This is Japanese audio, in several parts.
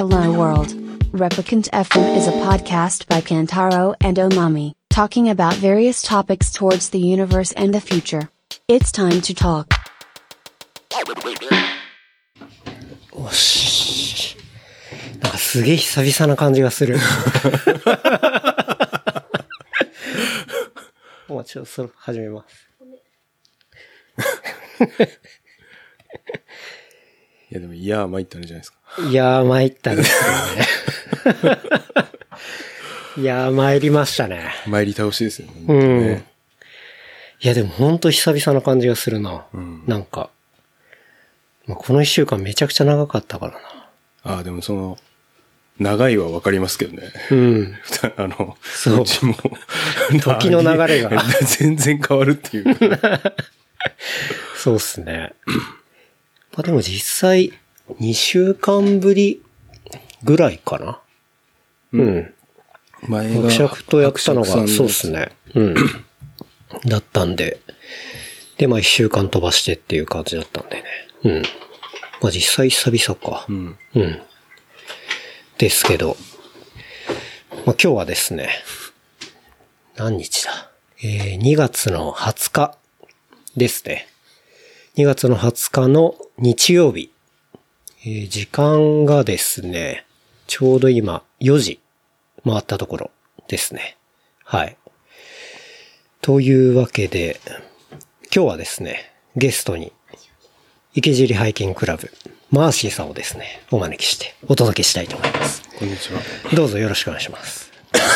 Hello World. Replicant FM is a podcast by Kantaro and Omami, talking about various topics towards the universe and the future. It's time to talk. おし。なんかすげえ久々な感じがする。もうちょっと始めます。 いやでも参ったんじゃないですか。 参ったですね。参りましたね。 参り倒しですよね。 うん。いやでもほんと久々な感じがするな。なんか、この一週間めちゃくちゃ長かったからな。 でもその、長いはわかりますけどね。 うん。 そう。うちも、 時の流れが。 全然変わるっていう。 そうっすね。でも実際、2週間ぶりぐらいかな。うん。 前が。 伯爵とやったのが、そうっすね。うん。だったんで。で、1週間飛ばしてっていう感じだったんでね。うん。実際久々か。うん。うん。ですけど。今日はですね。何日だ？2月の20日ですね。2月の20日の日曜日。時間がですね、ちょうど今4時回ったところですね。はい。というわけで、今日はですね、ゲストに池尻ハイキングクラブ、マーシーさんをですね、お招きしてお届けしたいと思います。 こんにちは。 どうぞよろしくお願いします。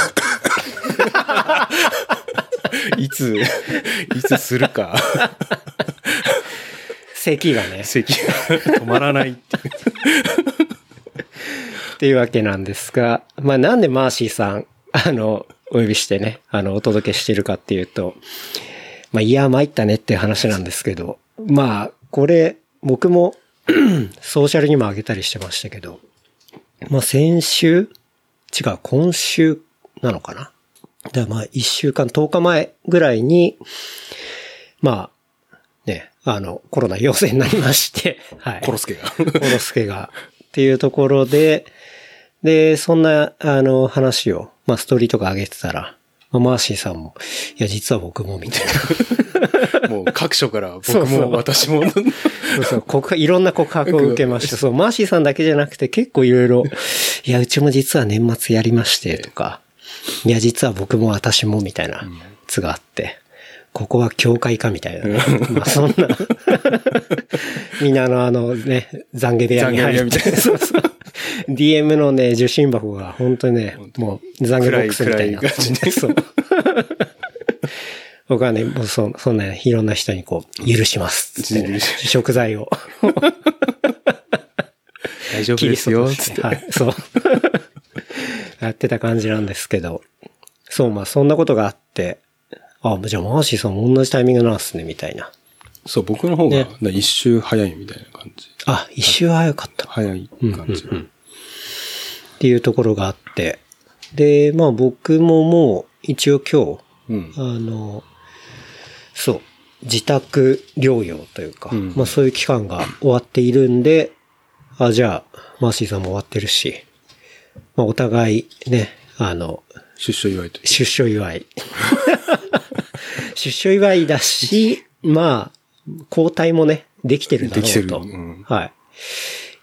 いつするか。 咳がね。 咳が止まらないっていうわけなんですが、なんでマーシーさん、お呼びしてね、お届けしてるかっていうと、参ったねっていう話なんですけど、これ、僕も、ソーシャルにも上げたりしてましたけど、先週今週なのかな。だから1週間、10日前ぐらいに、ね、コロナ陽性になりまして、はい。 コロスケが。 っていうところで、そんな、話を、ストーリーとか上げてたら、マーシーさんも、いや、実は僕も、みたいな。もう各所から僕も私も。 いろんな告白を受けまして、そう、マーシーさんだけじゃなくて結構いろいろ、いや、うちも実は年末やりまして、とか、いや、実は僕も私も、みたいな、つがあって、ここは教会かみたいな。そんな。みんなね、懺悔部屋に入って。そうそう。DM のね、受信箱が本当にね、もう懺悔ボックスみたいな。そう。僕はね、もうそんな、いろんな人に許しますって、ね。食材を。 大丈夫ですよ、つって。 はい、そう。やってた感じなんですけど。そう、そんなことがあって、じゃあマーシーさんも同じタイミングなんですね、みたいな。 そう、僕の方が一周早いみたいな感じ。 一周早かった。 早い感じ。 っていうところがあって。で、僕ももう一応今日、そう、自宅療養というか、そういう期間が終わっているんで、じゃあ、マーシーさんも終わってるし、お互いね、 出所祝いという。 出所祝い。出所祝いだし、交代もね、できてるだろうと。はい。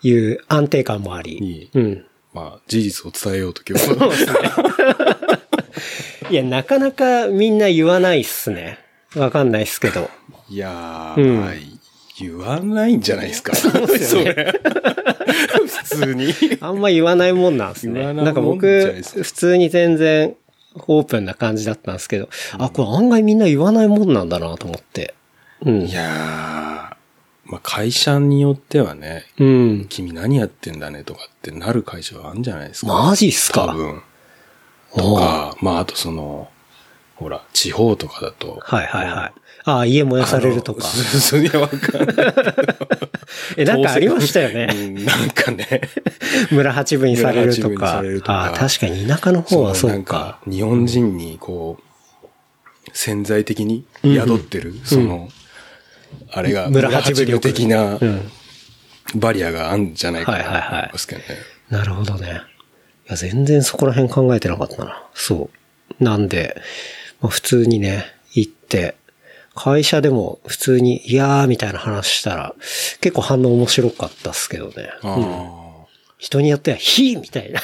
いう安定感もあり。 事実を伝えようと今日は。 そうですね。いや、なかなかみんな言わないっすね。わかんないっすけど。 いやー、言わないんじゃないですか。 そうですよね。 普通に。 あんま言わないもんなんですね。なんか僕、普通に全然オープンな感じだったんですけど、これ案外みんな言わないもんなんだなと思って。 いやー、会社によってはね、君何やってんだねとかってなる会社はあるんじゃないですか。 マジっすか？ 多分。とか、あとほら、地方とかだと。 はいはいはい。家燃やされるとか。 いや、わかんない。 なんかありましたよね。 なんかね。 村八分にされるとか。確かに田舎の方はそうか。 なんか、日本人に潜在的に宿ってる、あれが、村八分的なバリアがあるんじゃないかなと思いますけどね。 なるほどね。いや、全然そこら辺考えてなかったな。そう。なんで、まあ、普通にね、行って、会社でも普通に、いやーみたいな話したら、結構反応面白かったっすけどね。人によっては、ヒーみたいな。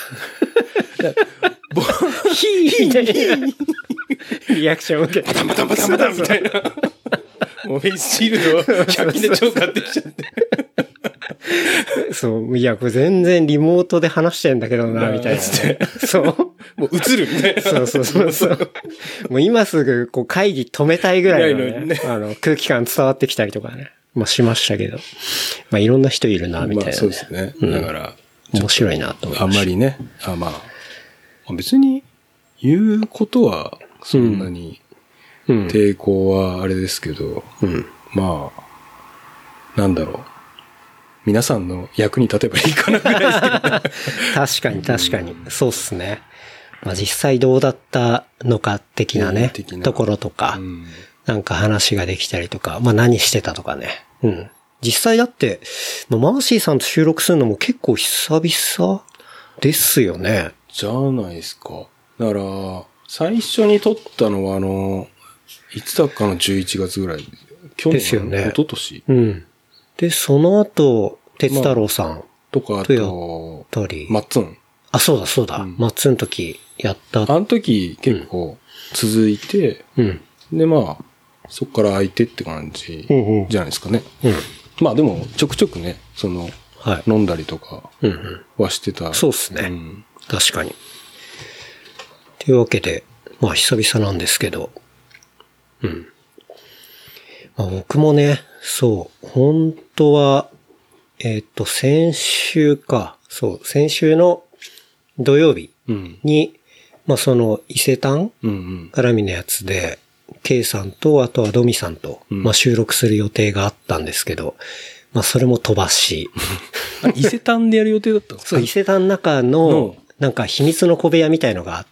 ヒーみたいな。リアクションを受けて。 バタバタバタみたいな。もうフェイスシールド100均で超買ってきちゃって。 そう、いや、これ全然リモートで話してんだけどな、みたいな、ね。そう。 もう映るみたいな。 そう。もう今すぐこう会議止めたいぐらいのね、空気感伝わってきたりとかね。まあしましたけど。まあいろんな人いるな、みたいな、ね。 そうですね。だから、 面白いなと思いました。 あんまりね、別に言うことはそんなに抵抗はあれですけど、まあ、なんだろう。皆さんの役に立てばいいかなぐらいですけどね。 確かに。そうっすね。まあ実際どうだったのか的なね、ところとか、なんか話ができたりとか、まあ何してたとかね。実際だって、マーシーさんと収録するのも結構久々ですよね。 じゃないですか。だから、最初に撮ったのはいつだかの11月ぐらい。去年ですよね。一昨年。 で、その後、鉄太郎さん。 とか、あと、マッツン。 あ、そうだ。マッツンの時やった。 あの時結構続いて、で、まあ、そこから空いてって感じじゃないですかね。まあでも、ちょくちょくね、飲んだりとかはしてた。 そうっすね。確かに。というわけで、まあ久々なんですけど、まあ、僕もね、そう、本当は、先週の土曜日に、まあその伊勢丹絡みのやつで、K さんと、あとはドミさんと、まあ収録する予定があったんですけど、まあそれも飛ばし。 伊勢丹でやる予定だったんですか？ そう、伊勢丹の中の、なんか秘密の小部屋みたいのがあって、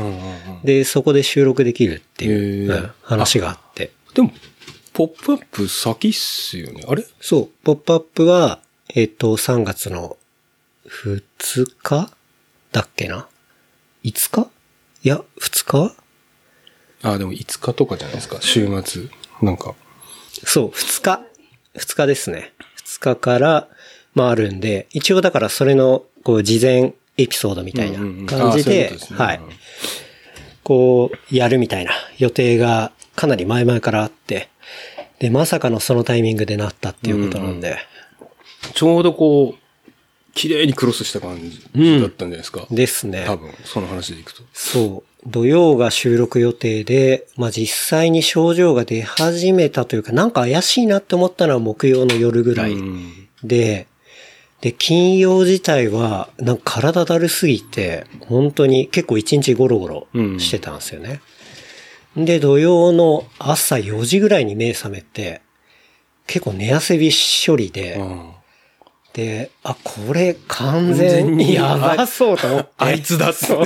で、そこで収録できるっていう話があって。 でも、ポップアップ先っすよね。あれ？ そう、ポップアップは、3月の2日だっけな ?5 日？いや、2日？ でも5日とかじゃないですか。週末。なんか。 そう、2日ですね。2日から、まああるんで、一応だからそれの、こう、事前エピソードみたいな感じで、はい。こう、やるみたいな予定がかなり前々からあって、で、まさかのそのタイミングでなったっていうことなんで。 ちょうどこう、綺麗にクロスした感じだったんじゃないですか。 ですね。 多分、その話でいくと。 そう。土曜が収録予定で、まあ、実際に症状が出始めたというか、なんか怪しいなって思ったのは木曜の夜ぐらいで、金曜自体は、なんか体だるすぎて、本当に結構一日ゴロゴロしてたんですよね。で、土曜の朝4時ぐらいに目覚めて、結構寝汗びっしょりで、で、これ完全にやばそうと思って。 あいつだそう。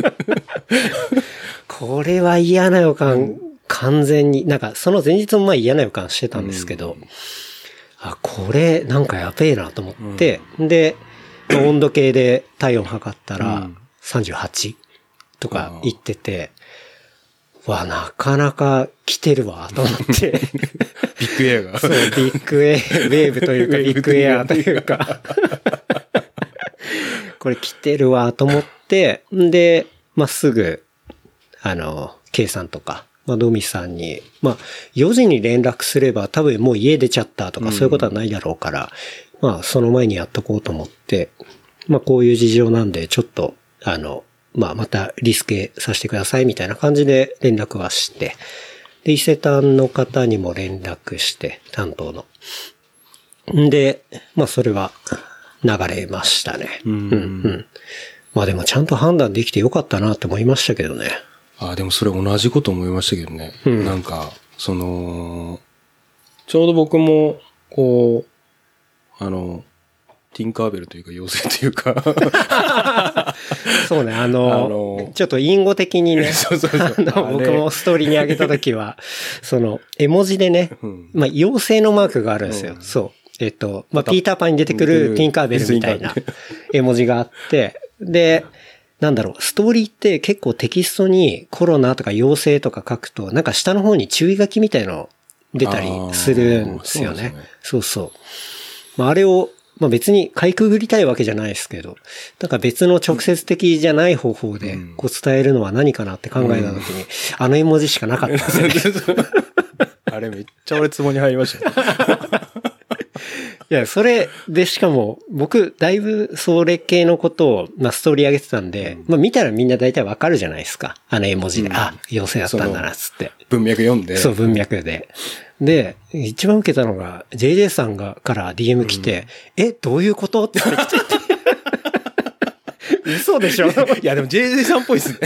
これは嫌な予感、完全に。なんかその前日も嫌な予感してたんですけど、これなんかやべえなと思って、で、温度計で体温測ったら38とか言ってて、なかなか来てるわ、と思って。 ビッグエアが。 そう、ビッグエア、ウェーブというか、ビッグエアというか。これ来てるわ、と思って、で、まあ、すぐ、K さんとか、まあ、ドミさんに、まあ、4時に連絡すれば多分もう家出ちゃったとかそういうことはないだろうから、まあ、その前にやっとこうと思って、まあ、こういう事情なんで、ちょっと、まあ、またリスケさせてくださいみたいな感じで連絡はして、で、伊勢丹の方にも連絡して、担当の。で、まあ、それは流れましたね。まあでもちゃんと判断できてよかったなって思いましたけどね。 でもそれ同じこと思いましたけどね。なんか、ちょうど僕も、こう、ティンカーベルというか妖精というかそうね、ちょっと隠語的にね、僕もストーリーに上げたときは、絵文字でね、まあ、妖精のマークがあるんですよ。そう。 まあ、ピーターパンに出てくるティンカーベルみたいな絵文字があって、で、なんだろう、ストーリーって結構テキストにコロナとか陽性とか書くと、なんか下の方に注意書きみたいなの出たりするんですよね。そうそう。まあ、あれを、まあ別にかいくぐりたいわけじゃないですけど、なんか別の直接的じゃない方法でこう伝えるのは何かなって考えたときに、あの絵文字しかなかったんですよね。 あれめっちゃ俺ツボに入りました。 いや、それでしかも僕だいぶそれ系のことをまあストーリー上げてたんで、まあ見たらみんな大体わかるじゃないですか。あの絵文字で、あ、陽性だったんだなっつって。 文脈読んで。 そう、文脈で。で、一番受けたのが、JJ さんから DM 来て、どういうことって言ってきて。嘘でしょ？ いや、でも JJ さんっぽいですね。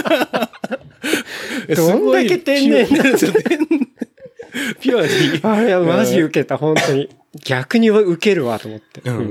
どんだけ天然なんですよ。 ピュアに。 あれはマジ受けた、本当に。逆に受けるわと思って。 だ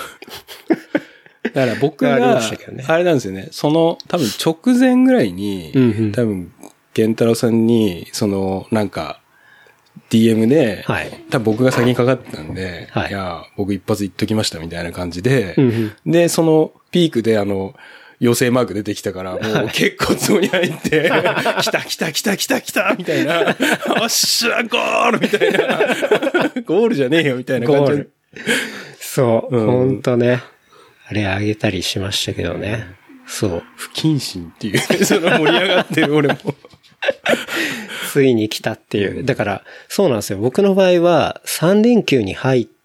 から僕が、あれなんですよね。その、多分直前ぐらいに、多分、玄太郎さんに、なんか、DM で、多分僕が先にかかってたんで、いや、僕一発言っときましたみたいな感じで、で、そのピークで陽性マーク出てきたから、もう結構ツボに入って、来たみたいな、おっしゃ、ゴールみたいな、ゴールじゃねえよみたいな感じで。 そう、ほんとね。あれあげたりしましたけどね。そう。 不謹慎っていう、その盛り上がってる俺も。 ついに来たっていう。だから、そうなんですよ。僕の場合は3連休に入って、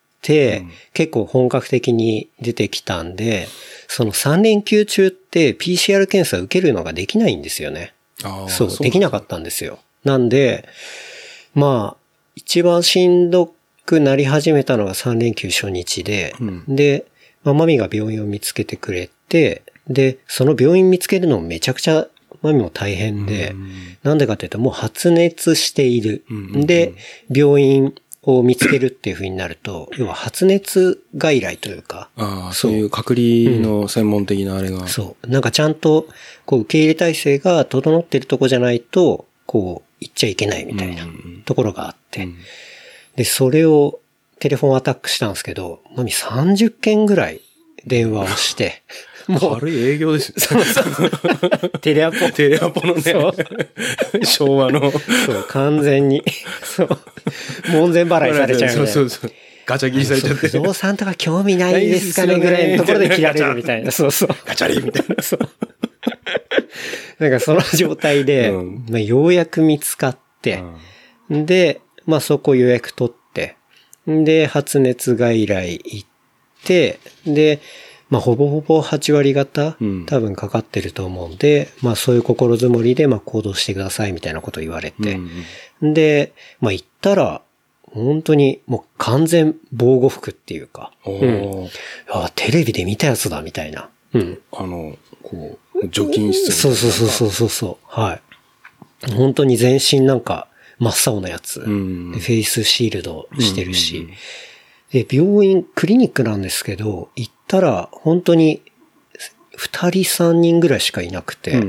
結構本格的に出てきたんで、その3連休中って PCR 検査受けるのができないんですよね。そう、できなかったんですよ。なんで、まあ、一番しんどくなり始めたのが3連休初日で、で、まあ、マミが病院を見つけてくれて、で、その病院見つけるのもめちゃくちゃマミも大変で、なんでかっていうともう発熱している。で、病院を見つけるっていう風になると、要は発熱外来というか。 そういう隔離の専門的なあれが。 そう。なんかちゃんと、こう受け入れ体制が整ってるとこじゃないと、こう、行っちゃいけないみたいなところがあって。で、それをテレフォンアタックしたんですけど、マミ30件ぐらい電話をして、 もう軽い営業ですよ。 テレアポのね。昭和の。 そう、完全に。そう。門前払いされちゃうよね。 そう。ガチャ切りされちゃって。 不動産とか興味ないですかねぐらいのところで切られるみたいな。そう。 ガチャリみたいな。 そう。なんかその状態で、まあ、ようやく見つかって、で、まあそこ予約取って、で、発熱外来行って、で、まあ、ほぼほぼ8割方、多分かかってると思うんで、まあ、そういう心づもりで、まあ、行動してくださいみたいなこと言われて。で、まあ、行ったら、本当にもう完全防護服っていうか、テレビで見たやつだみたいな。 こう、除菌室。 そう。はい。本当に全身なんか真っ青なやつ。でフェイスシールドしてるし。で、病院、クリニックなんですけど、行ったら、本当に、2人3人ぐらいしかいなくて、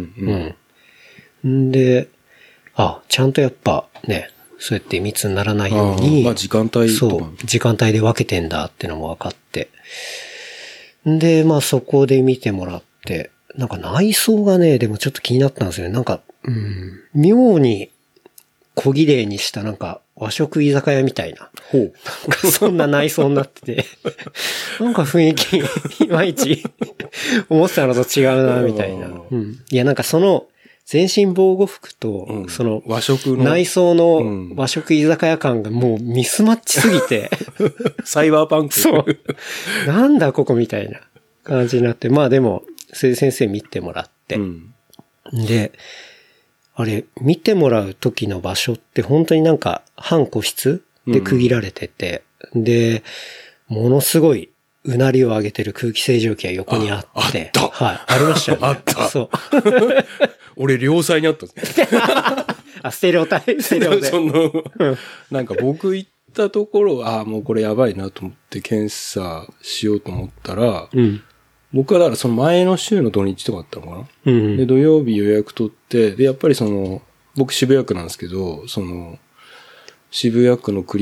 で、ちゃんとやっぱね、そうやって密にならないように、 時間帯そう、時間帯で分けてんだってのも分かって、で、まあそこで見てもらって、なんか内装がね、でもちょっと気になったんですよね。なんか、妙に小綺麗にしたなんか和食居酒屋みたいな。なんかそんな内装になってて、なんか雰囲気いまいち思ってたのと違うな、みたいな。いやなんかその全身防護服と、その和食の内装の和食居酒屋感がもうミスマッチすぎて、 サイバーパンク。 そう。なんだここみたいな感じになって、まあでも、先生見てもらって、で、あれ、見てもらう時の場所って本当になんか半個室で区切られてて、で、ものすごいうなりを上げてる空気清浄機が横にあって、はい、ありましたよね。 あった。 そう。 俺両サイにあったんですね。 ステレオタイプ、ステレオで。 なんか僕行ったところ、もうこれやばいなと思って検査しようと思ったら、僕はだからその前の週の土日とかあったのかな、で、土曜日予約取って、で、やっぱり僕渋谷区なんですけど、渋谷区のクリニッ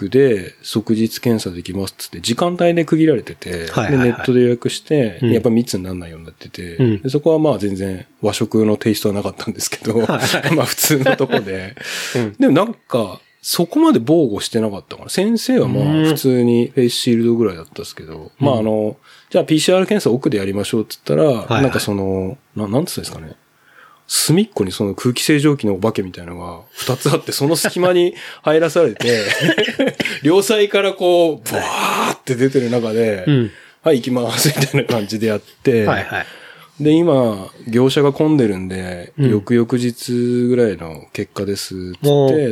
クで即日検査できますっつって時間帯で区切られてて、でネットで予約して、やっぱ密にならないようになってて、でそこはまあ全然和食のテイストはなかったんですけど、まあ普通のとこで、でもなんかそこまで防護してなかったかな。先生はまあ普通にフェイスシールドぐらいだったんですけど、まあじゃあ PCR 検査奥でやりましょうって言ったら、なんかその、なんつうんですかね。隅っこにその空気清浄機のお化けみたいなのが2つあって、その隙間に入らされて、両サイからこう、ブワーって出てる中で、はい、行きますみたいな感じでやって、で、今、業者が混んでるんで、翌々日ぐらいの結果ですっつって、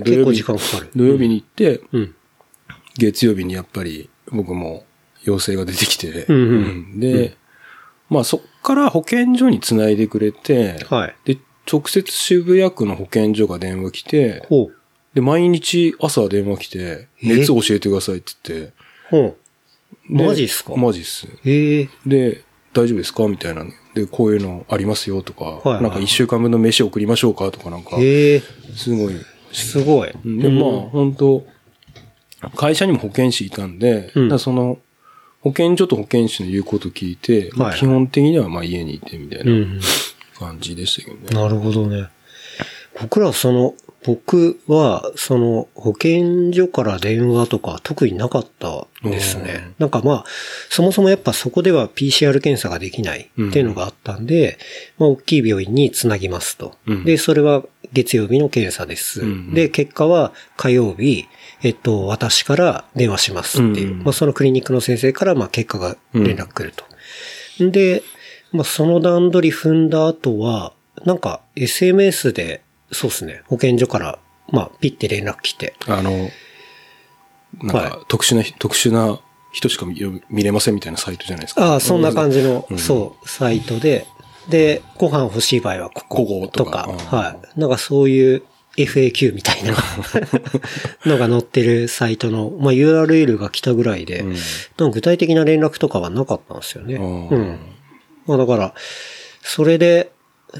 土曜日に行って、月曜日にやっぱり僕も陽性が出てきて、で、まあそっから保健所に繋いでくれて、で、直接渋谷区の保健所が電話来て、で、毎日朝電話来て、熱教えてくださいって言って、 マジっすか？ マジっす。で、大丈夫ですかみたいな。で、こういうのありますよとか、なんか1週間分の飯送りましょうかとかなんか、すごい。 すごい。 で、まあ本当会社にも保健師いたんで、その、保健所と保健師の言うこと聞いて、まあ基本的にはまあ家にいてみたいな感じでしたけどね。 なるほどね。僕は、保健所から電話とか特になかったですね。なんかまあ、そもそもやっぱそこでは PCR 検査ができないっていうのがあったんで、まあ、大きい病院につなぎますと。で、それは月曜日の検査です。で、結果は火曜日、私から電話しますっていう。まあ、そのクリニックの先生からまあ結果が連絡来ると。で、まあ、その段取り踏んだ後は、なんか SMS で、そうですね。保健所から、まあ、ピッて連絡来て。 なんか、特殊な人しか見れませんみたいなサイトじゃないですか。 ああ、そんな感じの、そう、サイトで、で、ご飯欲しい場合はこことか、はい。なんかそういう FAQ みたいなのが載ってるサイトの、まあ、URL が来たぐらいで、具体的な連絡とかはなかったんですよね。まあ、だから、それで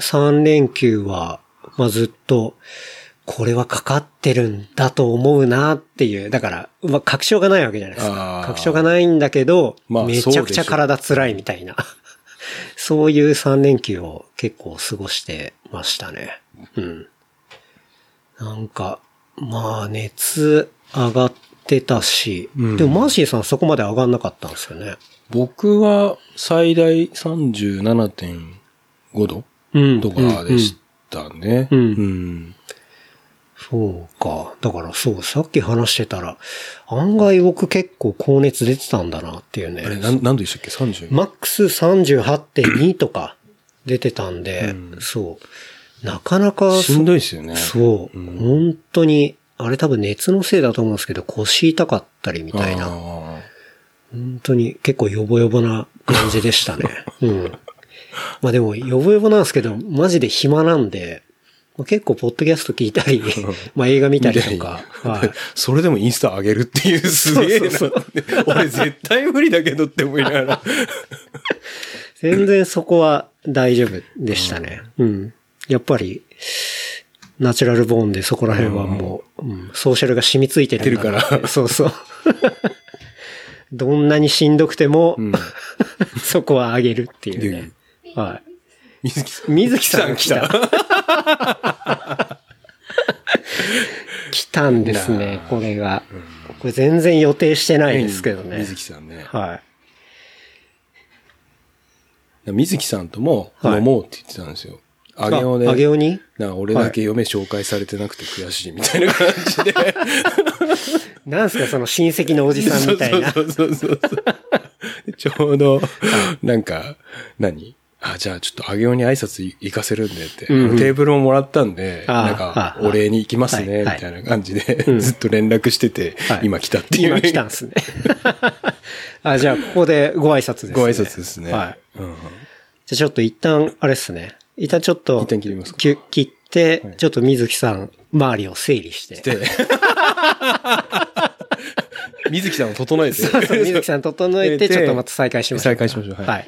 3連休は、まあずっと、これはかかってるんだと思うなっていう。だから、まあ確証がないわけじゃないですか。確証がないんだけど、まあ、めちゃくちゃ体辛いみたいな。そういう3連休を結構過ごしてましたね。なんか、まあ熱上がってたし、でもマーシーさんそこまで上がんなかったんですよね。 僕は最大 37.5 度とかでした。だね。 そうか。だからそう、さっき話してたら、案外僕結構高熱出てたんだなっていうね。 あれ、何度でしたっけ 30？ マックス 38.2 とか出てたんで、そう。なかなか。 しんどいですよね。 そう。本当に、あれ多分熱のせいだと思うんですけど、腰痛かったりみたいな。本当に結構ヨボヨボな感じでしたね。まあでも、ヨボヨボなんですけど、マジで暇なんで、結構ポッドキャスト聞いたり、まあ映画見たりとか。 それでもインスタ上げるっていうすげえな。俺絶対無理だけどって思いながら。 全然そこは大丈夫でしたね。やっぱり、ナチュラルボーンでそこら辺はもう、ソーシャルが染みついてるから。そうそう。どんなにしんどくても、そこは上げるっていうね。はい。水木さん来た。来たんですね、これが。これ全然予定してないですけどね。 水木さんね。 はい。 水木さんとも飲もうって言ってたんですよ。あげおね。 あげおに？ 俺だけ嫁紹介されてなくて悔しいみたいな感じで。 なんすかその親戚のおじさんみたいな。 そう。ちょうど、なんか、じゃあちょっとあげおに挨拶行かせるんでって、テーブルももらったんで、なんか、お礼に行きますね、みたいな感じで、ずっと連絡してて、今来たっていう。 今来たんですね。じゃあここでご挨拶ですね。 ご挨拶ですね。 はい。じゃあちょっと一旦、あれですね。一旦ちょっと、 切りますか。 切って、ちょっと水木さん、周りを整理して。 水木さんを整えて。 そう、水木さん整えて、ちょっとまた再開しましょう。 再開しましょう。 はい。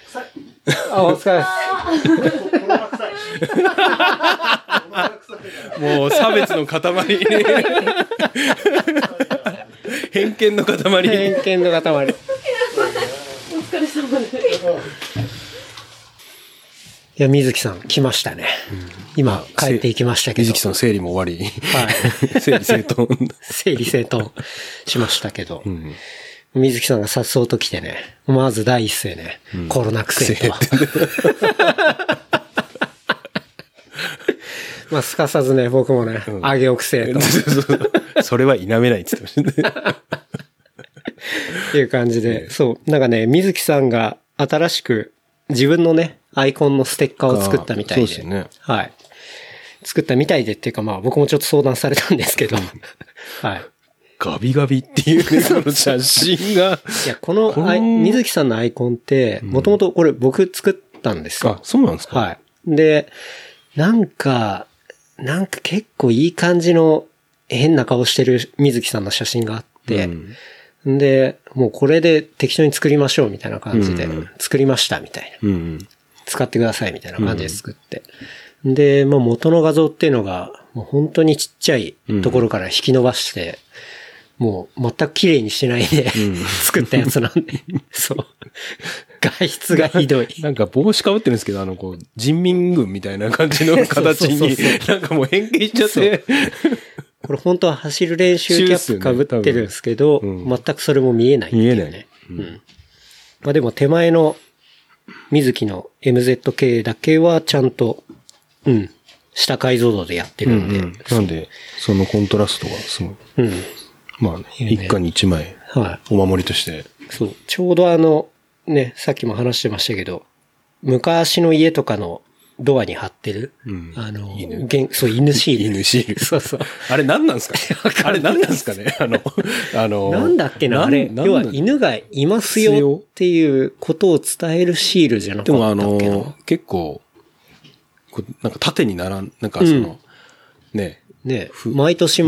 お疲れ。 もう差別の塊。偏見の塊。 偏見の塊。 お疲れ様です。 いや、水木さん来ましたね。今帰っていきましたけど。 水木さんの整理も終わり。 はい。 整理整頓。 整理整頓しましたけど。水木さんが颯爽と来てね、まず第一声ね、コロナ癖と。まあ、すかさずね、僕もね、上げおくせえと。 それは否めないって言ってましたね。 っていう感じで、そう、なんかね、水木さんが新しく自分のね、アイコンのステッカーを作ったみたいで。 そうですね。 はい。作ったみたいでっていうか、まあ僕もちょっと相談されたんですけど。はい。 ガビガビっていうね、その写真が。 いや、この水木さんのアイコンって、もともとこれ僕作ったんですよ。 あ、そうなんですか？ はい。で、なんか結構いい感じの変な顔してる水木さんの写真があって、で、もうこれで適当に作りましょうみたいな感じで、作りましたみたいな。使ってくださいみたいな感じで作って。で、まあ元の画像っていうのが、もう本当にちっちゃいところから引き伸ばして、もう全く綺麗にしてないで、作ったやつなんで、そう。画質がひどい。 なんか帽子かぶってるんですけど、こう、人民軍みたいな感じの形に、なんかもう変形しちゃって。 これ本当は走る練習キャップかぶってるんですけど、全くそれも見えないっていうね。見えない。まあでも手前の水木の MZK だけはちゃんと、下解像度でやってるんで。 なんで、そのコントラストがすごい。まあね、一家に一枚、お守りとして。 そう。ちょうどね、さっきも話してましたけど、昔の家とかのドアに貼ってる、そう、犬シール。 犬シール。 そうそう。 あれ何なんですか？あれ何なんですかね？ なんだっけな、あれ。要は犬がいますよっていうことを伝えるシールじゃなかったっけな。 でも結構、なんか縦になんかその、ね。 毎年。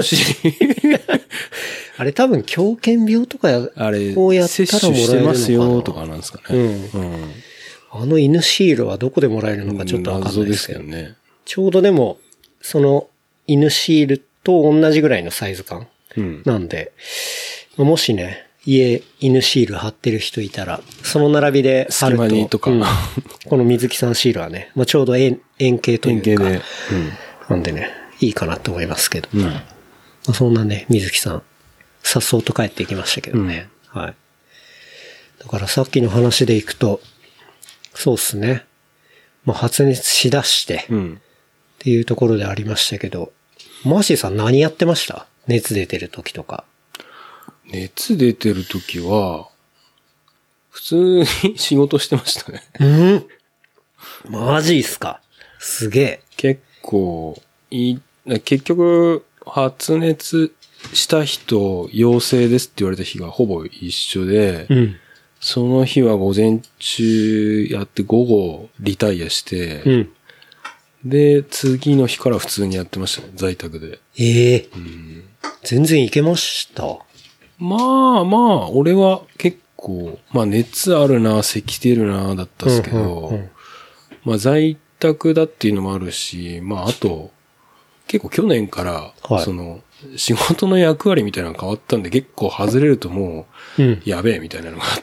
あれ多分狂犬病とかをやったらもらえるのかな。接種してますよとかなんですかね。犬シールはどこでもらえるのかちょっとわかんないですけど。ね。ちょうどでも、その犬シールと同じぐらいのサイズ感なんで、もしね、犬シール貼ってる人いたら、その並びで貼ると、この水木さんシールはね、まあ、ちょうど円形というか、円形で、なんでね、いいかなと思いますけど。まあ、そんなね、水木さん、颯爽と帰っていきましたけどね。はい。だからさっきの話でいくと、そうっすね。まあ、発熱しだして、っていうところでありましたけど、マーシーさん何やってました？熱出てる時とか。 熱出てる時は、普通に仕事してましたね。 マジっすか？すげえ。 結構、結局、発熱した人、陽性ですって言われた日がほぼ一緒で、その日は午前中やって午後リタイアして、で、次の日から普通にやってましたね、在宅で。 全然いけました。 まあ、俺は結構、まあ熱あるな、咳出るな、だったんですけど、まあ在宅だっていうのもあるし、まああと、結構去年から、その、仕事の役割みたいなのが変わったんで、結構外れるともう、やべえみたいなのがあって。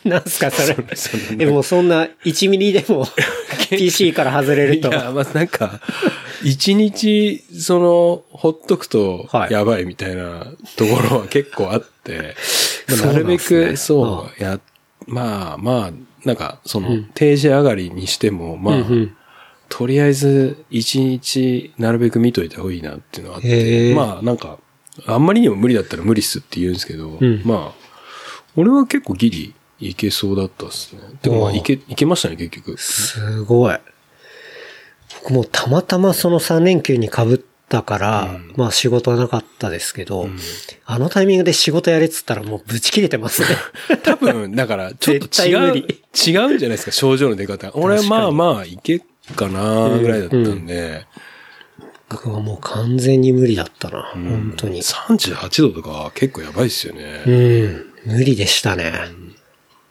なんすか、それ。でもそんな1ミリでも PC から外れると。 いや、まあなんか、1日、ほっとくと、やばいみたいなところは結構あって、なるべく、まあ、なんか、定時上がりにしても、まあ、とりあえず、1日、なるべく見といた方がいいなっていうのがあって、まあ、なんか、あんまりにも無理だったら無理っすって言うんですけど、まあ、俺は結構ギリいけそうだったっすね。でもまあ、いけましたね、結局。 すごい。僕もたまたまその3連休に被ったから、まあ仕事はなかったですけど、あのタイミングで仕事やれっつったらもうブチ切れてますね。 多分、だからちょっと違うんじゃないですか、症状の出方。俺はまあいけっかなぐらいだったんで。 僕はもう完全に無理だったな、本当に。 38度とか結構やばいっすよね。 無理でしたね。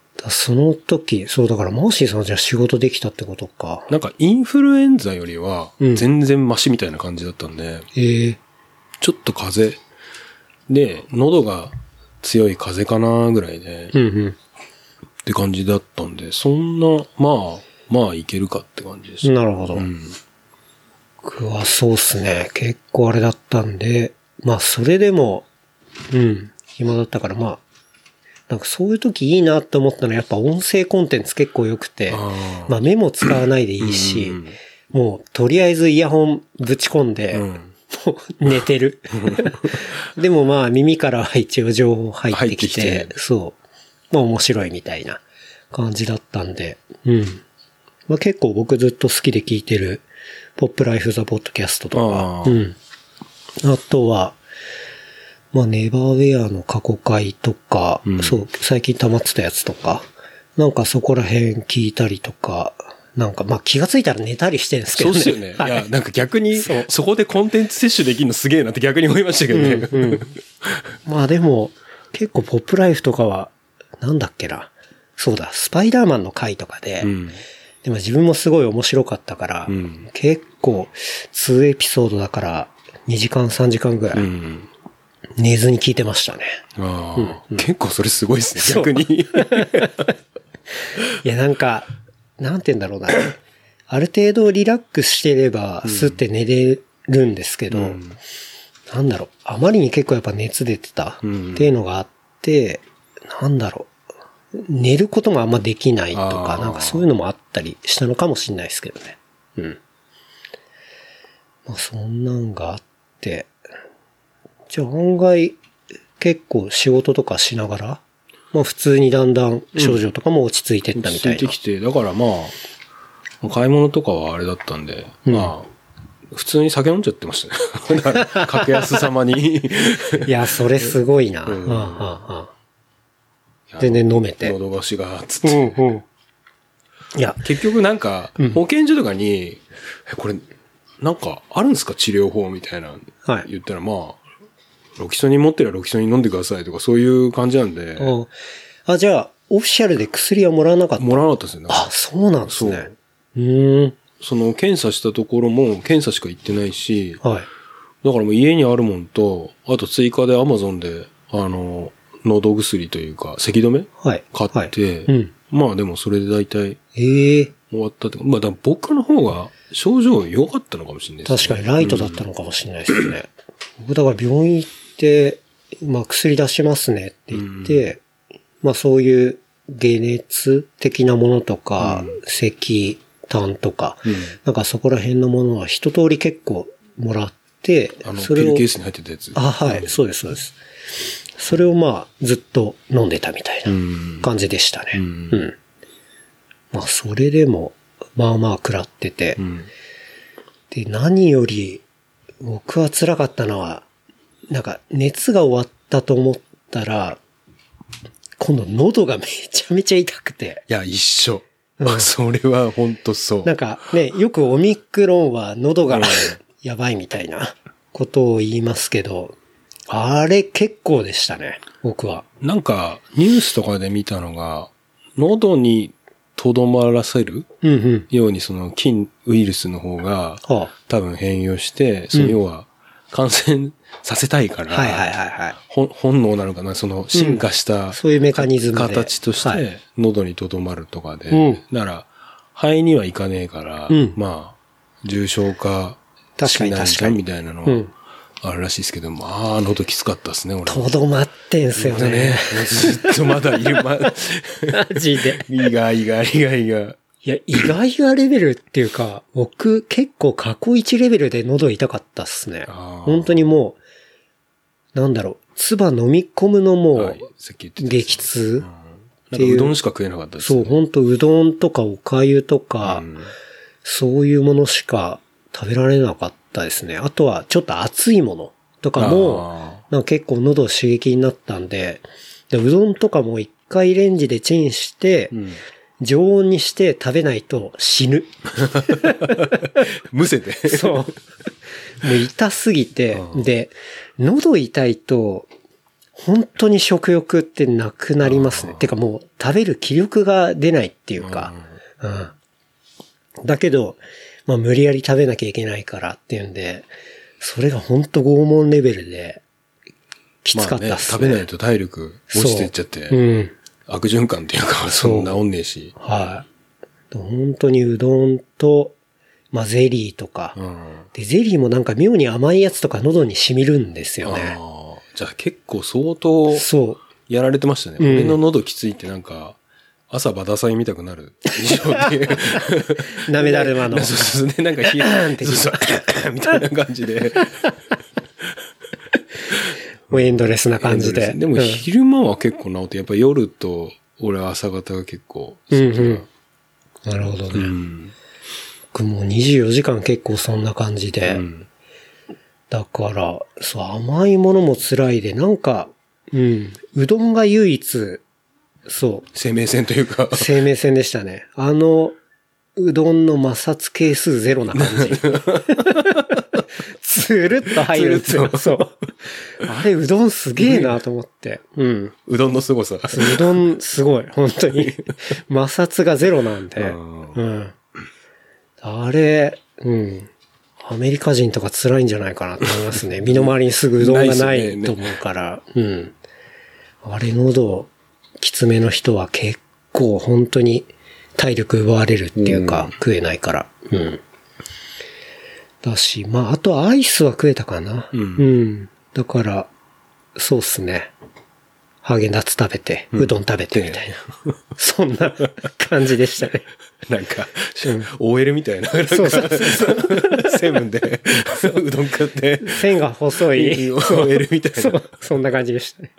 その時、そうだからマーシーさんはじゃあ仕事できたってことか。 なんかインフルエンザよりは全然マシみたいな感じだったんで、ちょっと風邪で、喉が強い風邪かなぐらいで、って感じだったんで、そんな、まあいけるかって感じです。 なるほど。僕はそうっすね。結構あれだったんで、まあそれでも、暇だったからまあ、なんかそういう時いいなって思ったのはやっぱ音声コンテンツ結構良くて、まあメモ使わないでいいし、もうとりあえずイヤホンぶち込んで、もう寝てる。でもまあ耳からは一応情報入ってきて、そう。まあ面白いみたいな感じだったんで、まあ結構僕ずっと好きで聞いてるポップライフザポッドキャストとか、あとは、まあ、ネバーウェアの過去回とか、そう、最近溜まってたやつとか、なんかそこら辺聞いたりとか、なんかまあ気がついたら寝たりしてるんですけどね。 そうですよね。いや、なんか逆に、そこでコンテンツ摂取できるのすげえなって逆に思いましたけどね。 まあでも、結構ポップライフとかは、なんだっけな。そうだ、スパイダーマンの回とかで、でも自分もすごい面白かったから、結構2エピソードだから2時間3時間ぐらい、寝ずに聞いてましたね。 結構それすごいですね、逆に。いや、なんか、なんて言うんだろうな。ある程度リラックスしてれば、スって寝れるんですけど、なんだろう。あまりに結構やっぱ熱出てたっていうのがあって、なんだろう。寝ることもあんまできないとか、なんかそういうのもあったりしたのかもしれないですけどね。まあそんなんがあって、じゃあ案外結構仕事とかしながら、まあ普通にだんだん症状とかも落ち着いてったみたいな。 落ち着いてきて、だからまあ、買い物とかはあれだったんで、まあ、普通に酒飲んじゃってましたね。だから格安様に。 いや、それすごいな。全然飲めて。 喉越しが、つって。いや、結局なんか、保健所とかに、これ、なんかあるんですか治療法みたいな。言ったらまあ、ロキソニン持ってるらロキソニン飲んでくださいとかそういう感じなんで。 じゃあ、オフィシャルで薬はもらわなかった？ もらわなかったですよね。 そうなんですね。 その検査したところも検査しか行ってないし、だからもう家にあるもんと、あと追加で Amazon で、喉薬というか、咳止め買って、まあでもそれで大体、終わったって。まあだから僕の方が症状良かったのかもしれないですね。 確かにライトだったのかもしれないですね。僕だから病院行って、まあ薬出しますねって言って、まあそういう解熱的なものとか、咳、痰とか、なんかそこら辺のものは一通り結構もらって、 それをピルケースに入ってたやつ。 はい、そうです、そうです。それをまあずっと飲んでたみたいな感じでしたね。まあそれでも、まあまあ食らってて、で、何より僕は辛かったのは、なんか熱が終わったと思ったら、今度喉がめちゃめちゃ痛くて。 いや、一緒。それは本当そう。 なんかね、よくオミクロンは喉がやばいみたいなことを言いますけど、あれ結構でしたね、僕は。 なんかニュースとかで見たのが、喉にとどまらせるようにその菌、ウイルスの方が多分変容して、その要は感染させたいから、本能なのかな、その進化したそういうメカニズムで形として喉にとどまるとかで、だから肺にはいかねえから、まあ重症化しないじゃんみたいなのはあるらしいですけど、まあ喉きつかったですね、俺。 とどまってんすよね。 ずっとまだいる。マジで。 意外。 いや、意外がレベルっていうか、僕結構過去1レベルで喉痛かったっすね。本当にもう、なんだろう、唾飲み込むのも、激痛っていう。うどんしか食えなかったですね。 そう、本当うどんとかおかゆとか、そういうものしか食べられなかったですね。あとはちょっと熱いものとかも、なんか結構喉刺激になったんで、うどんとかも一回レンジでチンして、常温にして食べないと死ぬ。 むせて。 そう。もう痛すぎて、で、喉痛いと、 本当に食欲ってなくなりますね。てかもう食べる気力が出ないっていうか、だけど、まあ無理やり食べなきゃいけないからっていうんで、それが本当拷問レベルできつかったっすね。 食べないと体力落ちていっちゃって、悪循環っていうか、そんな治んねえし。 はい。本当にうどんと、まあゼリーとか、で、ゼリーもなんか妙に甘いやつとか喉に染みるんですよね。 じゃあ結構相当、やられてましたね。俺の喉きついってなんか、朝バダサイ見たくなる。 なめだるまの。 そうそうね、なんかヒーンってみたいな感じで。 もうエンドレスな感じで。 でも昼間は結構治って、やっぱ夜と俺は朝方が結構好きなるほどね。僕もう24時間結構そんな感じで。だから、そう、甘いものも辛いで、なんか、うどんが唯一、そう。 生命線というか。 生命線でしたね。うどんの摩擦係数ゼロな感じ。つるっと入るんですよ。そう。あれ、うどんすげえなと思って。 うどんの凄さ。 うどんすごい、本当に。摩擦がゼロなんで。あれ、アメリカ人とか辛いんじゃないかなと思いますね。身の回りにすぐうどんがないと思うから。あれ喉、きつめの人は結構本当に体力奪われるっていうか、食えないから。だし、まあ、あとはアイスは食えたかな。だから、そうっすね。ハーゲンダッツ食べて、うどん食べてみたいな。そんな感じでしたね。 なんか、OL みたいな。 そう。 セブンで、うどん買って。 線が細い。 OL みたいな。 そんな感じでしたね。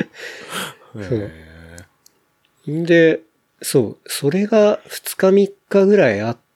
で、そう、それが2日3日ぐらいあって、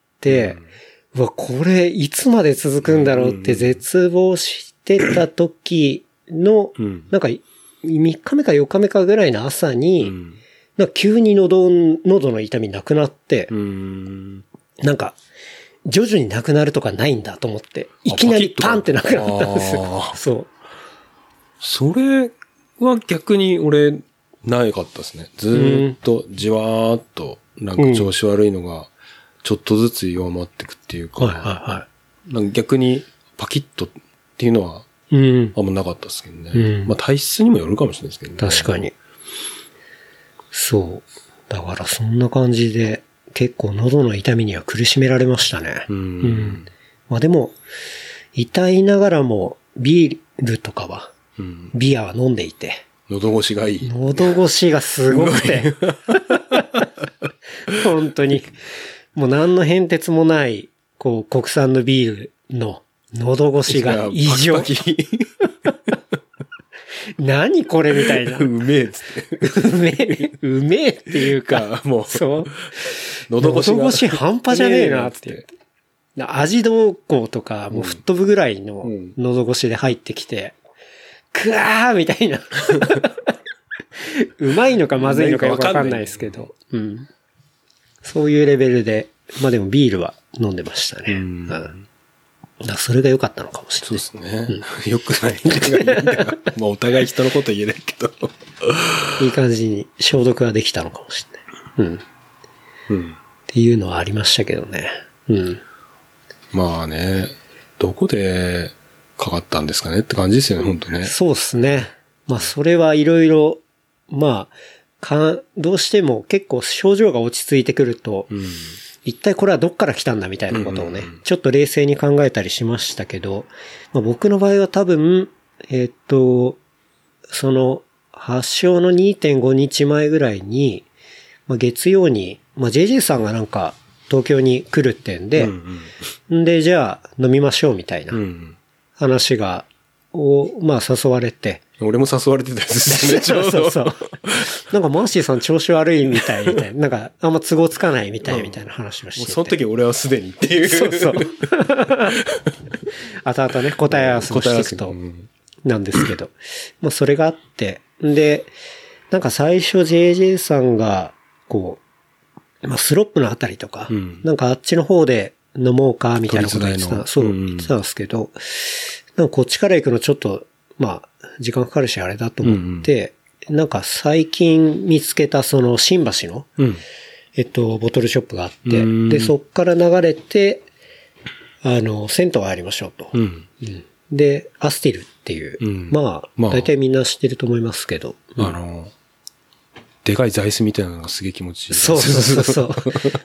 うわ、これいつまで続くんだろうって絶望してた時の、なんか3日目か4日目かぐらいの朝に、なんか急に喉の痛みなくなって、なんか、徐々になくなるとかないんだと思って、いきなりパンってなくなったんですよ。そう。 それは逆に俺、なかったですね。ずーっとじわーっと、なんか調子悪いのが、ちょっとずつ弱まっていくっていうか、なんか逆にパキッとっていうのは、あんまなかったですけどね。まあ体質にもよるかもしれないですけどね。 確かに。そう。だからそんな感じで、結構喉の痛みには苦しめられましたね。まあでも、痛いながらもビールとかは、ビアは飲んでいて、 喉越しがいい。 喉越しがすごくて。本当に。もう何の変哲もない、こう、国産のビールの喉越しが異常。 パキパキ何これみたいな。 うめえっつって。 うめえっていうか、 もう。 そう。 喉越し半端じゃねえなっていう。味どうこうとか、もう吹っ飛ぶぐらいの喉越しで入ってきて、くわーみたいな。うまいのかまずいのかよくわかんないですけど。そういうレベルで、まあでもビールは飲んでましたね。だそれが良かったのかもしれない。 そうですね。良くないんだが、まあお互い人のこと言えないけど。 いい感じに消毒ができたのかもしれない。っていうのはありましたけどね。 まあね、どこでかかったんですかねって感じですよね、本当ね。 そうですね。まあそれはいろいろ、まあ、どうしても結構症状が落ち着いてくると、一体これはどっから来たんだみたいなことをね、ちょっと冷静に考えたりしましたけど、まあ、僕の場合は多分、その発症の 2.5 日前ぐらいに、まあ、月曜に、まあ、JJ さんがなんか東京に来るってんで、で、じゃあ飲みましょうみたいな話が、まあ誘われて、 俺も誘われてたやつですね、ちょうど。 そう。なんかマーシーさん調子悪いみたい。なんかあんま都合つかないみたいな話をしてて。 その時俺はすでにっていう。 そう。あとあとね、答え合わせをしていくと。なんですけど。まあそれがあって。で、なんか最初 JJ さんが、こう、まあスロップのあたりとか、なんかあっちの方で飲もうかみたいなこと言ってた。そう、言ってたんですけど、なんかこっちから行くのちょっと、 まあ、時間かかるしあれだと思って、なんか最近見つけたその新橋の、ボトルショップがあって、で、そっから流れて、銭湯入りましょうと。で、アスティルっていう、まあ、大体みんな知ってると思いますけど。 でかい座椅子みたいなのがすげえ気持ちいい。 そう。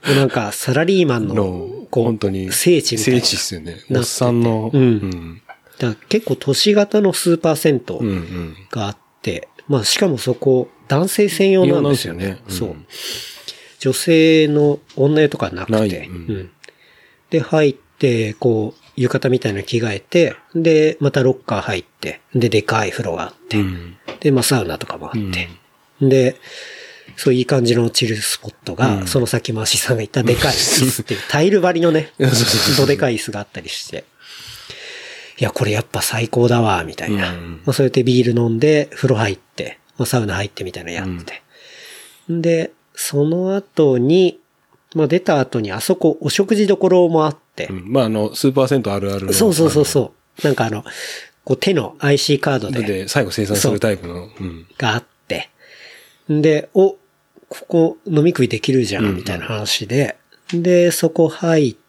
なんか、サラリーマンの、こう、 本当に聖地みたいな。 聖地っすよね。おっさんの。 だ結構都市型のスーパー銭湯があって、まあ、しかもそこ、男性専用なんですよね。そう。女性の女湯とかなくて。で、入って、こう、浴衣みたいなの着替えて、で、またロッカー入って、で、でかい風呂があって、で、まあ、サウナとかもあって、で、そういい感じのチルスポットが、その先マシさんが言ったでかい椅子っていう、タイル張りのね、どでかい椅子があったりして、いや、これやっぱ最高だわ、みたいな。まあ、そうやってビール飲んで、風呂入って、まあ、サウナ入ってみたいなのやってて。で、その後に、まあ、出た後にあそこお食事処もあって。 まあ、スーパー銭湯あるあるの。 そう。なんかこう手の IC カードで。 最後生産するタイプの。 があって。で、ここ飲み食いできるじゃん、みたいな話で。で、そこ入って、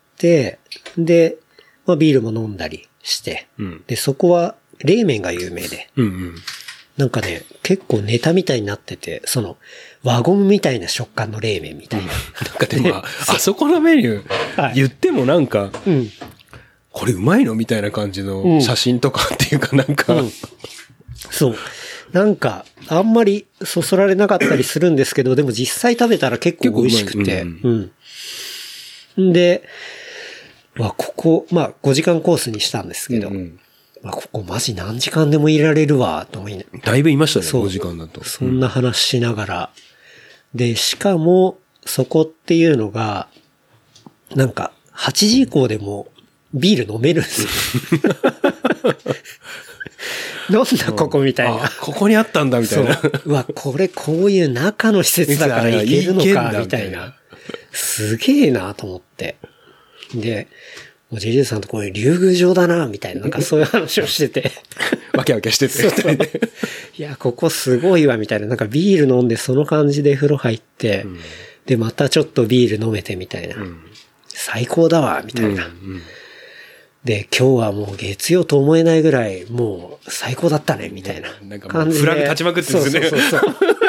で、まあ、ビールも飲んだりして。で、そこは冷麺が有名で。なんかね、結構ネタみたいになってて、輪ゴムみたいな食感の冷麺みたいな。 なんかでも、あそこのメニュー、言ってもなんか、これうまいのみたいな感じの写真とかっていうかなんか、 そう。なんか、あんまりそそられなかったりするんですけど、でも実際食べたら結構美味しくて。で、ここ、まあ5時間コースにしたんですけど、ここマジ何時間でもいられるわ、と思いながら。 だいぶいましたね、5時間だと。 そんな話しながら。で、しかも、そこっていうのが、なんか、8時以降でもビール飲めるんですよ。飲んだここみたいな。 ここにあったんだみたいな。 これこういう中の施設だからいけるのか、みたいな。すげえなと思って。で、もうジェジュさんとこれ竜宮城だな、みたいな、なんかそういう話をしてて。 わけわけしてて。 いや、ここすごいわ、みたいな。なんかビール飲んでその感じで風呂入って、で、またちょっとビール飲めてみたいな。最高だわ、みたいな。で、今日はもう月曜と思えないぐらい、もう最高だったね、みたいな感じで。 なんかフラグ立ちまくってるんですね。 そう。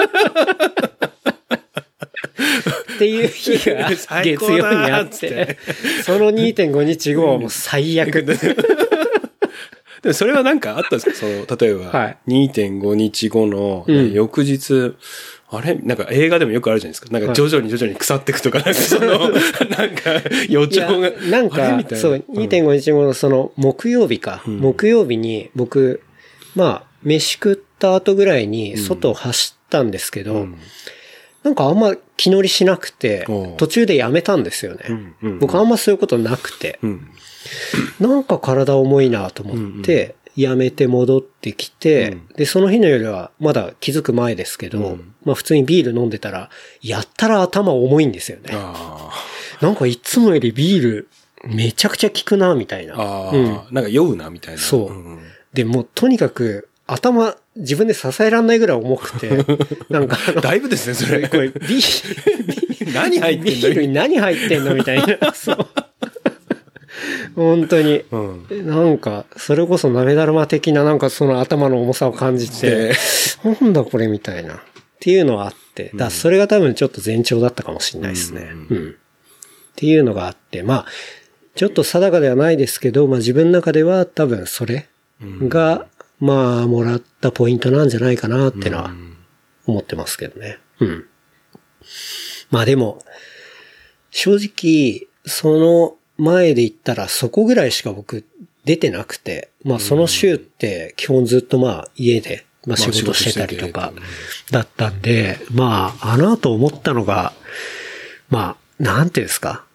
っていう日が月曜にあって、その 2.5 日後はもう最悪。 でもそれはなんかあったんですか？例えば、2.5 日後の翌日、あれなんか映画でもよくあるじゃないですか。なんか徐々に腐っていくとか、なんか予兆が。 なんか、そう、2.5 日後の木曜日か。木曜日に僕、まあ、飯食った後ぐらいに外を走ったんですけど、なんかあんま気乗りしなくて、途中でやめたんですよね。僕あんまそういうことなくて、なんか体重いなと思って、やめて戻ってきて、で、その日の夜はまだ気づく前ですけど、まあ普通にビール飲んでたら、やったら頭重いんですよね。なんかいつもよりビールめちゃくちゃ効くな、みたいな。 なんか酔うな、みたいな。 そう。で、もうとにかく頭、自分で支えらんないぐらい重くて、なんかだいぶですね、それ。 これビール、 何入ってんの？ ビールに何入ってんのみたいな。そう。本当に。なんか、それこそ鍋だるま的ななんかその頭の重さを感じて、なんだこれみたいな。っていうのはあって、それが多分ちょっと前兆だったかもしれないですね。っていうのがあって、まあ、ちょっと定かではないですけど、まあ自分の中では多分それが、まあ、もらったポイントなんじゃないかなってのは思ってますけどね。まあでも、正直、その前で言ったらそこぐらいしか僕出てなくて、まあその週って基本ずっとまあ家で、まあ仕事してたりとかだったんで、まああの後思ったのが、まあ、なんていうんですか、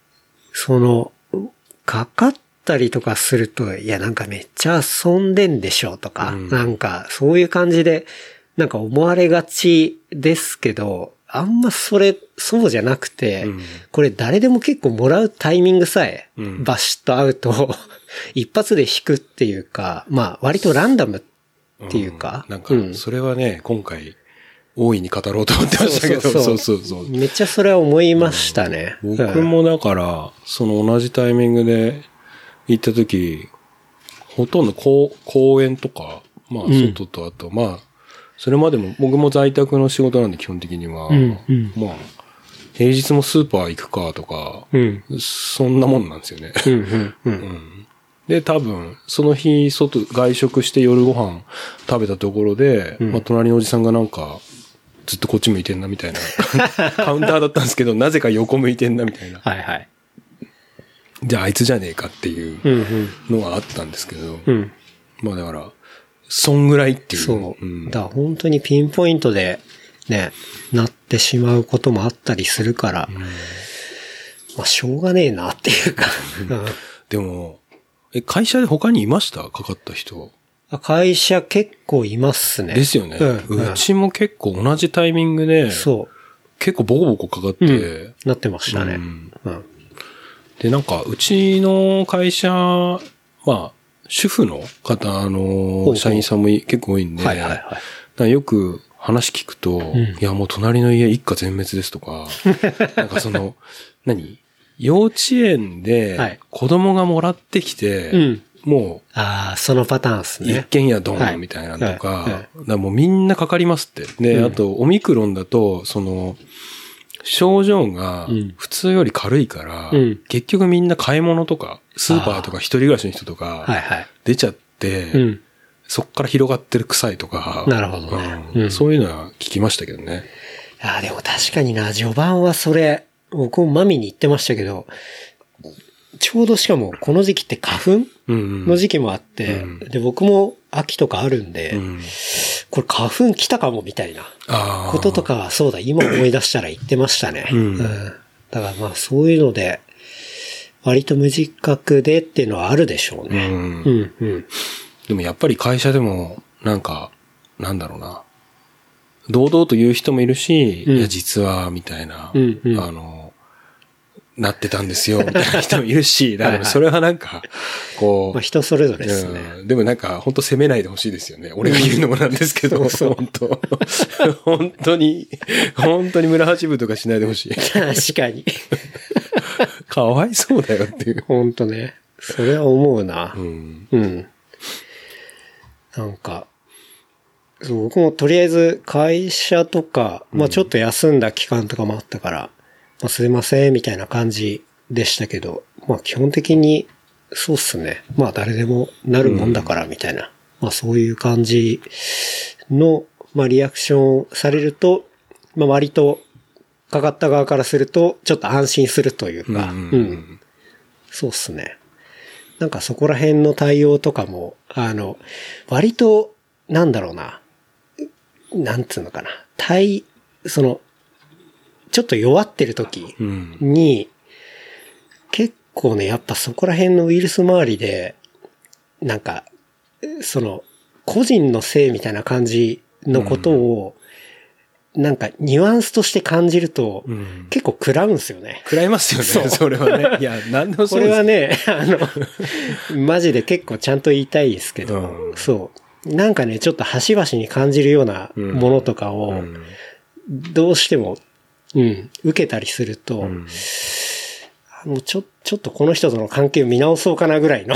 かかったりとかすると、いやなんかめっちゃ遊んでんでしょとか、なんかそういう感じで、なんか思われがちですけど、あんまそうじゃなくて、これ誰でも結構もらうタイミングさえ、バシッと合うと、一発で引くっていうか、まあ割とランダムっていうか。 なんか、それはね、今回、大いに語ろうと思ってましたけど、そう。 めっちゃそれは思いましたね。 僕もだから、その同じタイミングで行った時、ほとんど公園とか、まあ、外とあと、まあ、それまでも、僕も在宅の仕事なんで基本的には、まあ、平日もスーパー行くかとか、そんなもんなんですよね。で、多分、その日、外食して夜ご飯食べたところで、まあ、隣のおじさんがなんか、ずっとこっち向いてんなみたいな、カウンターだったんですけど、なぜか横向いてんなみたいな。 はいはい。 じゃああいつじゃねえかっていうのはあったんですけど、まあだから、そんぐらいっていう。 そう。だから本当にピンポイントで、ね、なってしまうこともあったりするから、まあしょうがねえなっていうか。 でも、会社で他にいましたかかった人。 会社結構いますね。 ですよね。うちも結構同じタイミングで、 そう。 結構ボコボコかかって、 なってましたね。 で、なんか、うちの会社、まあ、主婦の方社員さんも結構多いんで、よく話聞くと、いやもう隣の家一家全滅ですとか、なんか幼稚園で子供がもらってきて、もう、 そのパターンですね。 一軒家ドンみたいなのとか、もうみんなかかりますって。で、あと、オミクロンだと、症状が普通より軽いから、結局みんな買い物とか、スーパーとか一人暮らしの人とか、出ちゃって、そっから広がってる臭いとか、 なるほどね。 そういうのは聞きましたけどね。 でも確かにな、序盤はそれ、僕もマミに言ってましたけど、ちょうどしかもこの時期って花粉の時期もあって、で、僕も秋とかあるんで、これ花粉来たかもみたいなこととかはそうだ、今思い出したら言ってましたね。だからまあそういうので、割と無自覚でっていうのはあるでしょうね。 でもやっぱり会社でも、なんか、なんだろうな。堂々と言う人もいるし、いや実は、みたいな、なってたんですよ、みたいな人もいるし、だからそれはなんか、こう。 まあ人それぞれですね。 でもなんか、本当責めないでほしいですよね。俺が言うのもなんですけど、本当本当に村八分とかしないでほしい。 確かに。 かわいそうだよっていう。 本当ね。それは思うな。なんか、僕もとりあえず会社とか、まあちょっと休んだ期間とかもあったから、まあすいませんみたいな感じでしたけど、まあ基本的にそうっすね。まあ誰でもなるもんだからみたいな、まあそういう感じの、まあリアクションされると、まあ割とかかった側からするとちょっと安心するというか、そうっすね。なんかそこら辺の対応とかも、割と、なんだろうな、なんつうのかな、ちょっと弱ってる時に、結構ね、やっぱそこら辺のウイルス周りで、なんか、個人のせいみたいな感じのことを、なんかニュアンスとして感じると、結構食らうんですよね。 食らいますよね、それはね。いや、なんでもそうです。 これはね、マジで結構ちゃんと言いたいですけど、そう。なんかね、ちょっと端々に感じるようなものとかを、どうしても、受けたりすると、もうちょっとこの人との関係を見直そうかなぐらいの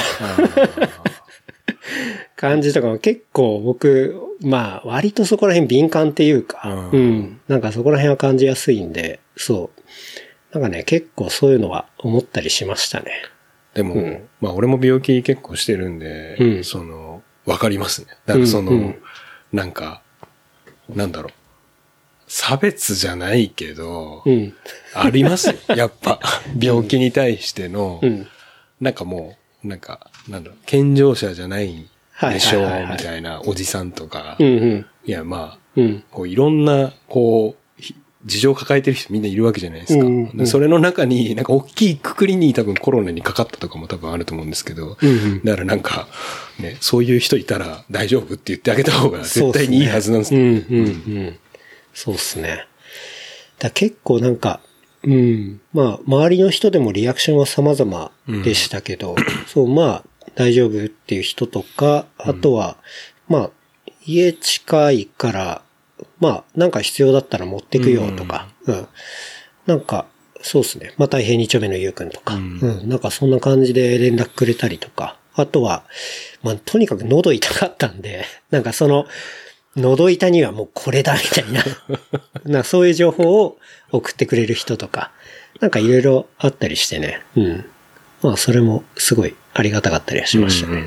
感じとかも結構僕、まあ割とそこら辺敏感っていうか、なんかそこら辺は感じやすいんで、そう。なんかね、結構そういうのは思ったりしましたね。 でも、まあ俺も病気結構してるんで、わかりますね。だからなんか、なんだろう。差別じゃないけど、ありますよ。やっぱ、病気に対しての、なんかもう、なんか、なんだろう、健常者じゃないでしょう、みたいなおじさんとか、いや、まあ、こういろんな、こう、事情を抱えてる人みんないるわけじゃないですか。それの中に、なんか大きいくくりに多分コロナにかかったとかも多分あると思うんですけど、だからなんか、ね、そういう人いたら大丈夫って言ってあげた方が絶対にいいはずなんですよ。 そうっすね。だ結構なんか、まあ、周りの人でもリアクションは様々でしたけど、そう、まあ、大丈夫っていう人とか、あとは、まあ、 家近いから、まあ、なんか必要だったら持ってくよとか、なんか、そうですね。まあ、太平2丁目のゆうくんとか、なんかそんな感じで連絡くれたりとか、あとは、まあ、とにかく喉痛かったんで、なんかその、喉痛にはもうこれだみたいな、なんかそういう情報を送ってくれる人とか、なんかいろいろあったりしてね、まあ、それもすごいありがたかったりはしましたね。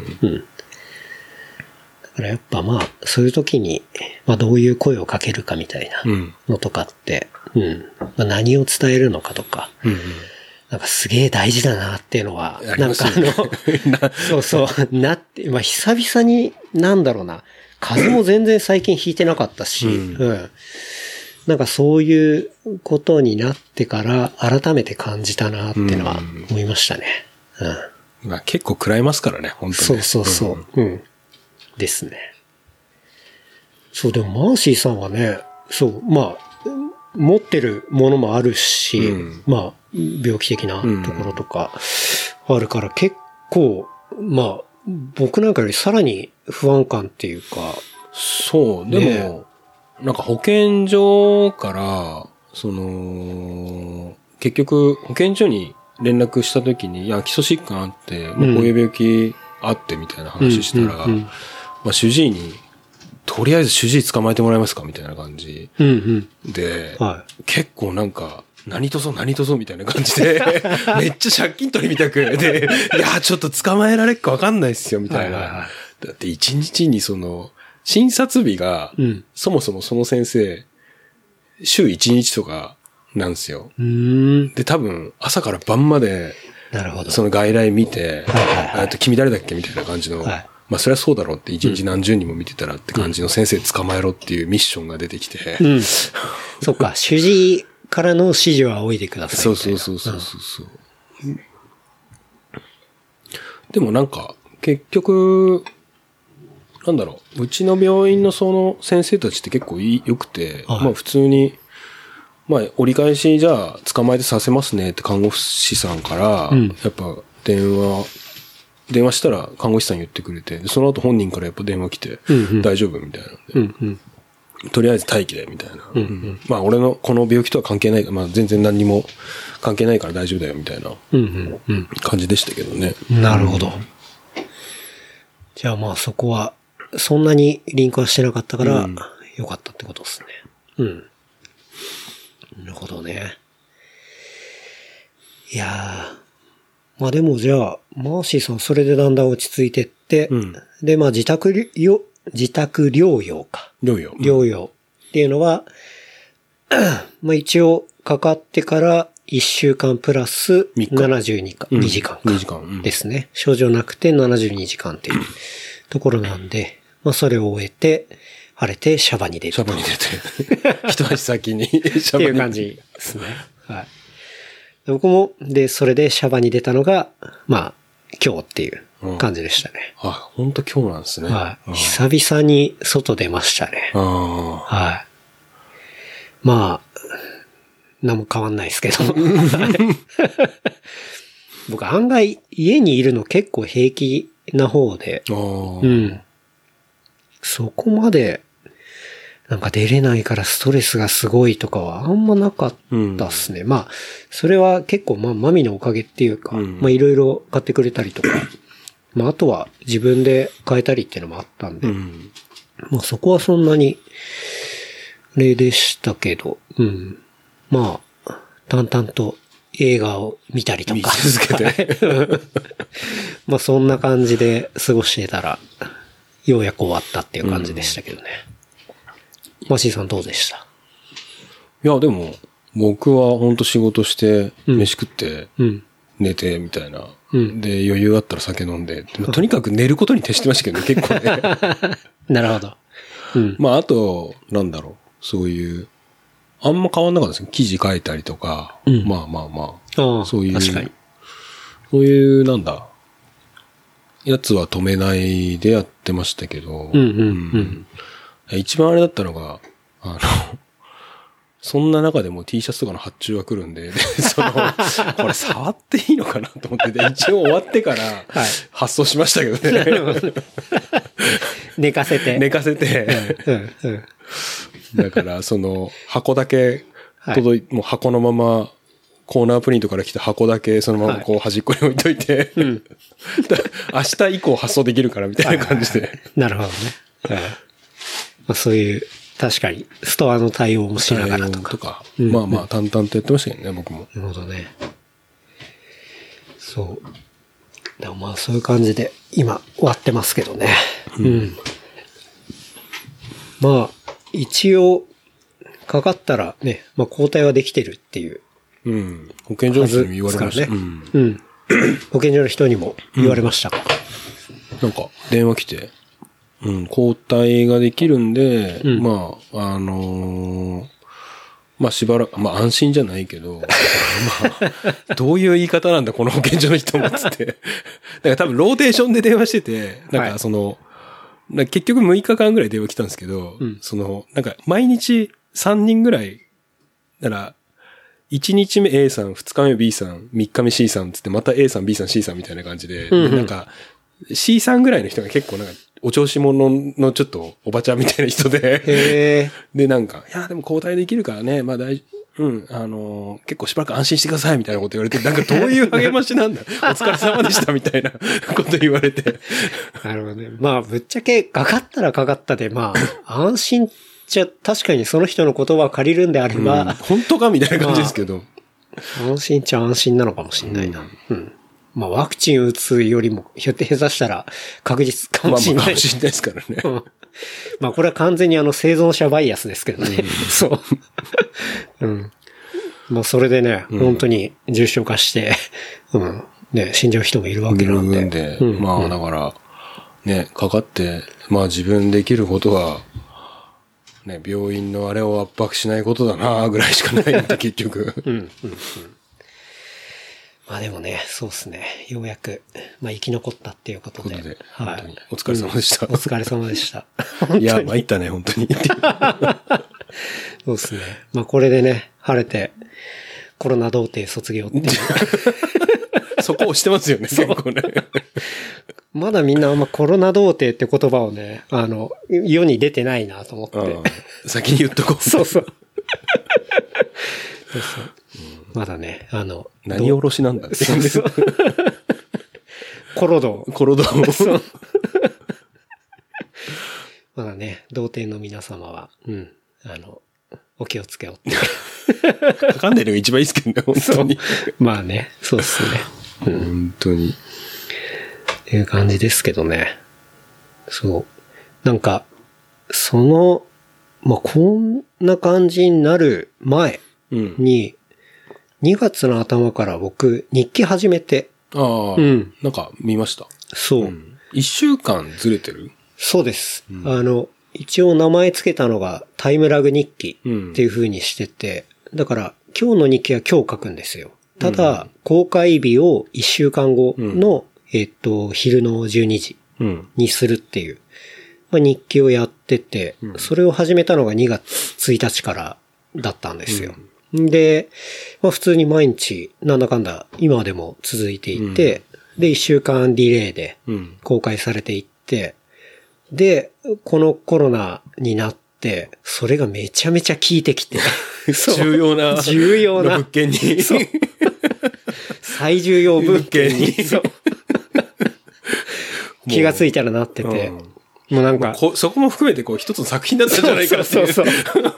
だからやっぱまあ、そういう時に、まあどういう声をかけるかみたいなのとかって、まあ、何を伝えるのかとか、なんかすげえ大事だなっていうのは、なんかそうそう、まあ久々に、なんだろうな、風邪も全然最近ひいてなかったし、なんかそういうことになってから改めて感じたなっていうのは思いましたね。 まあ結構食らいますからね、本当に。 そう。ですね。そう、でもマーシーさんはね、そう、まあ、持ってるものもあるし、まあ、病気的なところとかあるから結構、まあ、僕なんかよりさらに不安感っていうか。 そう、でも、なんか保健所から、結局保健所に連絡したときに、いや、基礎疾患あって、こういう病気あってみたいな話したら、まあ主治医に、とりあえず主治医捕まえてもらえますかみたいな感じで、結構なんか、何とぞみたいな感じで、めっちゃ借金取りみたくで、いや、ちょっと捕まえられっかわかんないっすよ、みたいな。だって一日に診察日が、そもそもその先生、週1日とかなんですよ。で、多分、朝から晩まで、 なるほど。 その外来見て、君誰だっけみたいな感じの、まあそりゃそうだろうって一日何十人も見てたらって感じの先生捕まえろっていうミッションが出てきて。 そっか、主治医からの指示は仰いでください。 そう。でもなんか、結局、なんだろう、うちの病院のその先生たちって結構良くて、まあ普通に、まあ折り返しじゃあ捕まえてさせますねって看護師さんから、やっぱ電話したら看護師さん言ってくれて、その後本人からやっぱ電話来て、大丈夫みたいなんで、とりあえず待機でみたいな。まあ俺のこの病気とは関係ない、まあ全然何にも関係ないから大丈夫だよみたいな感じでしたけどね。 なるほど。じゃあまあそこは、そんなにリンクはしてなかったから、よかったってことですね。なるほどね。いやー。まあでもじゃあ、マーシーさんそれでだんだん落ち着いてって、でまあ自宅療養か。療養っていうのは、まあ一応かかってから1週間プラス72時間ですね。症状なくて72時間っていうところなんで、まあそれを終えて、晴れてシャバに出る。 一足先にシャバにっていう感じですね。はい。僕も、それでシャバに出たのが、まあ、今日っていう感じでしたね。 本当今日なんですね。 はい。久々に外出ましたね。はい。まあ、何も変わんないですけど。僕案外家にいるの結構平気な方で。そこまで、なんか出れないからストレスがすごいとかはあんまなかったっすね。まあ、それは結構マミのおかげっていうか、まあいろいろ買ってくれたりとか、まああとは自分で買えたりっていうのもあったんで、まあそこはそんなに、例でしたけど、まあ、淡々と映画を見たりとか。 見続けて。 まあそんな感じで過ごしてたら、ようやく終わったっていう感じでしたけどね。マシーさんどうでした？ いや、でも、僕は本当仕事して、飯食って、寝て、みたいな。で、余裕があったら酒飲んで。とにかく寝ることに徹してましたけどね、結構ね。 なるほど。 まあ、あと、なんだろう、そういう、あんま変わんなかったですね。記事書いたりとか、まあ、そういう、 確かに。 そういう、なんだ、やつは止めないでやってましたけど、一番あれだったのが、そんな中でも T シャツとかの発注が来るんで、これ触っていいのかなと思って、一応終わってから発送しましたけどね。 寝かせて。 寝かせて、だからその箱だけもう箱のままコーナープリントから来た箱だけそのままこう端っこに置いといて、明日以降発送できるからみたいな感じで。 なるほどね。まあ、そういう、確かに、ストアの対応もしながらとか。 まあまあ、淡々とやってましたけどね、僕も。 なるほどね。そう。でもまあ、そういう感じで、今、終わってますけどね。まあ、一応、かかったらね、まあ、抗体はできてるっていう。 保健所の人にも言われましたね。 保健所の人にも言われましたか。 なんか、電話来て、抗体ができるんで、まあ、まあしばらく、まあ安心じゃないけど、まあ、どういう言い方なんだ、この保健所の人も、つって。だから多分ローテーションで電話してて、なんかその、結局6日間ぐらい電話来たんですけど、その、なんか毎日3人ぐらい、だから、1日目 A さん、2日目 B さん、3日目 C さんつって、また A さん、B さん、C さんみたいな感じで、なんか、C さんぐらいの人が結構なんか、お調子者のちょっとおばちゃんみたいな人で、で、なんか、いや、でも交代できるからね、まあ結構しばらく安心してくださいみたいなこと言われて、なんかどういう励ましなんだお疲れ様でしたみたいなこと言われて。 なるほどね。まあ、ぶっちゃけかかったらかかったで、まあ、安心じゃ、確かにその人の言葉を借りるんであれば、 本当かみたいな感じですけど。 安心っちゃ安心なのかもしれないな。まあ、ワクチン打つよりも、ひょって下手したら確実かもしれない。 かもしれないですからね。 まあ、これは完全に生存者バイアスですけどね。そう。まあ、それでね、本当に重症化して、ね、死んじゃう人もいるわけなんで。 まあ、だから、ね、かかって、まあ自分できることは、ね、病院のあれを圧迫しないことだなぐらいしかないんで、結局。 まあでもね、そうですね。ようやく、まあ生き残ったっていうことで。 はい。お疲れ様でした。 お疲れ様でした。 いや、参ったね、本当に。 そうですね。まあこれでね、晴れて、コロナ童貞卒業っていう。 そこをしてますよね、結構ね。 まだみんなコロナ童貞って言葉をね、世に出てないなと思って。 先に言っとこう。 そうそう。まだね、 何おろしなんだそうそう。コロド。そうまだね、童貞の皆様は、お気をつけようって。 かかんないのが一番いいですけどね、本当に。 まあね、そうっすね。 本当に。 っていう感じですけどね。そう。なんか、まあ、こんな感じになる前に、2月の頭から僕、日記始めて。 なんか見ました。 そう。 1週間ずれてる？ そうです。一応名前つけたのがタイムラグ日記っていう風にしてて、だから今日の日記は今日書くんですよ。ただ、公開日を1週間後の、昼の12時にするっていう、まあ、日記をやってて、それを始めたのが2月1日からだったんですよ。で、まあ、普通に毎日なんだかんだ今でも続いていて、で、1週間ディレイで公開されていって、で、このコロナになって、それがめちゃめちゃ効いてきて。 重要な物件に。 そう。最重要物件に。そう。気がついたらなってて。もうなんか。 そこも含めて一つの作品だったんじゃないかっていう。そう。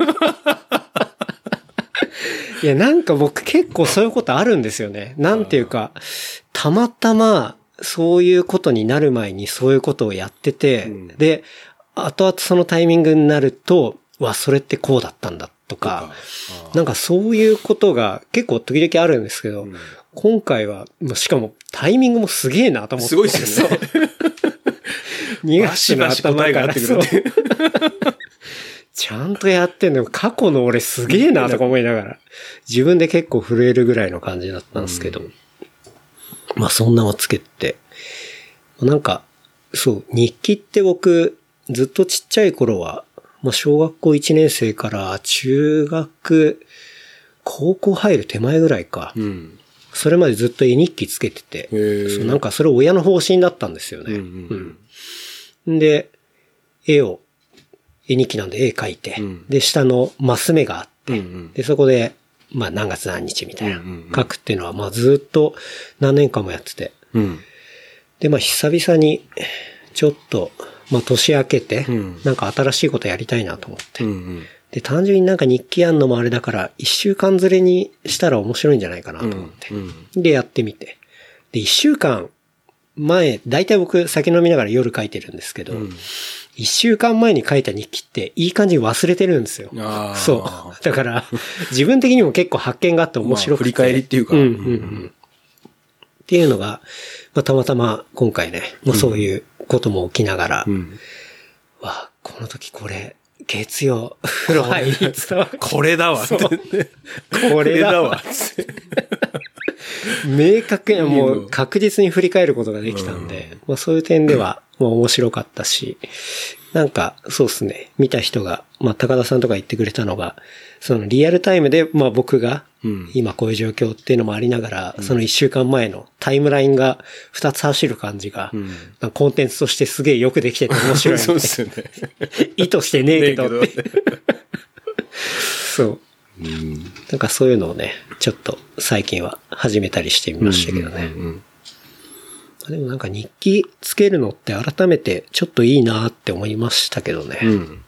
いや、なんか僕結構そういうことあるんですよね。なんていうか、たまたまそういうことになる前にそういうことをやってて、で、後々そのタイミングになると、それってこうだったんだとか、なんかそういうことが結構時々あるんですけど、今回は、しかもタイミングもすげえなと思って。 すごいですよね。 2月の頭からそう。ちゃんとやってんの過去の俺すげえなとか思いながら、自分で結構震えるぐらいの感じだったんですけど、まあそんなのつけて、なんか、そう、日記って僕、ずっとちっちゃい頃は、まあ小学校1年生から中学、高校入る手前ぐらいか。それまでずっと絵日記つけてて、なんかそれ親の方針だったんですよね。で、 絵日記なんで絵描いて、で、下のマス目があって、で、そこで、まあ何月何日みたいな書くっていうのは、まあずっと何年間もやってて、で、まあ久々に、ちょっと、まあ年明けて、なんか新しいことやりたいなと思って、で、単純になんか日記やんのもあれだから、1週間ずれにしたら面白いんじゃないかなと思って、で、やってみて、で、1週間前、だいたい僕酒飲みながら夜書いてるんですけど、1週間前に書いた日記っていい感じに忘れてるんですよ。そう。だから、自分的にも結構発見があって面白くて。 振り返りっていうか。 っていうのが、まあ、たまたま今回ね、もうそういうことも起きながら、わ、この時これ、月曜、風呂入りつたこれだわって。 これだわ。明確にもう確実に振り返ることができたんで、まあそういう点ではもう面白かったし、なんかそうですね、見た人が、まあ高田さんとか言ってくれたのが、そのリアルタイムでまあ僕が今こういう状況っていうのもありながら、その1週間前のタイムラインが2つ走る感じが、コンテンツとしてすげえよくできてて面白い。 そうですよね。 意図してねえけどって。そう。なんかそういうのをね、ちょっと最近は始めたりしてみましたけどね。でもなんか日記つけるのって改めてちょっといいなって思いましたけどね。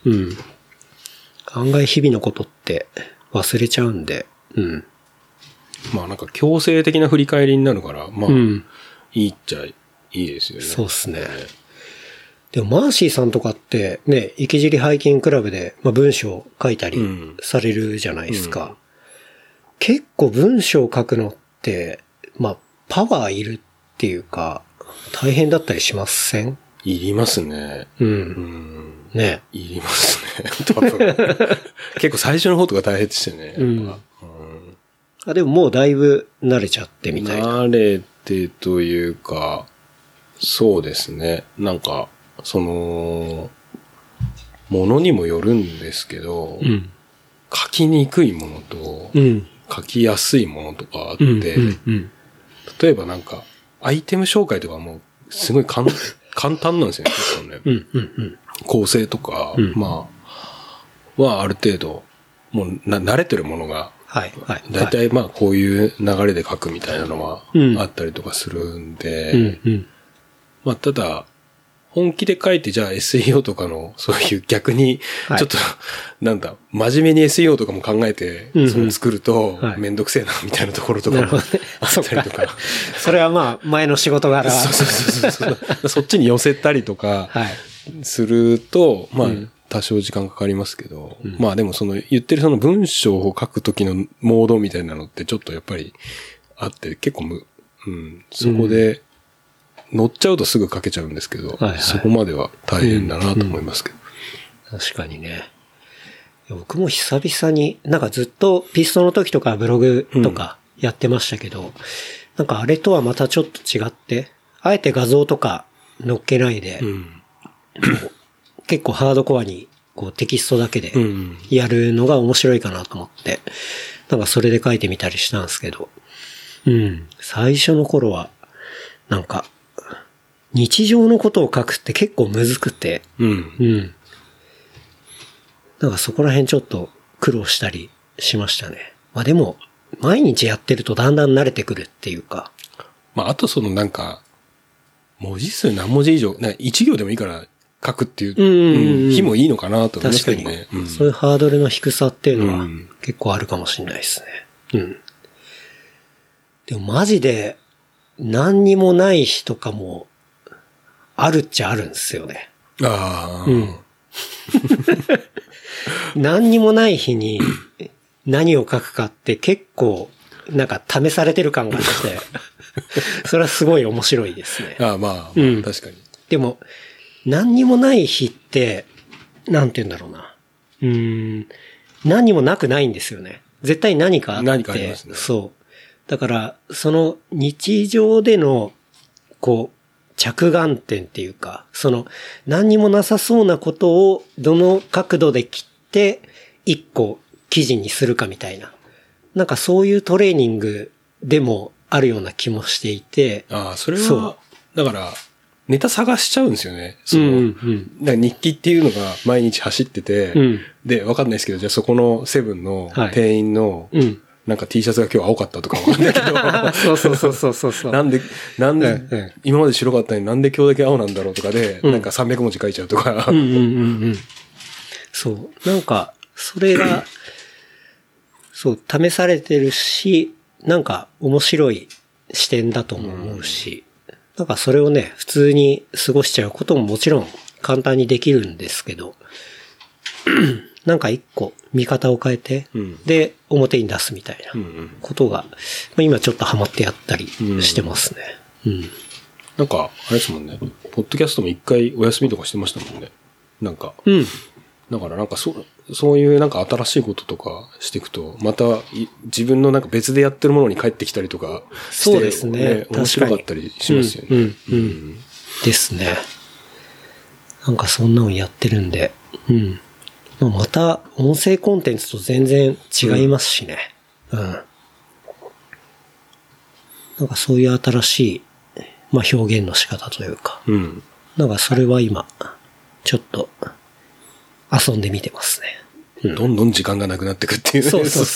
案外日々のことって忘れちゃうんで。 まあなんか強制的な振り返りになるから、まあ、いいっちゃいいですよね。 そうですね。でもマーシーさんとかってね、池尻ハイキングクラブで、まあ、文章を書いたりされるじゃないですか。結構文章を書くのって、まあ、パワーいるっていうか、大変だったりしません？ いりますね。 ね。 いりますね。多分。結構最初の方とか大変でしたよね。 あ、でももうだいぶ慣れちゃってみたいな。 慣れてというか、そうですね。なんか、ものにもよるんですけど、書きにくいものと、書きやすいものとかあって、例えばなんか、アイテム紹介とかもすごい簡単なんですよね、結構ね。構成とか、まあ、はある程度、もう慣れてるものが、だいたいまあこういう流れで書くみたいなのはあったりとかするんで、まあただ、本気で書いてじゃあ SEO とかのそういう逆にちょっと、なんだ、真面目に SEO とかも考えてその作るとめんどくせえなみたいなところとかもあったりとか。 それはまあ前の仕事柄。 そうそっちに寄せたりとかすると、まあ多少時間かかりますけど、まあでもその言ってるその文章を書くときのモードみたいなのってちょっとやっぱりあって結構そこで、乗っちゃうとすぐ書けちゃうんですけど、そこまでは大変だなと思いますけど。 確かにね。僕も久々に、なんかずっとピストの時とかブログとかやってましたけど、なんかあれとはまたちょっと違って、あえて画像とか載っけないで、結構ハードコアにこうテキストだけでやるのが面白いかなと思って、なんかそれで書いてみたりしたんですけど、最初の頃は、なんか、日常のことを書くって結構むずくて、なんかそこら辺ちょっと苦労したりしましたね。まあでも、毎日やってるとだんだん慣れてくるっていうか。 まああとそのなんか、文字数何文字以上、1行でもいいから書くっていう日もいいのかなと思いますけどね。 確かに、そういうハードルの低さっていうのは結構あるかもしれないですね。でもマジで何にもない日とかもあるっちゃあるんですよね。何にもない日に何を書くかって結構なんか試されてる感があって、それはすごい面白いですね。 まあ、確かに。 でも、何にもない日って、なんて言うんだろうな。何にもなくないんですよね。絶対何かあって。 何かありますね。 そう。だから、その日常での、こう、着眼点っていうか、その何にもなさそうなことをどの角度で切って一個記事にするかみたいな。なんかそういうトレーニングでもあるような気もしていて。 それは、だから、 ネタ探しちゃうんですよね。だから日記っていうのが毎日走ってて、で、わかんないですけど、じゃあそこのセブンの店員の、なんか T シャツが今日青かったとかわかんないけど。 そう。 なんで、今まで白かったのになんで今日だけ青なんだろうとかで、なんか300文字書いちゃうとか。 そう。なんか、それが、そう、試されてるし、なんか面白い視点だとも思うし、なんかそれをね、普通に過ごしちゃうことももちろん簡単にできるんですけど、なんか一個見方を変えて、で、表に出すみたいなことが、今ちょっとハマってやったりしてますね。 なんか、あれですもんね。ポッドキャストも一回お休みとかしてましたもんね。なんか。だからなんかそういうなんか新しいこととかしていくと、また自分のなんか別でやってるものに帰ってきたりとかして、 そうですね。 面白かったりしますよね。 ですね。なんかそんなのやってるんで、また音声コンテンツと全然違いますしね。なんかそういう新しい、表現の仕方というか、なんかそれは今、ちょっと遊んでみてますね。 どんどん時間がなくなってくっていう。 そう。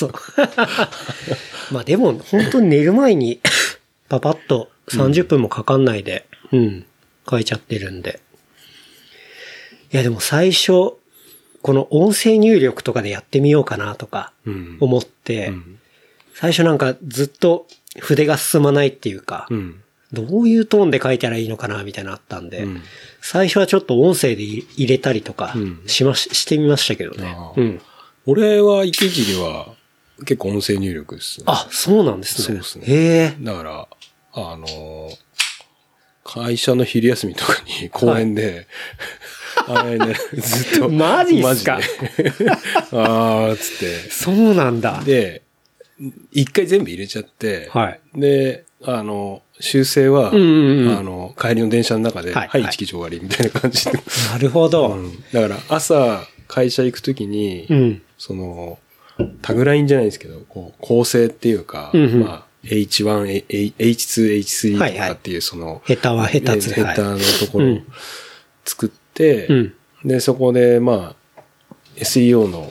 でも本当に寝る前にパパッと30分もかかんないで、書いちゃってるんで。いやでも最初、この音声入力とかでやってみようかなとか思って、最初なんかずっと筆が進まないっていうか、どういうトーンで書いたらいいのかなみたいなのあったんで、最初はちょっと音声で入れたりとかしてみましたけどね。 俺は池尻は結構音声入力です、ね。 あ、そうなんですね。 そうですね。 へー。 だから、会社の昼休みとかに公園で、あれね、ずっと。 マジっすかつって。 そうなんだ。 で、一回全部入れちゃって、で、修正は、帰りの電車の中で、一記事終わりみたいな感じで。 なるほど。 だから、朝、会社行くときに、タグラインじゃないですけど、構成っていうか、H1、H2、H3 とかっていうヘタはヘタつヘタのところを作って、で、そこで、SEO の、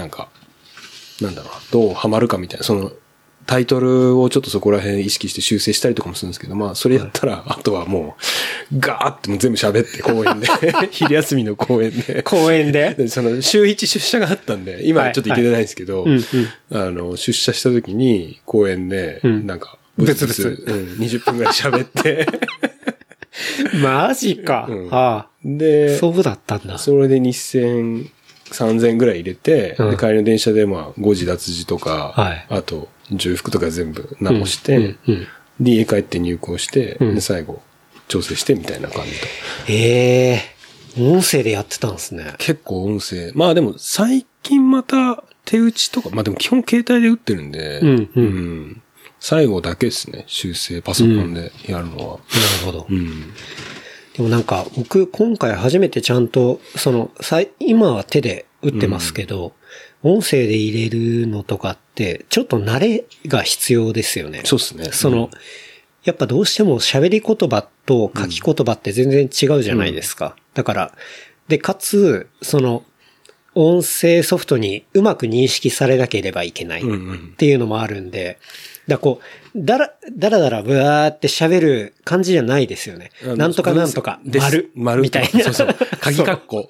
どうハマるかみたいな、タイトルをちょっとそこら辺意識して修正したりとかもするんですけど、それやったら、あとはもう、ガーってもう全部喋って公園で、昼休みの公園で。 公園で週1出社があったんで、今ちょっと行けてないんですけど、出社した時に公園で、ブツブツ、20分くらい喋って。 マジか。 で、 そうだったんだ。 それで2000、3000ぐらい入れて、で帰りの電車で誤字脱字とか、あと、重複とか全部直して、で、家帰って入稿して、で、最後、調整してみたいな感じと。音声でやってたんですね。 結構音声。でも、最近また手打ちとか、でも基本携帯で打ってるんで、最後だけですね、修正、パソコンでやるのは。なるほど。でもなんか、僕、今回初めてちゃんと、今は手で打ってますけど、音声で入れるのとかって、ちょっと慣れが必要ですよね。 そうですね。 やっぱどうしても喋り言葉と書き言葉って全然違うじゃないですか。だから、で、かつ、音声ソフトにうまく認識されなければいけないっていうのもあるんで、だらブワーって喋る感じじゃないですよね。なんとかなんとか、丸みたいな。 そう。鍵括弧。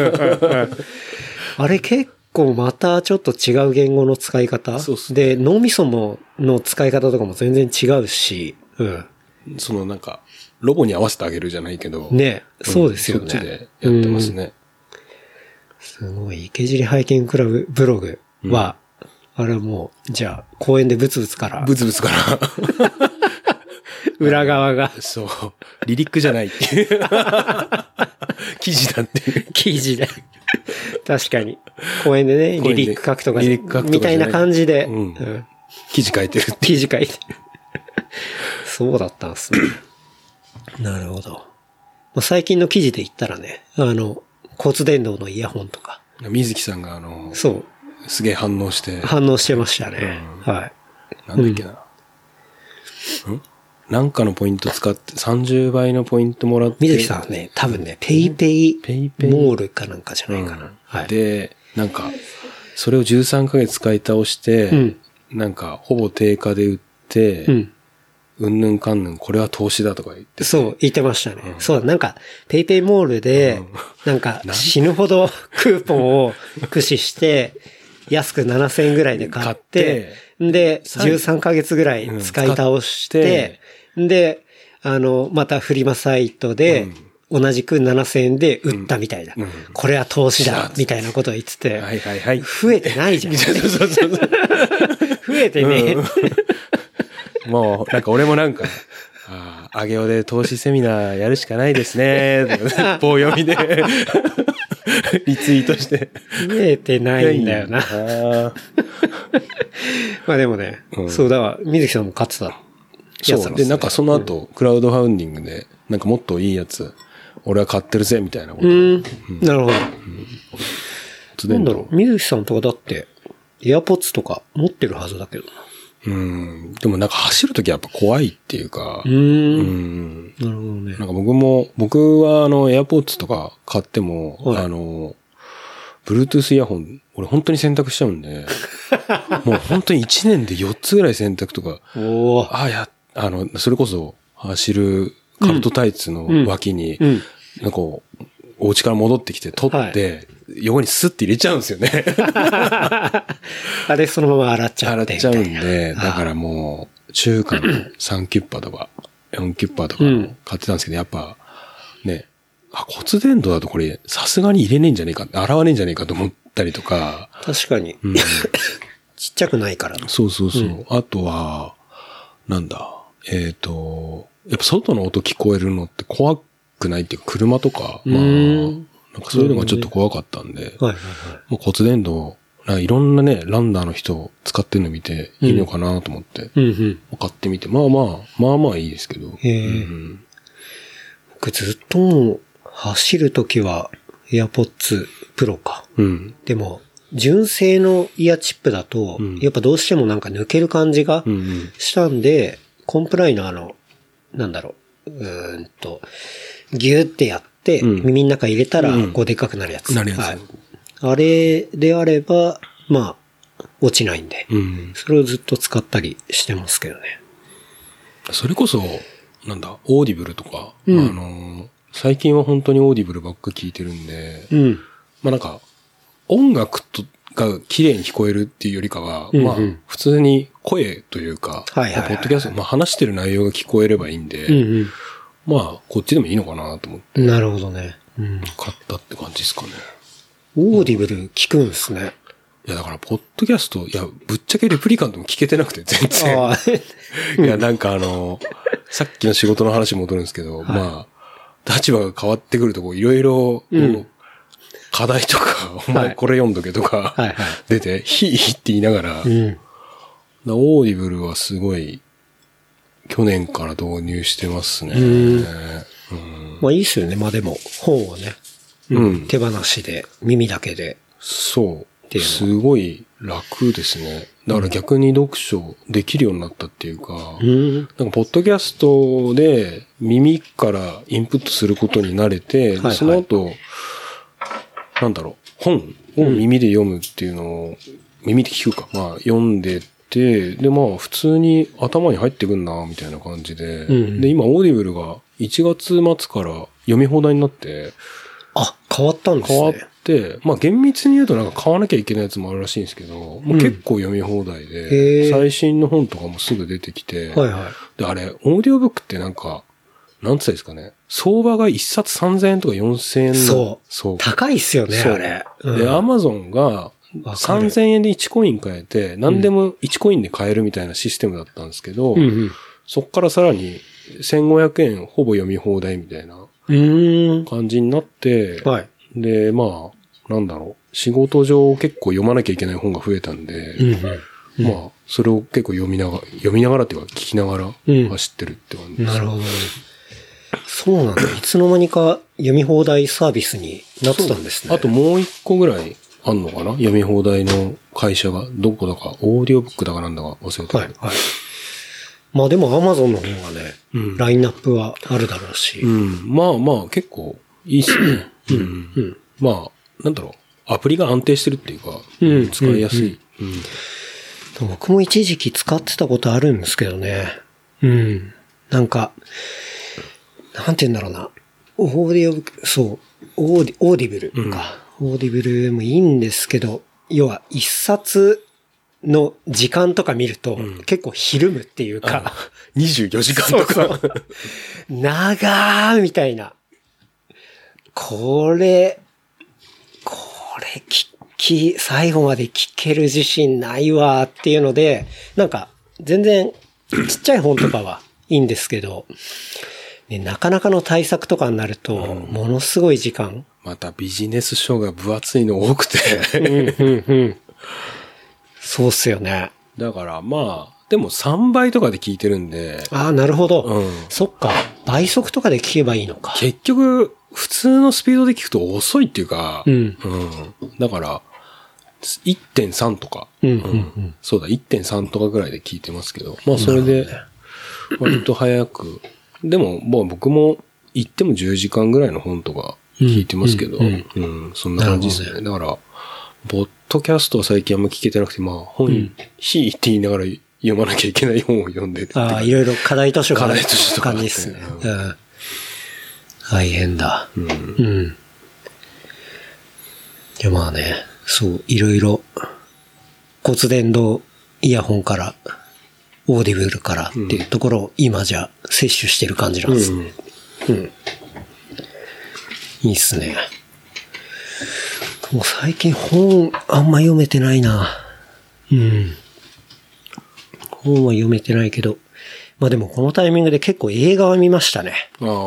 あれ結構またちょっと違う言語の使い方で、脳みその使い方とかも全然違うし、 ロボに合わせてあげるじゃないけど。 ね、そうですよね。 そっちでやってますね。 すごい、池尻拝見クラブブログは、あれはもう、じゃあ、公園でブツブツから。 ブツブツから。 裏側が。 そう。リリックじゃないっていう。記事だっていう。 記事で。確かに。公園でね、リリック書くとか、みたいな感じで。 記事書いてるって。 記事書いてる。そうだったんですね。なるほど。最近の記事で言ったらね、骨伝導のイヤホンとか。 水木さんがそう。 すげえ反応して。 反応してましたね。はい。 なんだっけな。 なんかのポイント使って30倍のポイントもらって。 水木さんはね、多分ね、ペイペイモールかなんかじゃないかな。はい。 で、なんか、それを13ヶ月使い倒して、なんか、ほぼ定価で売って、うんぬんかんぬん、これは投資だとか言って。 そう、言ってましたね。そう、なんか、ペイペイモールで、なんか、死ぬほどクーポンを駆使して、安く7000円ぐらいで買って、で、13ヶ月ぐらい使い倒して、で、またフリマサイトで、同じく7000円で売ったみたいな。これは投資だみたいなことを言ってて、増えてないじゃん。増えてね。 もう、なんか俺もなんか、あげおで投資セミナーやるしかないですね。棒読みで、リツイートして。 増えてないんだよな。まあでもね、そうだわ、水木さんも買ってた。 そう。で、なんかその後、クラウドファウンディングで、なんかもっといいやつ、俺は買ってるぜ、みたいなこと。 なるほど。なんだろう、水木さんとかだって、エアポッツとか持ってるはずだけどな。 でもなんか走るときやっぱ怖いっていうか。 なるほどね。 なんか僕はエアポッツとか買っても、Bluetooth イヤホン、俺本当に選択しちゃうんで、もう本当に1年で4つぐらい選択とか、それこそ走るカルトタイツの脇に、なんかお家から戻ってきて取って、横にスッて入れちゃうんですよね。 あれそのまま洗っちゃって。 洗っちゃうんで、だからもう、中華の3キュッパとか、4キュッパとか買ってたんですけど、やっぱ、ね、骨伝導だとこれ、さすがに入れねえんじゃねえか、洗わねえんじゃねえかと思ったりとか。 確かに。ちっちゃくないから。 そう。あとは、なんだ、やっぱ外の音聞こえるのって怖くないっていうか、車とか、なんかそういうのがちょっと怖かったんで、もう骨伝導、いろんなね、ランナーの人使ってるの見ていいのかなと思って、買ってみて、まあいいですけど。 僕ずっともう走るときは AirPods Pro か。でも、純正のイヤチップだと、やっぱどうしてもなんか抜ける感じがしたんで、コンプライのなんだろう、ギューってやって、耳の中入れたら、こうでかくなるやつ。あれであれば、まあ、落ちないんで、それをずっと使ったりしてますけどね。 それこそ、なんだ、オーディブルとか、最近は本当にオーディブルばっか聞いてるんで、まあなんか、音楽が綺麗に聞こえるっていうよりかは、まあ、普通に声というか、ポッドキャスト、まあ話してる内容が聞こえればいいんで、まあ、こっちでもいいのかなと思って。 なるほどね。 買ったって感じですかね。 オーディブル聞くんですね。 いや、だから、ポッドキャスト、いや、ぶっちゃけレプリカントも聞けてなくて、全然。いや、なんかさっきの仕事の話戻るんですけど、まあ、立場が変わってくると、いろいろ、課題とか、お前これ読んどけとか、出て、ヒーって言いながら、オーディブルはすごい、去年から導入してますね。 まあいいっすよね。まあでも、本をね、手放しで、耳だけで。 そう。すごい楽ですね。だから逆に読書できるようになったっていうか、なんかポッドキャストで耳からインプットすることに慣れて、その後、なんだろう、本を耳で読むっていうのを、耳で聞くか、まあ読んでて、でまあ普通に頭に入ってくんな、みたいな感じで、で今オーディブルが1月末から読み放題になって、 変わったんですね。 変わって、まあ厳密に言うとなんか買わなきゃいけないやつもあるらしいんですけど、もう結構読み放題で、最新の本とかもすぐ出てきて、で、あれ、オーディオブックってなんか、なんつったんですかね、相場が1冊3000円とか4000円の。 そう。高いっすよね、あれ。 で、アマゾンが3000円で1コイン買えて、何でも1コインで買えるみたいなシステムだったんですけど、そっからさらに1500円ほぼ読み放題みたいな感じになって、で、まあ、なんだろう、仕事上結構読まなきゃいけない本が増えたんで、まあ、それを結構読みながらっていうか聞きながら走ってるって感じです。 なるほどね。そうなんだ。いつの間にか読み放題サービスになってたんですね。 あともう一個ぐらいあんのかな、読み放題の会社が。どこだか、オーディオブックだかなんだか忘れたけど。 まあでも Amazon の方がね、ラインナップはあるだろうし。 まあまあ結構いいっすね。まあ、なんだろう。アプリが安定してるっていうか、使いやすい。 僕も一時期使ってたことあるんですけどね。なんか、なんて言うんだろうな。オーディブルか。オーディブルもいいんですけど、要は一冊の時間とか見ると、結構ひるむっていうか。 24時間とか。 そう長ーみたいな。これ、最後まで聞ける自信ないわーっていうので、なんか、全然、ちっちゃい本とかはいいんですけど、ね、なかなかの対策とかになると、ものすごい時間。 またビジネス書が分厚いの多くて。 そうっすよね。 だからまあ、でも3倍とかで聞いてるんで。 ああ、なるほど。そっか。倍速とかで聞けばいいのか。 結局、普通のスピードで聞くと遅いっていうか、だから、1.3 とか、そうだ、1.3 とかぐらいで聞いてますけど、まあそれで、割と早く、でも、まあ僕も言っても10時間ぐらいの本とか聞いてますけど、そんな感じですね。だから、ポッドキャストは最近あんま聞けてなくて、まあ本、って言いながら読まなきゃいけない本を読んでるっていう。 ああ、いろいろ課題図書館課題図書とかですね。大変だ。いやまあね、そう、いろいろ骨伝導イヤホンから、オーディブルからっていうところを今じゃ摂取してる感じなんですね。いいっすね。もう最近本あんま読めてないな。本は読めてないけど、まあでもこのタイミングで結構映画は見ましたね。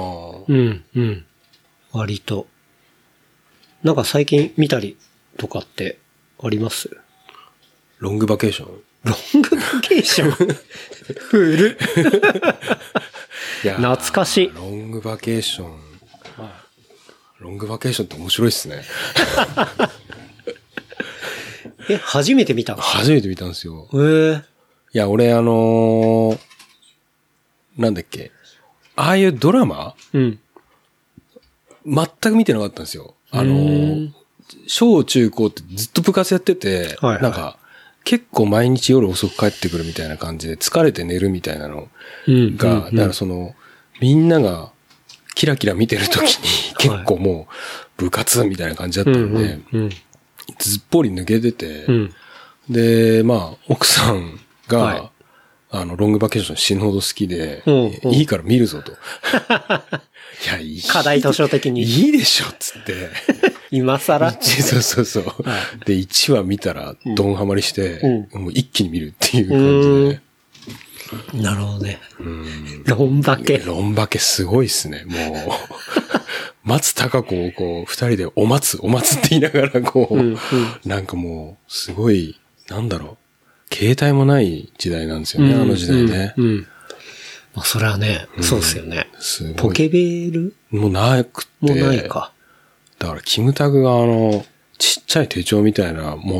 割と。なんか最近見たりとかってあります？ ロングバケーション？ ロングバケーション古いや懐かしい。 ロングバケーション。ロングバケーションって面白いっすね。 初めて見たの？ 初めて見たんですよ。いや、俺なんだっけ。ああいうドラマ？全く見てなかったんですよ。小中高ってずっと部活やってて、なんか、結構毎日夜遅く帰ってくるみたいな感じで疲れて寝るみたいなのが、だからみんながキラキラ見てる時に結構もう部活みたいな感じだったんで、ずっぽり抜けてて、で、まあ、奥さんが、ロングバケーション死ぬほど好きで、いいから見るぞと。いや、いい。 課題図書的に。 いいでしょ、つって。 今更そう。で、1話見たら、ドンハマりして、もう一気に見るっていう感じで。 なるほどね。ロンバケ。 ロンバケすごいっすね、もう。松たか子をこう、二人でお松って言いながらこう、なんかもう、すごい、なんだろう。携帯もない時代なんですよね、あの時代ね。 まあ、それはね、そうですよね。ポケベルもうなくて。 もうないか。 だから、キムタクがちっちゃい手帳みたいな持って、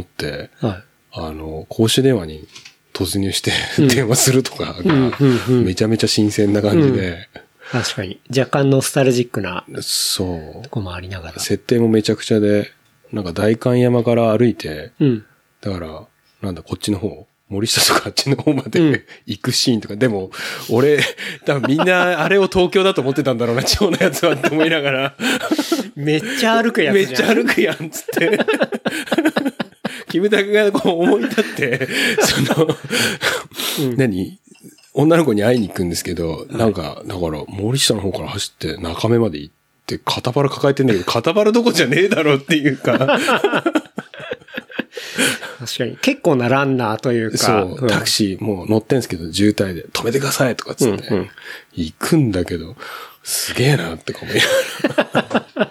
公衆電話に突入して電話するとかが、めちゃめちゃ新鮮な感じで。 確かに。若干ノスタルジックな。 そう。 とこもありながら。 設定もめちゃくちゃで、なんか代官山から歩いて、だから、なんだ、こっちの方、森下とかあっちの方まで行くシーンとか、でも、俺、多分みんなあれを東京だと思ってたんだろうな、地方のやつはって思いながら。 めっちゃ歩くやつじゃん。 めっちゃ歩くやん、つって。キムタクがこう思い立って、女の子に会いに行くんですけど、なんか、だから、森下の方から走って中目まで行って、肩バラ抱えてんだけど、肩バラどこじゃねえだろっていうか。 確かに。結構なランナーというか。 そう、タクシーもう乗ってんすけど、渋滞で止めてくださいとかつって、行くんだけど、すげえなって思いながら。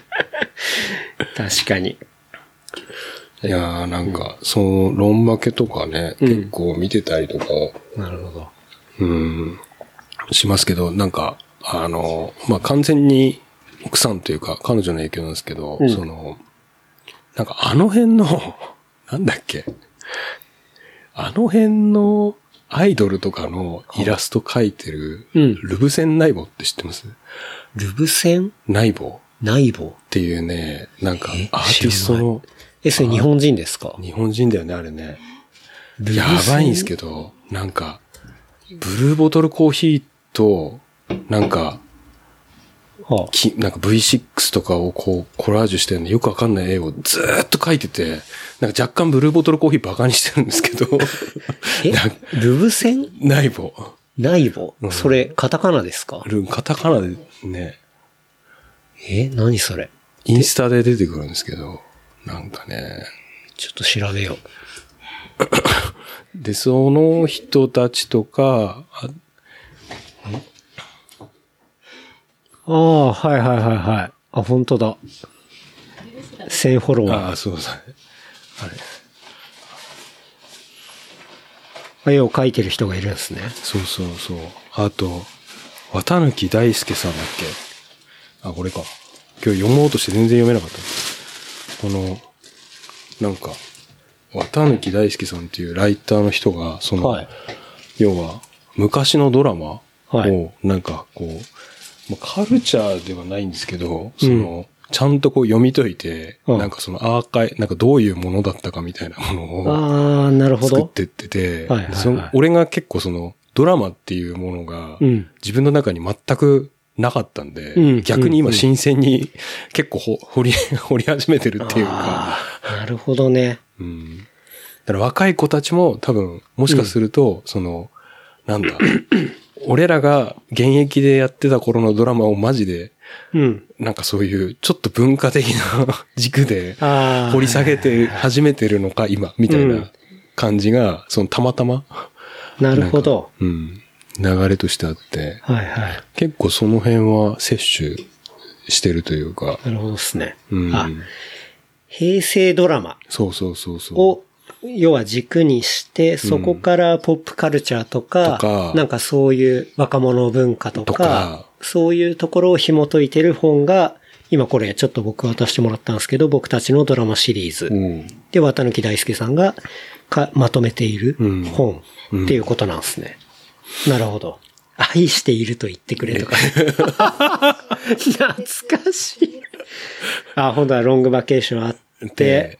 確かに。 いやーなんか、ロンバケとかね、結構見てたりとか。 なるほど。 しますけど、なんか、まあ、完全に奥さんというか彼女の影響なんですけど、なんかあの辺の、なんだっけ、あの辺のアイドルとかのイラスト描いてる、ルブセンナイボって知ってます？ ルブセンナイボっていうね、なんかアーティストの。 それ日本人ですか？ 日本人だよね、あれね。やばいんですけど、なんか、ブルーボトルコーヒーと、なんか、なんか V6 とかをこうコラージュしてるのよくわかんない絵をずーっと描いてて、なんか若干ブルーボトルコーヒーバカにしてるんですけど。 ルブセンナイボ。 それ、カタカナですか？ カタカナでね。 何それ？ インスタで出てくるんですけど、なんかね。 ちょっと調べよう。で、その人たちとか、 はい。本当だ。1000フォロワー。 そうそう。 絵を描いてる人がいるんですね。 そう。あと、綿貫大輔さんだっけ？これか。今日読もうとして全然読めなかった。この、なんか、綿貫大輔さんっていうライターの人が、要は、昔のドラマを、なんかこう、カルチャーではないんですけど、ちゃんとこう読み解いて、なんかそのアーカイ、なんかどういうものだったかみたいなものを作ってってて、俺が結構そのドラマっていうものが自分の中に全くなかったんで、逆に今新鮮に結構掘り始めてるっていうか。 なるほどね。 だから若い子たちも多分もしかすると、なんだ、俺らが現役でやってた頃のドラマをマジで、なんかそういうちょっと文化的な軸で掘り下げて始めてるのか今みたいな感じが、たまたま。 なるほど。 流れとしてあって、結構その辺は摂取してるというか。 なるほどですね。平成ドラマ。 そう。 を要は軸にして、そこからポップカルチャーとか、なんかそういう若者文化とか、そういうところを紐解いてる本が、今これちょっと僕渡してもらったんですけど、僕たちのドラマシリーズ。で、綿貫大輔さんがまとめている本っていうことなんですね。なるほど。愛していると言ってくれとか。懐かしい。本当はロングバケーションあって、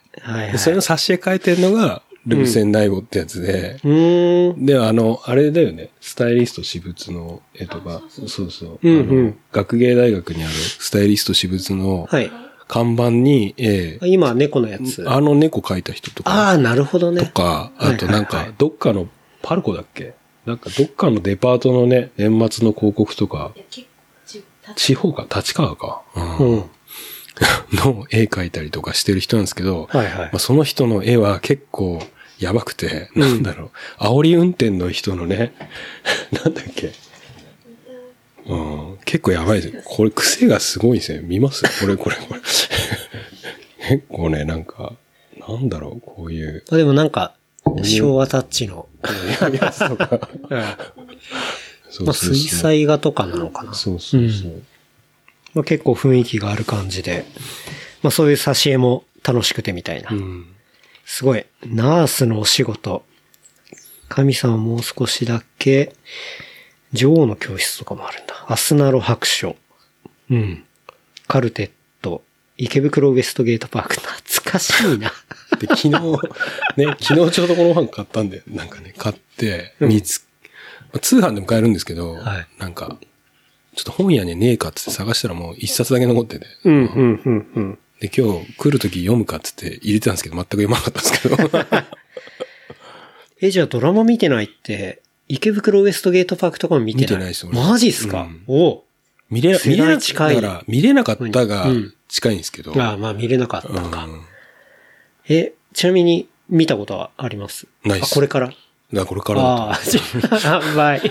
それの挿絵描いてるのが、ルブセンナイボってやつで、で、あれだよね、スタイリスト私物の絵とか、学芸大学にあるスタイリスト私物の看板に今猫のやつ。 猫描いた人とか。 なるほどね。 とか、あとなんか、どっかの、パルコだっけ？なんかどっかのデパートのね、年末の広告とか、地方か、立川か。の絵描いたりとかしてる人なんですけど、その人の絵は結構やばくて、なんだろう、煽り運転の人のね、なんだっけ、結構やばいですよ。これ癖がすごいですね。見ます？これ。結構ね、なんか、なんだろう、こういう。 でもなんか、昭和タッチの。水彩画とかなのかな。 そう。 結構雰囲気がある感じで、そういう挿絵も楽しくてみたいな。すごい。ナースのお仕事。神様もう少しだけ、女王の教室とかもあるんだ。アスナロ白書。カルテット。池袋ウエストゲートパーク。懐かしいな。 で、昨日ちょうどこの本買ったんで、なんかね、買って、通販でも買えるんですけど、なんか、ちょっと本屋にねえかっつって探したらもう一冊だけ残ってて。で、今日来るとき読むかっつって入れてたんですけど、全く読まなかったんですけど。 じゃあドラマ見てないって、池袋ウエストゲートパークとかも見てない？ 見てないですよ。 マジっすか？ 見れなかったが近いんですけど。 見れなかったか。ちなみに見たことはあります？ ないです。 これから？ これからだと。 やばい。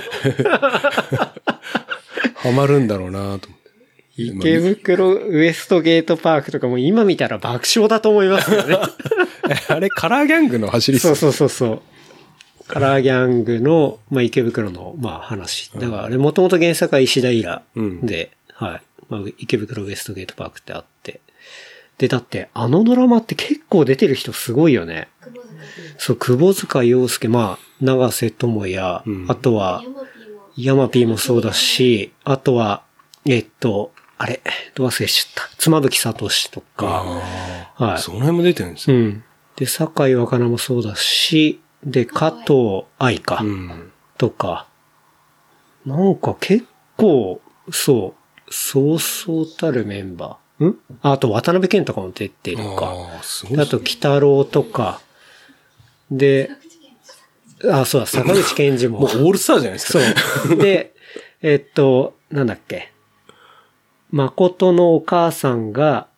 ハマるんだろうなと思って。 池袋ウエストゲートパークとかも今見たら爆笑だと思いますよね。 あれ、カラーギャングの走りっす。 そう。カラーギャングの、池袋の、話。だからあれ、もともと原作は石田イラで、池袋ウエストゲートパークってあって。で、だって、あのドラマって結構出てる人すごいよね。 そう、窪塚洋介、まあ、長瀬智也、あとは、ヤマピーもそうだし、あとは、あれ、ど忘れしちゃった。妻夫木聡とか。 はい。その辺も出てるんですね。 で、酒井若菜もそうだし、で、加藤愛か。とか。なんか結構、そうそうたるメンバー。あと、渡辺謙とかも出てるか。あと、鬼太郎とか。で、そうだ、坂口健二も。 もうオールスターじゃないですか。 そう。で、なんだっけ。誠のお母さんが、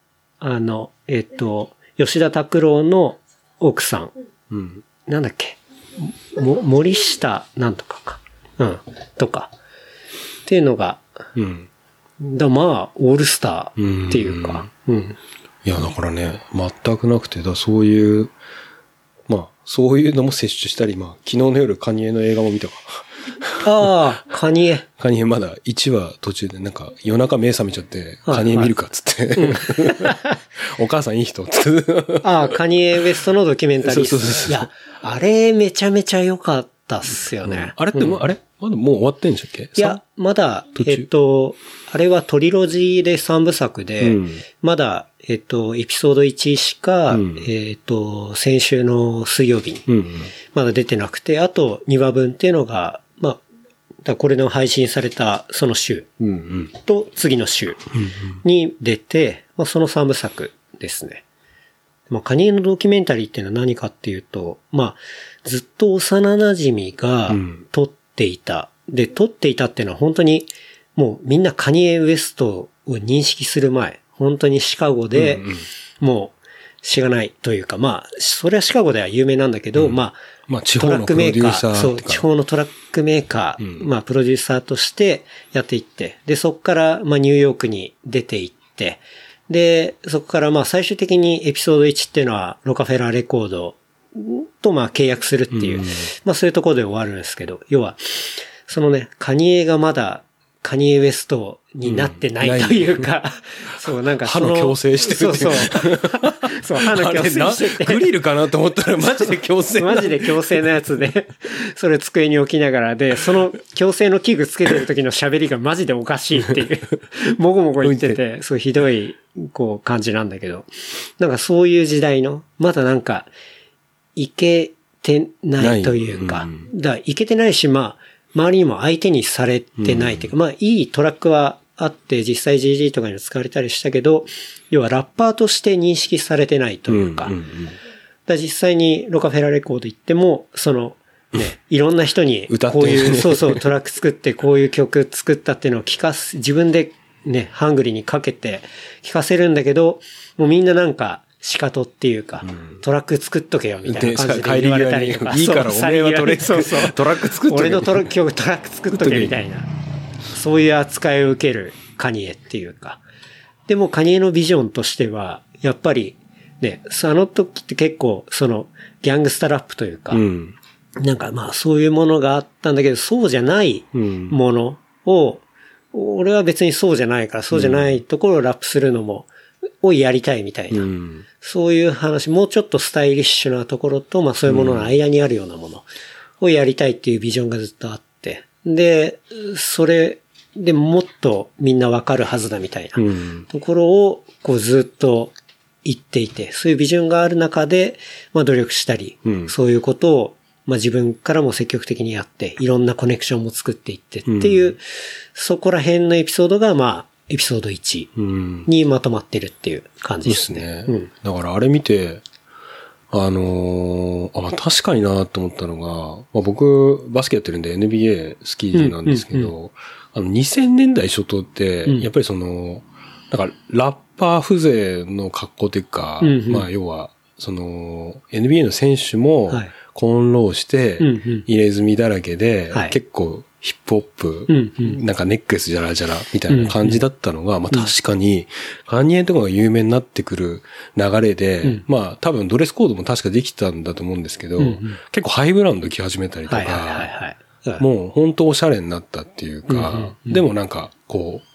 吉田拓郎の奥さん。なんだっけ。森下なんとかか。とか。っていうのが、まあ、オールスターっていうか。 いや、だからね、全くなくて、そういう、まあ、そういうのも摂取したり、まあ、昨日の夜カニエの映画も見たか。 ああ、カニエ。 カニエまだ1話途中でなんか夜中目覚めちゃって、カニエ見るかっつって。お母さんいい人って。 ああ、カニエウエストのドキュメンタリー。そう。いや、あれめちゃめちゃ良かったっすよね。 あれってあれまだもう終わってんでしたっけ？ いや、まだ、あれはトリロジーで3部作で、まだ、エピソード1しか、先週の水曜日に、まだ出てなくて、あと2話分っていうのが、まあ、これの配信されたその週と次の週に出て、まあ、その3部作ですね。まあ、カニエのドキュメンタリーっていうのは何かっていうと、まあ、ずっと幼馴染が撮っていた。で、撮っていたっていうのは本当に、もうみんなカニエ・ウエストを認識する前、本当にシカゴで、もう、しがないというか、まあ、それはシカゴでは有名なんだけど、まあ、 地方のプロデューサー。 そう、地方のトラックメーカー、まあ、プロデューサーとしてやっていって、で、そこから、まあ、ニューヨークに出て行って、で、そこからまあ最終的にエピソード1っていうのはロカフェラーレコードとまあ契約するっていう、まあそういうところで終わるんですけど、要は、そのね、カニエがまだカニエウエストになってないというか、そうなんか歯の矯正してるっていう。 そう、歯の矯正してて。 グリルかなと思ったらマジで矯正。 マジで矯正のやつで、それ机に置きながらで、その矯正の器具つけてる時の喋りがマジでおかしいっていう、もごもご言ってて、そうひどい、こう感じなんだけど、なんかそういう時代の、まだなんか、いけてないというか、だからいけてないし、まあ、周りにも相手にされてないっていうか、まあいいトラックはあって実際 GG とかにも使われたりしたけど、要はラッパーとして認識されてないというか、だ実際にロカフェラレコード行っても、そのね、いろんな人にこういう、そうトラック作ってこういう曲作ったっていうのを自分でね、ハングリーにかけて聞かせるんだけど、もうみんななんか、仕方っていうか、トラック作っとけよみたいな感じで言われたりとか。 いいからお前はトラック作っとけ。 俺のトラック作っとけみたいな。そういう扱いを受けるカニエっていうか。でもカニエのビジョンとしては、やっぱりね、あの時って結構そのギャングスタラップというか、なんかまあそういうものがあったんだけど、そうじゃないものを、俺は別にそうじゃないから、そうじゃないところをラップするのも、をやりたいみたいな、そういう話、もうちょっとスタイリッシュなところと、まあそういうものの間にあるようなものをやりたいっていうビジョンがずっとあって、で、それでもっとみんなわかるはずだみたいなところをこうずっと言っていて、そういうビジョンがある中で、まあ努力したり、そういうことをまあ自分からも積極的にやって、いろんなコネクションも作っていってっていう、そこら辺のエピソードがまあ、エピソード1にまとまってるっていう感じですね。 だからあれ見て、確かになと思ったのが、まあ、僕バスケやってるんで NBA 好きなんですけど、2000年代初頭って、やっぱりその、なんかラッパー風情の格好っていうか、まあ要は、その NBA の選手も混浪して入れ墨だらけで、結構ヒップホップ、なんかネックレスじゃらじゃらみたいな感じだったのが、まあ確かに、カニエとかが有名になってくる流れで、まあ多分ドレスコードも確かできたんだと思うんですけど、結構ハイブランド着始めたりとか、もう本当おしゃれになったっていうか、でもなんかこう、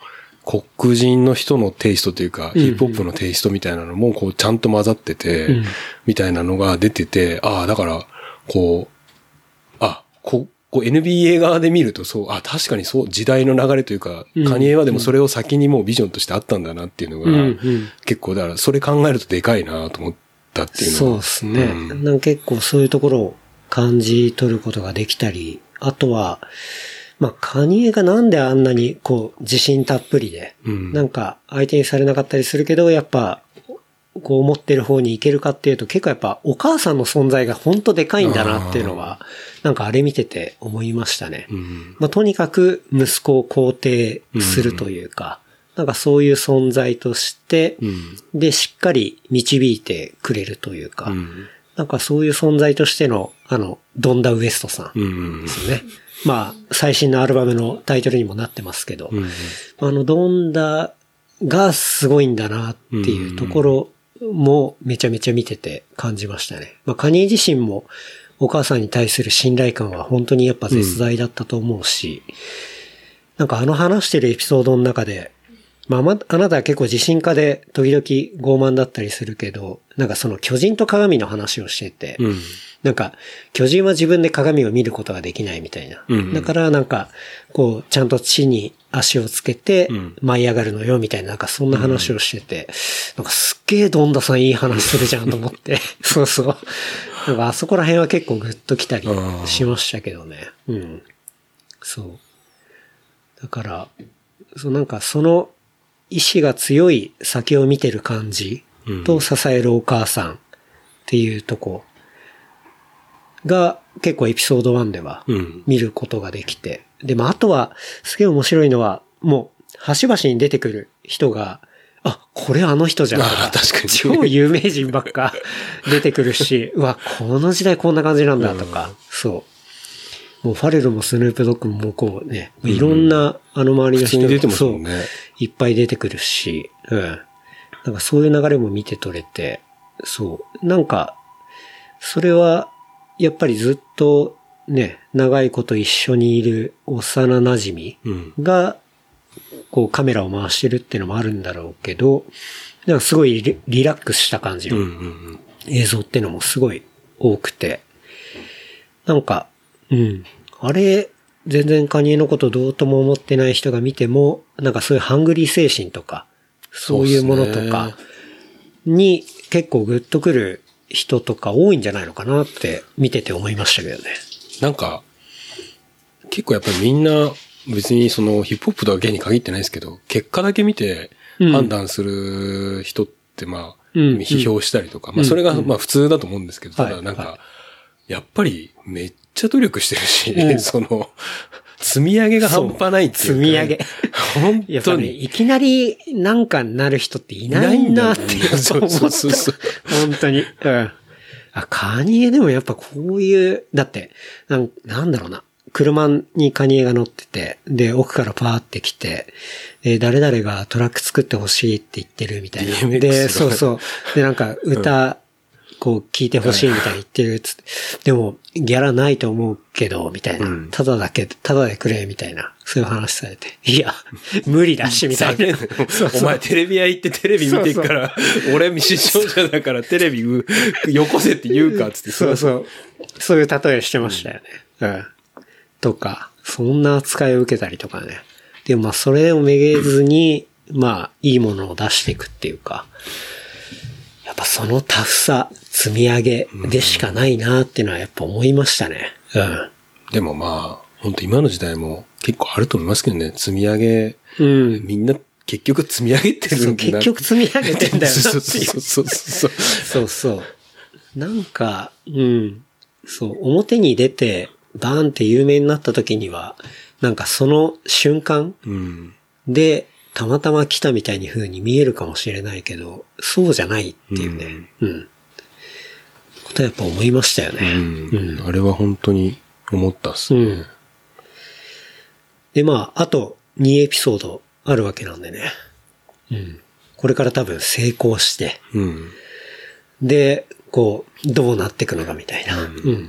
黒人の人のテイストというか、ヒップホップのテイストみたいなのも、こう、ちゃんと混ざってて、みたいなのが出てて、だから、こう NBA 側で見るとそう、確かにそう、時代の流れというか、カニエはでもそれを先にもうビジョンとしてあったんだなっていうのが、結構、だからそれ考えるとでかいなと思ったっていうのは。 そうですね。なんか結構そういうところを感じ取ることができたり、あとは、カニエがなんであんなにこう自信たっぷりで、なんか相手にされなかったりするけど、やっぱ、こう思ってる方に行けるかっていうと結構やっぱお母さんの存在が本当でかいんだなっていうのは、なんかあれ見てて思いましたね。とにかく息子を肯定するというか、なんかそういう存在として、で、しっかり導いてくれるというか、なんかそういう存在としての、ドンダ・ウエストさんですね。最新のアルバムのタイトルにもなってますけど、ドンダがすごいんだなっていうところもめちゃめちゃ見てて感じましたね。カニエ自身もお母さんに対する信頼感は本当にやっぱ絶大だったと思うし、なんか話してるエピソードの中で、あなたは結構自信家で時々傲慢だったりするけど、なんかその巨人と鏡の話をしてて、なんか巨人は自分で鏡を見ることができないみたいな。だからなんかこうちゃんと地に足をつけて舞い上がるのよみたいな、なんかそんな話をしてて、なんかすっげえドンダさんいい話するじゃんと思って、そうそう。なんかあそこら辺は結構グッときたりしましたけどね。そう。だから、なんかその意志が強い先を見てる感じと支えるお母さんっていうとこが結構エピソード1では見ることができて。で、あとはすげえ面白いのはもう端々に出てくる人が、これあの人じゃんとか、 確かに超有名人ばっか出てくるし、この時代こんな感じなんだとか、そう。もうファレルもスヌープドッグもこうね、いろんな周りの人が出てますもんね。 いっぱい出てくるし、なんかそういう流れも見て取れて、そう。なんか、それは、やっぱりずっとね、長いこと一緒にいる幼馴染が、こうカメラを回してるっていうのもあるんだろうけど、なんかすごいリラックスした感じの映像っていうのもすごい多くて、なんか、あれ、全然カニエのことどうとも思ってない人が見ても、なんかそういうハングリー精神とか、そういうものとかに結構グッとくる人とか多いんじゃないのかなって見てて思いましたけどね。 なんか、結構やっぱりみんな別にそのヒップホップだけに限ってないですけど、結果だけ見て判断する人って批評したりとか、それが普通だと思うんですけど、ただなんか、やっぱりめっちゃ努力してるし、その、積み上げが半端ないっていうか。 積み上げ。 本当に。 いきなりなんかなる人っていないんだってそう。 本当に。カニエでもやっぱこういう、だって、なんだろうな。車にカニエが乗ってて、で、奥からパーって来て、誰々がトラック作ってほしいって言ってるみたいな。で、そう。で、なんか歌、こう聞いてほしいみたいに言ってるっつって。でも、ギャラないと思うけど、みたいな。ただでくれ、みたいな。そういう話されて。いや、無理だし、みたいな。 お前テレビ屋行ってテレビ見てっから、俺視聴者だからテレビよこせって言うか、つって。 そういう例えしてましたよね。とか、そんな扱いを受けたりとかね。でもそれをめげずに、いいものを出していくっていうか、やっぱそのタフさ、積み上げでしかないなっていうのはやっぱ思いましたね。 でも本当今の時代も結構あると思いますけどね、積み上げ、みんな結局積み上げてるんだな。 結局積み上げてんだよなっていう。 そう。 なんか、表に出て、バーンって有名になった時には、なんかその瞬間で、たまたま来たみたいに風に見えるかもしれないけど、そうじゃないっていうね。ことはやっぱ思いましたよね。 あれは本当に思ったっすね。 で、あと2エピソードあるわけなんでね。これから多分成功して、で、こう、どうなっていくのかみたいな。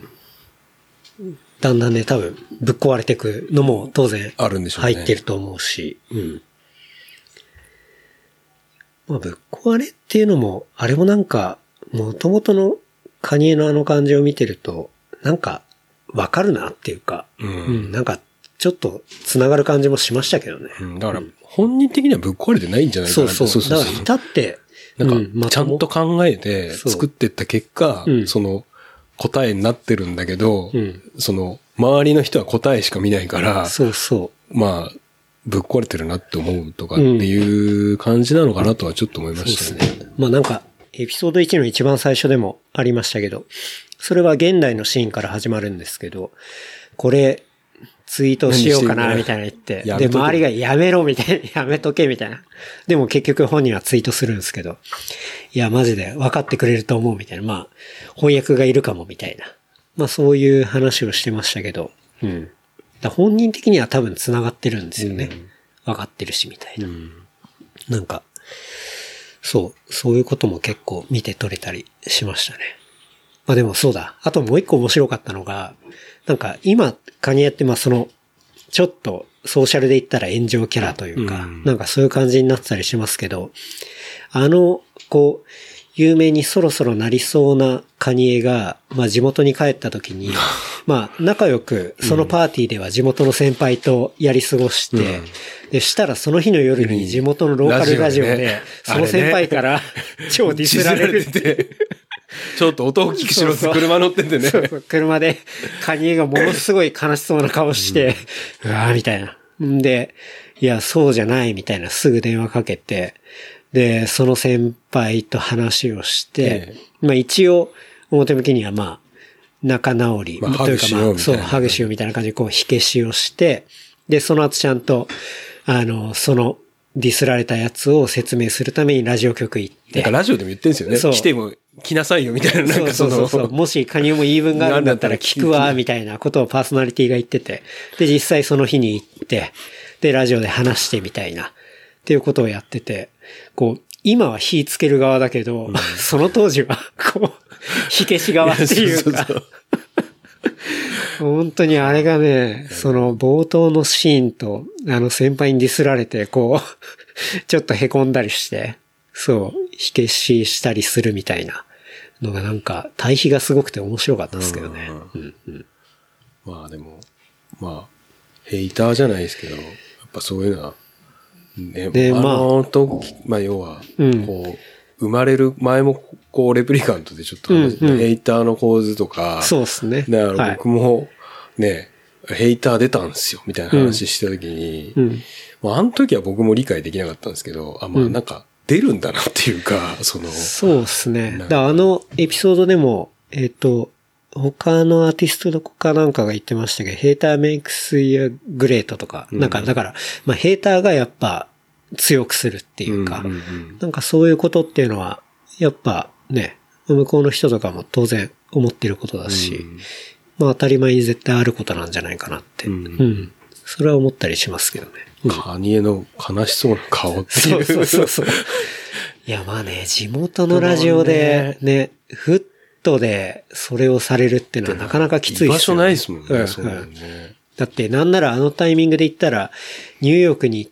だんだんね、多分、ぶっ壊れていくのも当然、入ってると思うし、 まあ、ぶっ壊れっていうのも、あれもなんか、元々のカニエのあの感じを見てると、なんか、わかるなっていうか、なんか、ちょっと繋がる感じもしましたけどね。 だから、本人的にはぶっ壊れてないんじゃないかなって。 そう。だから、至って、 なんか、ちゃんと考えて作っていった結果、その、答えになってるんだけど、その、周りの人は答えしか見ないから、まあ、ぶっ壊れてるなって思うとかっていう感じなのかなとはちょっと思いましたね。 そうですね。まあなんか、エピソード1の一番最初でもありましたけど、それは現代のシーンから始まるんですけど、これ、ツイートしようかな、みたいな言って、で、周りがやめろ、みたいな、やめとけ、みたいな。でも結局本人はツイートするんですけど、いや、マジで分かってくれると思う、みたいな。まあ、翻訳がいるかも、みたいな。まあそういう話をしてましたけど、だ本人的には多分繋がってるんですよね。分かってるし、みたいな。なんか、そういうことも結構見て取れたりしましたね。まあでもそうだ。あともう一個面白かったのが、なんか今、カニエってまあその、ちょっとソーシャルで言ったら炎上キャラというか、なんかそういう感じになってたりしますけど、こう、有名にそろそろなりそうなカニエが、まあ地元に帰った時に、まあ仲良くそのパーティーでは地元の先輩とやり過ごして、で、したらその日の夜に地元のローカルラジオで、その先輩から超ディスられるって。 ちょっと音を大きくしろって車乗っててね。 そう車でカニエがものすごい悲しそうな顔して、うわーみたいな。んで、いや、そうじゃないみたいなすぐ電話かけて、で、その先輩と話をして、まあ一応表向きにはまあ仲直り、というかまあそう、ハグしようみたいな感じでこう火消しをして、で、その後ちゃんと、そのディスられたやつを説明するためにラジオ局行って。 なんかラジオでも言ってるんですよね。来ても来なさいよみたいな。なんかそう。もしカニも言い分があるんだったら聞くわ、みたいなことをパーソナリティが言ってて。で、実際その日に行って、で、ラジオで話してみたいな。っていうことをやってて、こう、今は火つける側だけど、その当時は、こう、火消し側っていうか。本当にあれがね、その冒頭のシーンと、先輩にディスられて、こう、ちょっと凹んだりして、そう、火消ししたりするみたいなのがなんか、対比がすごくて面白かったですけどね。 まあでも、まあ、ヘイターじゃないですけど、やっぱそういうのは、ね、で、まあ要は、こう、生まれる前も、こう、レプリカントでちょっと話して、ヘイターの構図とか、 そうですね。 だから僕も、ね、ヘイター出たんですよ、みたいな話したときに、まあ、あの時は僕も理解できなかったんですけど、まあなんか、出るんだなっていうか、そうですね。だエピソードでも、他のアーティストどこかなんかが言ってましたけど、ヘイターメイクスイヤグレートとか、なんか、だから、まあ、ヘイターがやっぱ強くするっていうか、なんかそういうことっていうのは、やっぱね、向こうの人とかも当然思ってることだし、まあ当たり前に絶対あることなんじゃないかなって。それは思ったりしますけどね。 カニエの悲しそうな顔っていう。 そう。いやまあね、地元のラジオでね、フットでそれをされるっていうのはなかなかきついですよね。 居場所ないですもんね。そうだよね。 だってなんならあのタイミングで言ったら、ニューヨークに行って、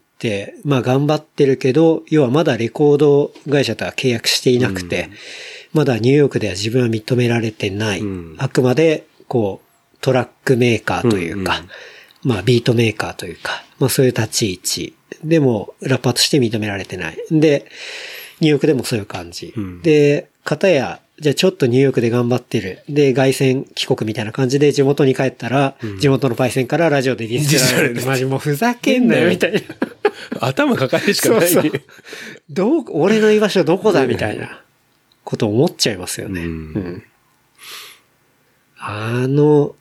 まあ頑張ってるけど、要はまだレコード会社とは契約していなくて、まだニューヨークでは自分は認められてない。あくまで、こう、トラックメーカーというか、まあビートメーカーというか、まあそういう立ち位置。でも、ラッパーとして認められてない。で、ニューヨークでもそういう感じ。で、片や、じゃあちょっとニューヨークで頑張ってる。で、凱旋帰国みたいな感じで地元に帰ったら、地元のパイセンからラジオでディスられる。マジもうふざけんなよ、みたいな。 頭抱えるしかない。 俺の居場所どこだみたいなこと思っちゃいますよね。あの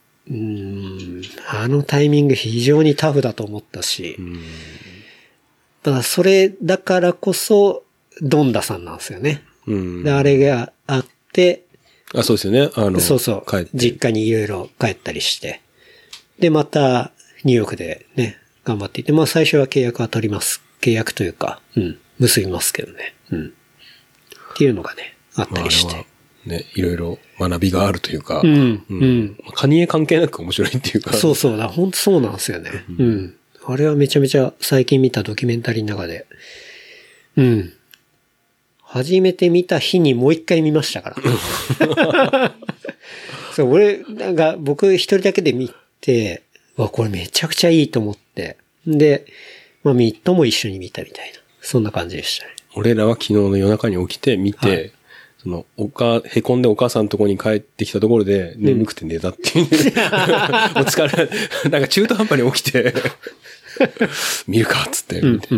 タイミング非常にタフだと思ったし、ただそれだからこそ、ドンダさんなんですよね。で、あれがあって、 そうですよね。 実家にいろいろ帰ったりして。で、また、ニューヨークでね、頑張っていて、まあ最初は契約は取ります。契約というか、結びますけどね。っていうのがね、あったりして。 ね、いろいろ学びがあるというか、カニエ関係なく面白いっていうか。 そう、本当そうなんですよね。あれはめちゃめちゃ最近見たドキュメンタリーの中で、 初めて見た日にもう一回見ましたから。そう、僕一人だけで見て、これめちゃくちゃいいと思って。で、ミットも一緒に見たみたいな。そんな感じでしたね。 俺らは昨日の夜中に起きて見て、はい、へこんでお母さんのとこに帰ってきたところで眠くて寝たっていう、ね。もう疲れ、なんか中途半端に起きて、見るかっつって見て。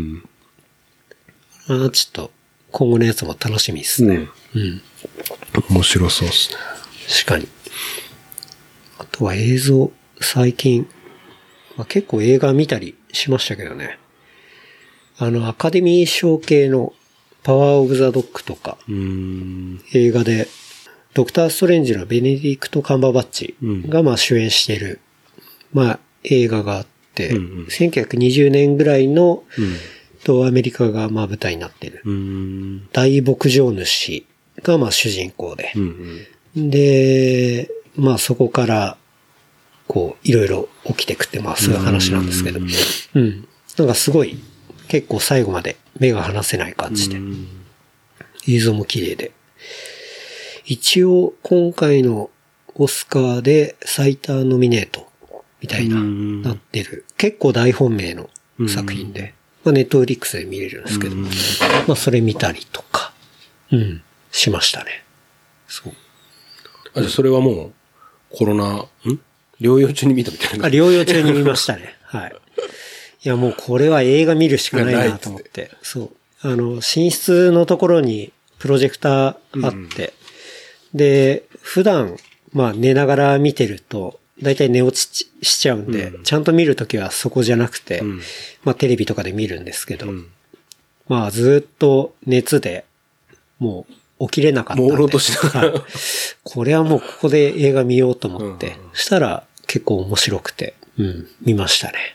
ちょっと、今後のやつも楽しみですね。 面白そうですね。 確かに。あとは映像、最近、結構映画見たりしましたけどね。アカデミー賞系のパワーオブザドッグとか、映画で、ドクターストレンジのベネディクト・カンバーバッチが主演している、映画があって、1920年ぐらいの、アメリカが舞台になっている。大牧場主が主人公で。で、そこから、いろいろ起きてくって、そういう話なんですけど。なんかすごい、結構最後まで目が離せない感じで。映像も綺麗で。一応、今回のオスカーで最多ノミネートみたいな、なってる。結構大本命の作品で。ネットフリックスで見れるんですけど。それ見たりとか、しましたね。そう。 じゃあそれはもう、コロナ、療養中に見たみたいな。 療養中に見ましたね。はい。いやもうこれは映画見るしかないなと思って。そう。寝室のところにプロジェクターあって、で、普段、寝ながら見てると、だいたい寝落ちしちゃうんで、ちゃんと見るときはそこじゃなくて、テレビとかで見るんですけど、ずっと熱で、もう起きれなかったんで。 朦朧としながら。 これはもうここで映画見ようと思って、したら結構面白くて、見ましたね。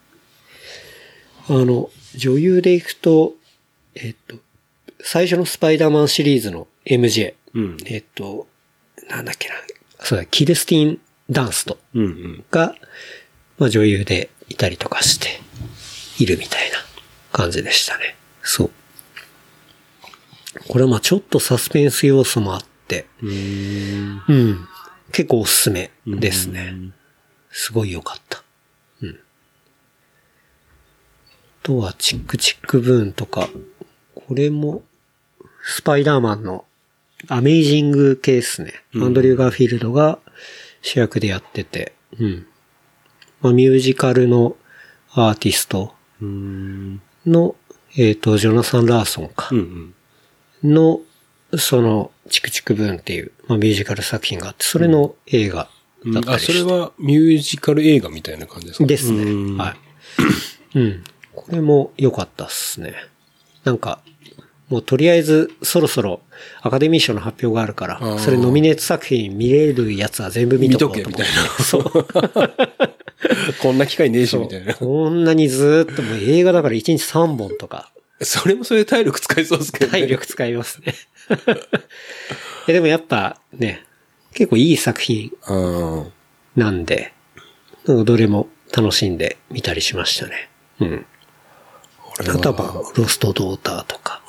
女優でいくと、最初のスパイダーマンシリーズの MJ、なんだっけな、そうだ、キルスティン・ダンストが、女優でいたりとかしているみたいな感じでしたね。そう。これはちょっとサスペンス要素もあって、結構おすすめですね。すごい良かった。あとはチックチックブーンとか、これもスパイダーマンのアメイジング系ですね。アンドリュー・ガーフィールドが主役でやってて、ミュージカルのアーティストの、ジョナサン・ラーソンか。の、その、チクチクブーンっていう、ミュージカル作品があって、それの映画だったりして。 それはミュージカル映画みたいな感じですか？ ですね。はい。これも良かったっすね。なんか、もうとりあえずそろそろアカデミー賞の発表があるから、それノミネート作品見れるやつは全部見とこうと思って。 見とけみたいな。そう。こんな機会ねえしみたいな。 こんなにずーっともう映画だから1日3本とか。 それもそれで体力使いそうですけどね。 体力使いますね。でもやっぱね、結構いい作品なんで、どれも楽しんで見たりしましたね。あとはロストドーターとか。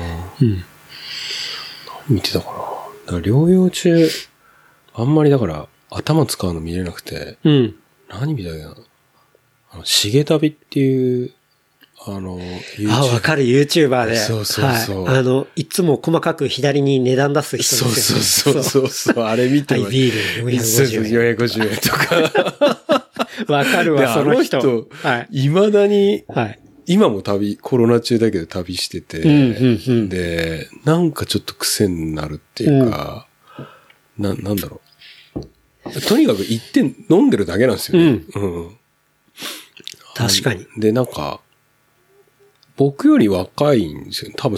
見てたかな。だから療養中、あんまりだから頭使うの見れなくて、何見たっけな。しげ旅っていう、 わかる、YouTuber で。 そうそうそう。 いつも細かく左に値段出す人ですよね。そう、あれ見ても。 ビール450円とか。 わかるわ、その人。 未だに、今もコロナ中だけど旅してて、で、なんかちょっと癖になるっていうか、なんだろう。とにかく行って飲んでるだけなんですよね。 確かに。 で、なんか、僕より若いんですよ。多分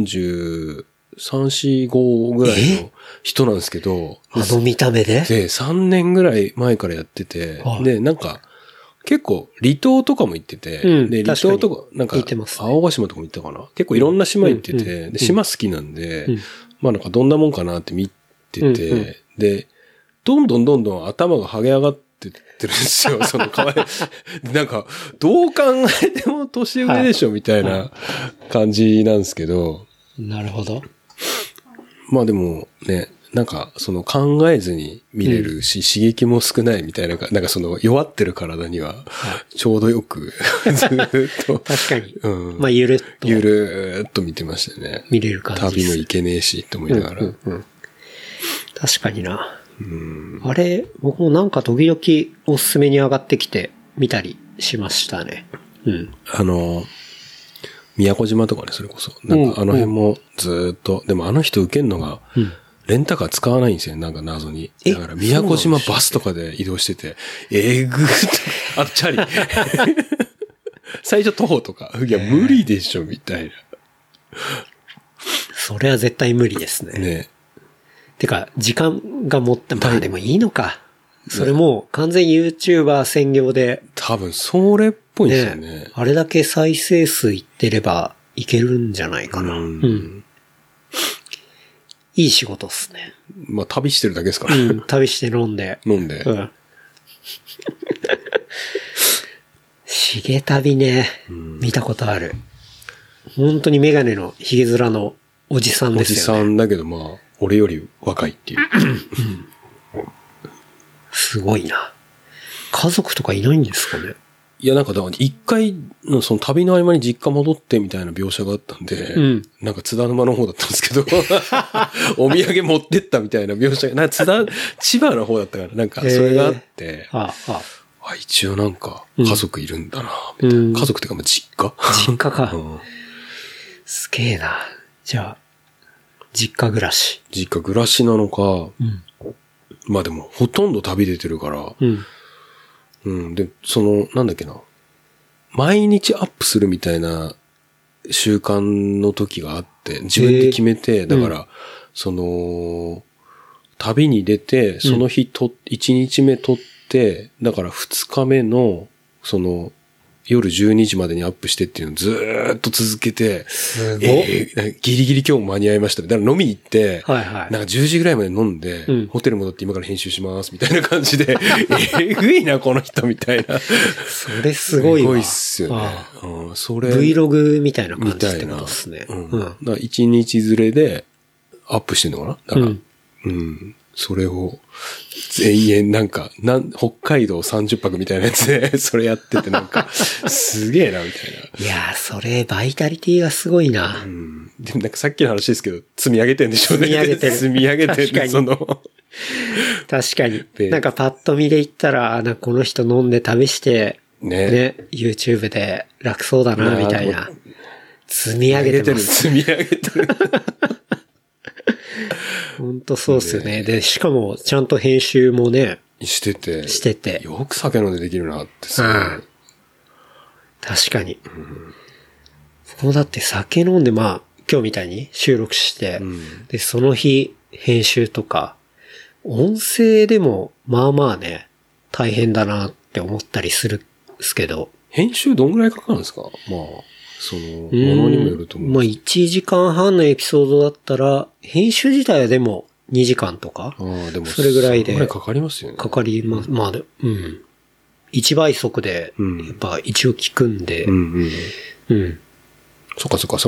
33、4、5ぐらいの人なんですけど。 見た目で？ で、3年ぐらい前からやってて、で、なんか、結構離島とかも行ってて、で、離島とか、なんか、青ヶ島とかも行ったかな。結構いろんな島行ってて、で、島好きなんで、なんかどんなもんかなって見てて、で、どんどん頭が剥げ上がってってるんですよ。なんか、どう考えても年上でしょみたいな感じなんですけど、 なるほど。 まあでもね、なんかその考えずに見れるし、刺激も少ないみたいな、なんかその弱ってる体にはちょうどよくずっと。 確かに。 うん、 まあゆるっと見てましたね。 見れる感じです。 旅も行けねえしって思いながら。 確かにな。あれ、僕もなんか時々おすすめに上がってきて見たりしましたね。うん。 宮古島とかね、それこそ。なんかあの辺もずーっと、でもあの人受けんのが、レンタカー使わないんですよ、なんか謎に。だから宮古島バスとかで移動してて、あとチャリ。最初徒歩とか、いや無理でしょ、みたいな。 それは絶対無理ですね。ね。てか、時間が持って、まあでもいいのか。それも完全 YouTuber 専業で。 多分それっぽいですよね。 あれだけ再生数いってればいけるんじゃないかな。いい仕事っすね。 まあ旅してるだけですからね。 旅して飲んで。しげ旅ね、見たことある。本当にメガネのヒゲ面のおじさんですよね。 おじさんだけどまあ、俺より若いっていう。 すごいな。家族とかいないんですかね。 いやなんかだから一回のその旅の合間に実家戻ってみたいな描写があったんで、なんか津田沼の方だったんですけど、お土産持ってったみたいな描写が、なんか千葉の方だったから、なんかそれがあって、一応なんか家族いるんだな、みたいな。家族ってかまあ実家実家か。すげえな。じゃあ、実家暮らし。 実家暮らしなのか、まあでもほとんど旅出てるから、で、なんだっけな。毎日アップするみたいな習慣の時があって、自分で決めて、だから、旅に出て、その日1日目撮って、だから2日目の、夜12時までにアップしてっていうのをずーっと続けて、 すごい。 ギリギリ今日も間に合いました。だから飲み行って、なんか10時ぐらいまで飲んで、ホテル戻って今から編集しますみたいな感じで、えぐいなこの人みたいな。 それすごいわ。 すごいっすよね。それ Vlog みたいな感じってことですね。 だから1日ずれでアップしてんのかな。だからそれを、延々なんか、北海道30泊みたいなやつで、それやっててなんか、すげえな、みたいな。 いやー、それ、バイタリティがすごいな。 でもなんかさっきの話ですけど、積み上げてんでしょうね。 積み上げてる。 積み上げてる。 確かに。なんかパッと見で言ったら、なんかこの人飲んで旅して、ね、YouTube で楽そうだな、みたいな。積み上げてます。 積み上げてる。 本当そうっすよね。で、しかも、ちゃんと編集もね、 してて。よく酒飲んでできるなってさ。 確かに。僕もだって酒飲んで、まあ、今日みたいに収録して、で、その日、編集とか、音声でも、まあまあね、大変だなって思ったりするんですけど。 編集どんぐらいかかるんですか？まあ。ものにもよると思う。 まあ、1時間半のエピソードだったら、編集自体はでも2時間とか。 でもそれぐらいで。 それぐらいかかりますよね。 かかります。まあ、1倍速で、やっぱ一応聞くんで。 そっかそっか、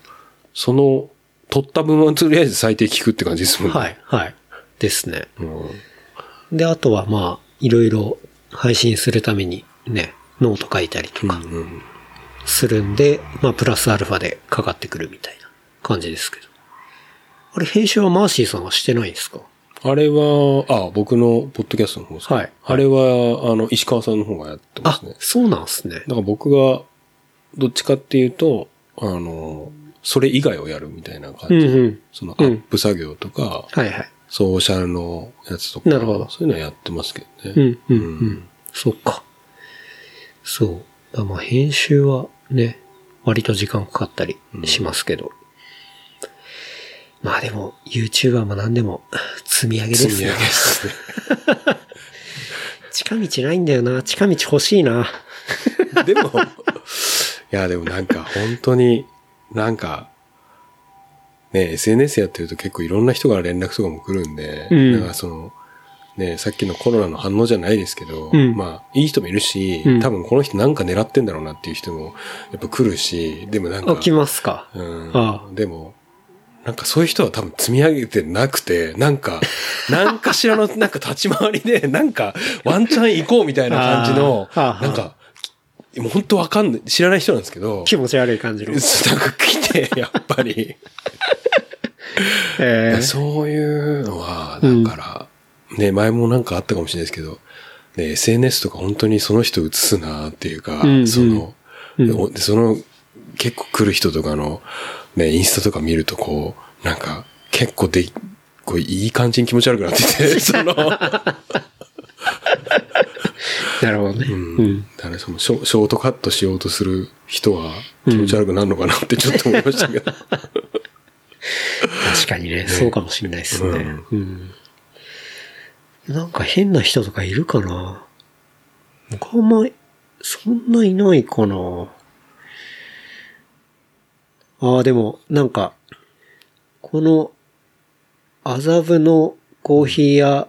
撮った分はとりあえず最低聞くって感じですもんね。 はい。ですね。で、あとはまあ、いろいろ配信するためにね、ノート書いたりとか。するんで、まあ、プラスアルファでかかってくるみたいな感じですけど。あれ、編集はマーシーさんはしてないんですか？ あれは、僕のポッドキャストの方ですか？あれは、石川さんの方がやってますね。 そうなんですね。 だから僕が、どっちかっていうと、それ以外をやるみたいな感じ。アップ作業とか、ソーシャルのやつとか、 なるほど。 そういうのはやってますけどね。 そっか。そう。まあ編集はね、割と時間かかったりしますけど。まあでも、YouTuber も何でも積み上げですね。積み上げですね。近道ないんだよな。近道欲しいな。 でも、でもなんか本当に、なんか、ね、SNS やってると結構いろんな人から連絡とかも来るんで、なんかね、さっきのコロナの反応じゃないですけど、まあ、いい人もいるし、多分この人なんか狙ってんだろうなっていう人もやっぱ来るし、でもなんか。 来ますか。 でも、 なんかそういう人は多分積み上げてなくて、なんかしらのなんか立ち回りで、なんかワンチャン行こうみたいな感じの、なんか、もう本当わかんない、知らない人なんですけど。 気持ち悪い感じの。 なんか来て、やっぱり。そういうのは、だから、ね、前もなんかあったかもしれないですけど、ね、SNS とか本当にその人映すなっていうか、その結構来る人とかの、ね、インスタとか見るとこう、なんか結構こういい感じに気持ち悪くなってて、その、 なるほどね。 だからそのショートカットしようとする人は気持ち悪くなるのかなってちょっと思いましたけど。 確かにね、そうかもしれないですね。なんか変な人とかいるかな？僕はあんま、そんないないかな。でも、なんか、この、麻布のコーヒー屋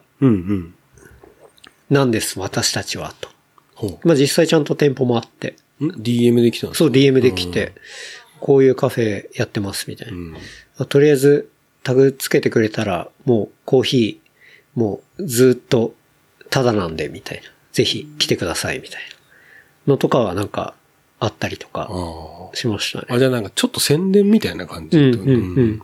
なんです、私たちは、と。まあ実際ちゃんと店舗もあって。 DM で来たんですか？ そう、DM で来て、こういうカフェやってます、みたいな。とりあえず、タグつけてくれたら、もうコーヒー、もうずっとタダなんで、みたいな。ぜひ来てください、みたいな。のとかはなんか、あったりとか、しましたね。 じゃあなんかちょっと宣伝みたいな感じ。なん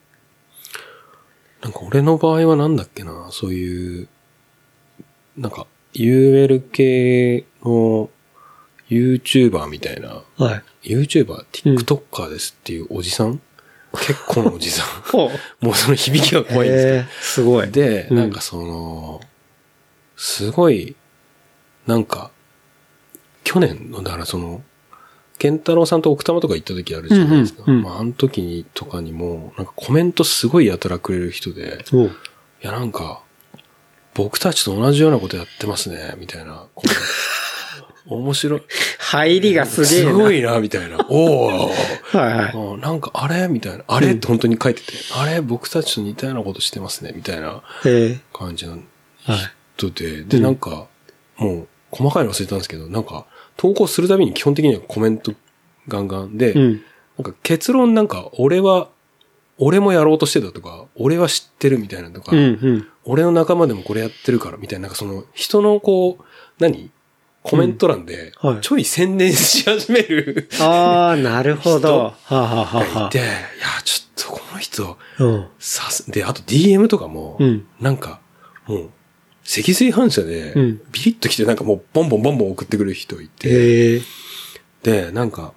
か俺の場合はなんだっけな、そういう、なんか UL 系の YouTuber みたいな、YouTuber、TikToker ですっていうおじさん、結構のおじさん。もうその響きが怖いんですけど。 すごい。 で、なんかその、すごい、なんか、去年の、だからその、ケンタロウさんと奥多摩とか行った時あるじゃないですか。まあ、あの時にとかにも、なんかコメントすごいやたらくれる人で、いやなんか、僕たちと同じようなことやってますね、みたいな。面白い。 入りがすげえな。 すごいな、みたいな。なんか、あれみたいな。あれって本当に書いてて、あれ僕たちと似たようなことしてますね、みたいな感じの人で、で、なんか、もう、細かいの忘れたんですけど、なんか、投稿するたびに基本的にはコメントガンガンで、なんか結論なんか、俺もやろうとしてたとか、俺は知ってるみたいなとか、俺の仲間でもこれやってるからみたいな、なんかその人のこう、コメント欄で、ちょい宣伝し始める、 なるほど。 がいて、いや、ちょっとこの人、で、あと DM とかも、なんか、もう、脊髄反射で、ビリッと来てなんかもうボンボン送ってくる人いて、で、なんか、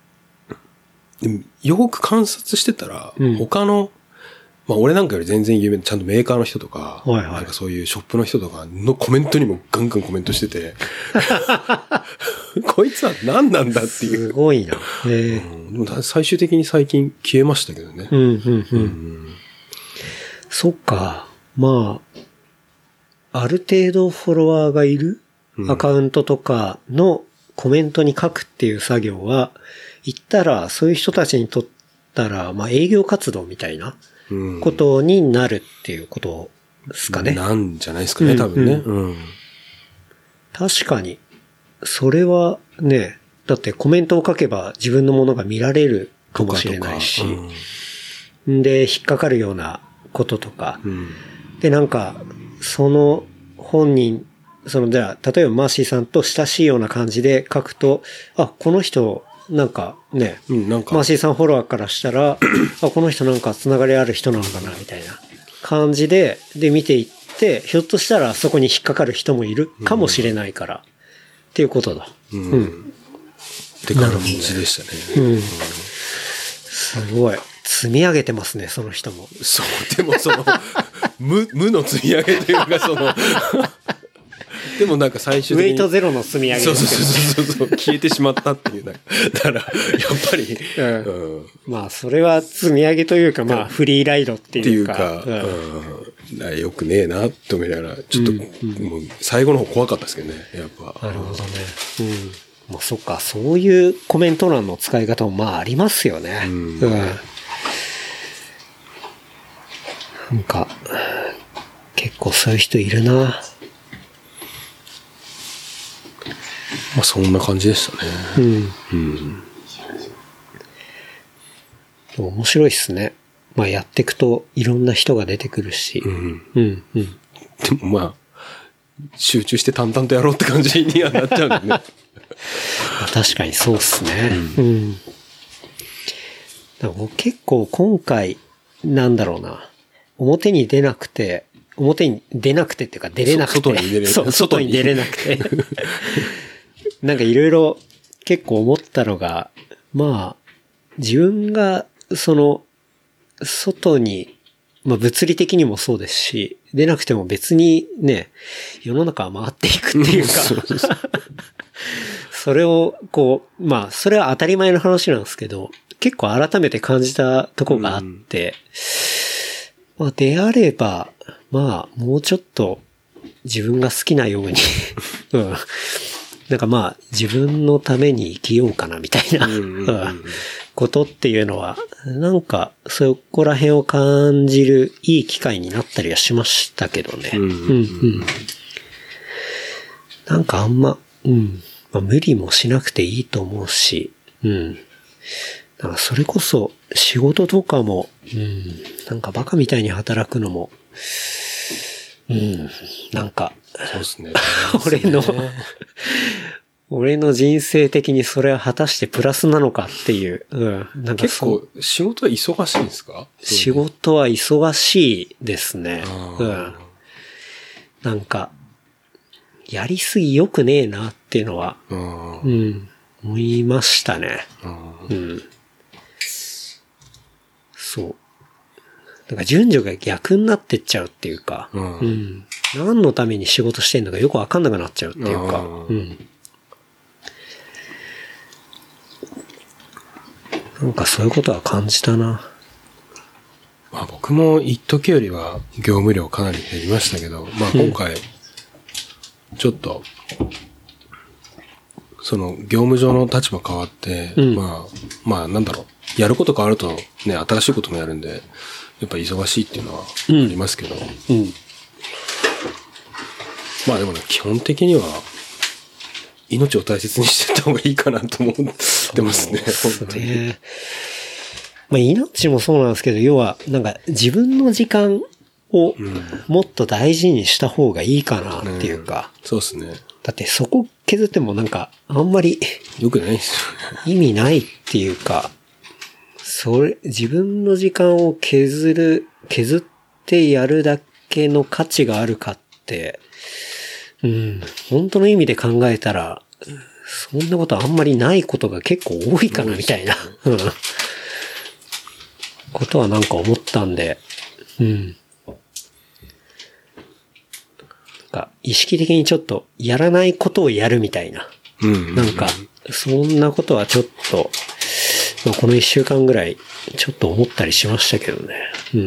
よく観察してたら、他の、まあ俺なんかより全然有名なちゃんとメーカーの人とか、なんかそういうショップの人とかのコメントにもガンガンコメントしてて、こいつは何なんだっていう。 すごいな。 でも最終的に最近消えましたけどね。 そっか。まあ、ある程度フォロワーがいるアカウントとかのコメントに書くっていう作業は、言ったらそういう人たちにとったら、まあ営業活動みたいなことになるっていうことですかね。 なんじゃないですかね、多分ね。 確かに。それはね、だってコメントを書けば自分のものが見られるかもしれないし、で、引っかかるようなこととか、で、なんか、その本人、じゃあ、例えばマーシーさんと親しいような感じで書くと、この人、なんかね、マーシーさんフォロワーからしたら、この人なんかつながりある人なのかな、みたいな感じで見ていって、ひょっとしたらそこに引っかかる人もいるかもしれないから、っていうことだ。 って感じでしたね。 すごい。積み上げてますね、その人も。 そう、でも無の積み上げというか、でもなんか最終的に。 ウェイトゼロの積み上げそう、消えてしまったっていう。だから、やっぱり、 まあ、それは積み上げというか、まあ、フリーライドっていうか。 よくねえなって思いながら、ちょっと、もう最後の方怖かったですけどね、やっぱ。 なるほどね。まあ、そっか、そういうコメント欄の使い方もまあありますよね。なんか、結構そういう人いるな。 まあそんな感じでしたね。 面白いっすね。 まあやっていくといろんな人が出てくるし。でもまあ、集中して淡々とやろうって感じにはなっちゃうんだよね。 確かにそうっすね。だから結構今回、なんだろうな。表に出なくてっていうか出れなくて。外に出れなくて。なんかいろいろ結構思ったのが、まあ、自分が外に、まあ物理的にもそうですし、出なくても別にね、世の中は回っていくっていうか、それをまあそれは当たり前の話なんですけど、結構改めて感じたところがあって、まあであれば、まあもうちょっと自分が好きなように、なんかまあ自分のために生きようかなみたいなことっていうのは、なんかそこら辺を感じるいい機会になったりはしましたけどね。なんかあんま、まあ、無理もしなくていいと思うし、だからそれこそ仕事とかも、なんかバカみたいに働くのも、なんか、 そうですね。 俺の人生的にそれは果たしてプラスなのかっていう。なんか結構仕事は忙しいんですか？ 仕事は忙しいですね。なんか、やりすぎ良くねえなっていうのは、思いましたね。そう。なんか順序が逆になってっちゃうっていうか、何のために仕事してんのかよくわかんなくなっちゃうっていうか、なんかそういうことは感じたな。 まあ僕も一時よりは業務量かなり減りましたけど、まあ今回、ちょっと、業務上の立場変わって、まあなんだろう、やること変わるとね、新しいこともやるんで、やっぱ忙しいっていうのはありますけど、まあでもね、基本的には、命を大切にしていった方がいいかなと思ってますね。本当に。 まあ命もそうなんですけど、要はなんか自分の時間をもっと大事にした方がいいかなっていうか。 そうですね。 だってそこ削ってもなんかあんまり良くないですよね。 意味ないっていうか、自分の時間を削ってやるだけの価値があるかって、本当の意味で考えたら、そんなことあんまりないことが結構多いかなみたいな、ことはなんか思ったんで、なんか意識的にちょっとやらないことをやるみたいな、なんかそんなことはちょっと、まあ、この一週間ぐらいちょっと思ったりしましたけどね。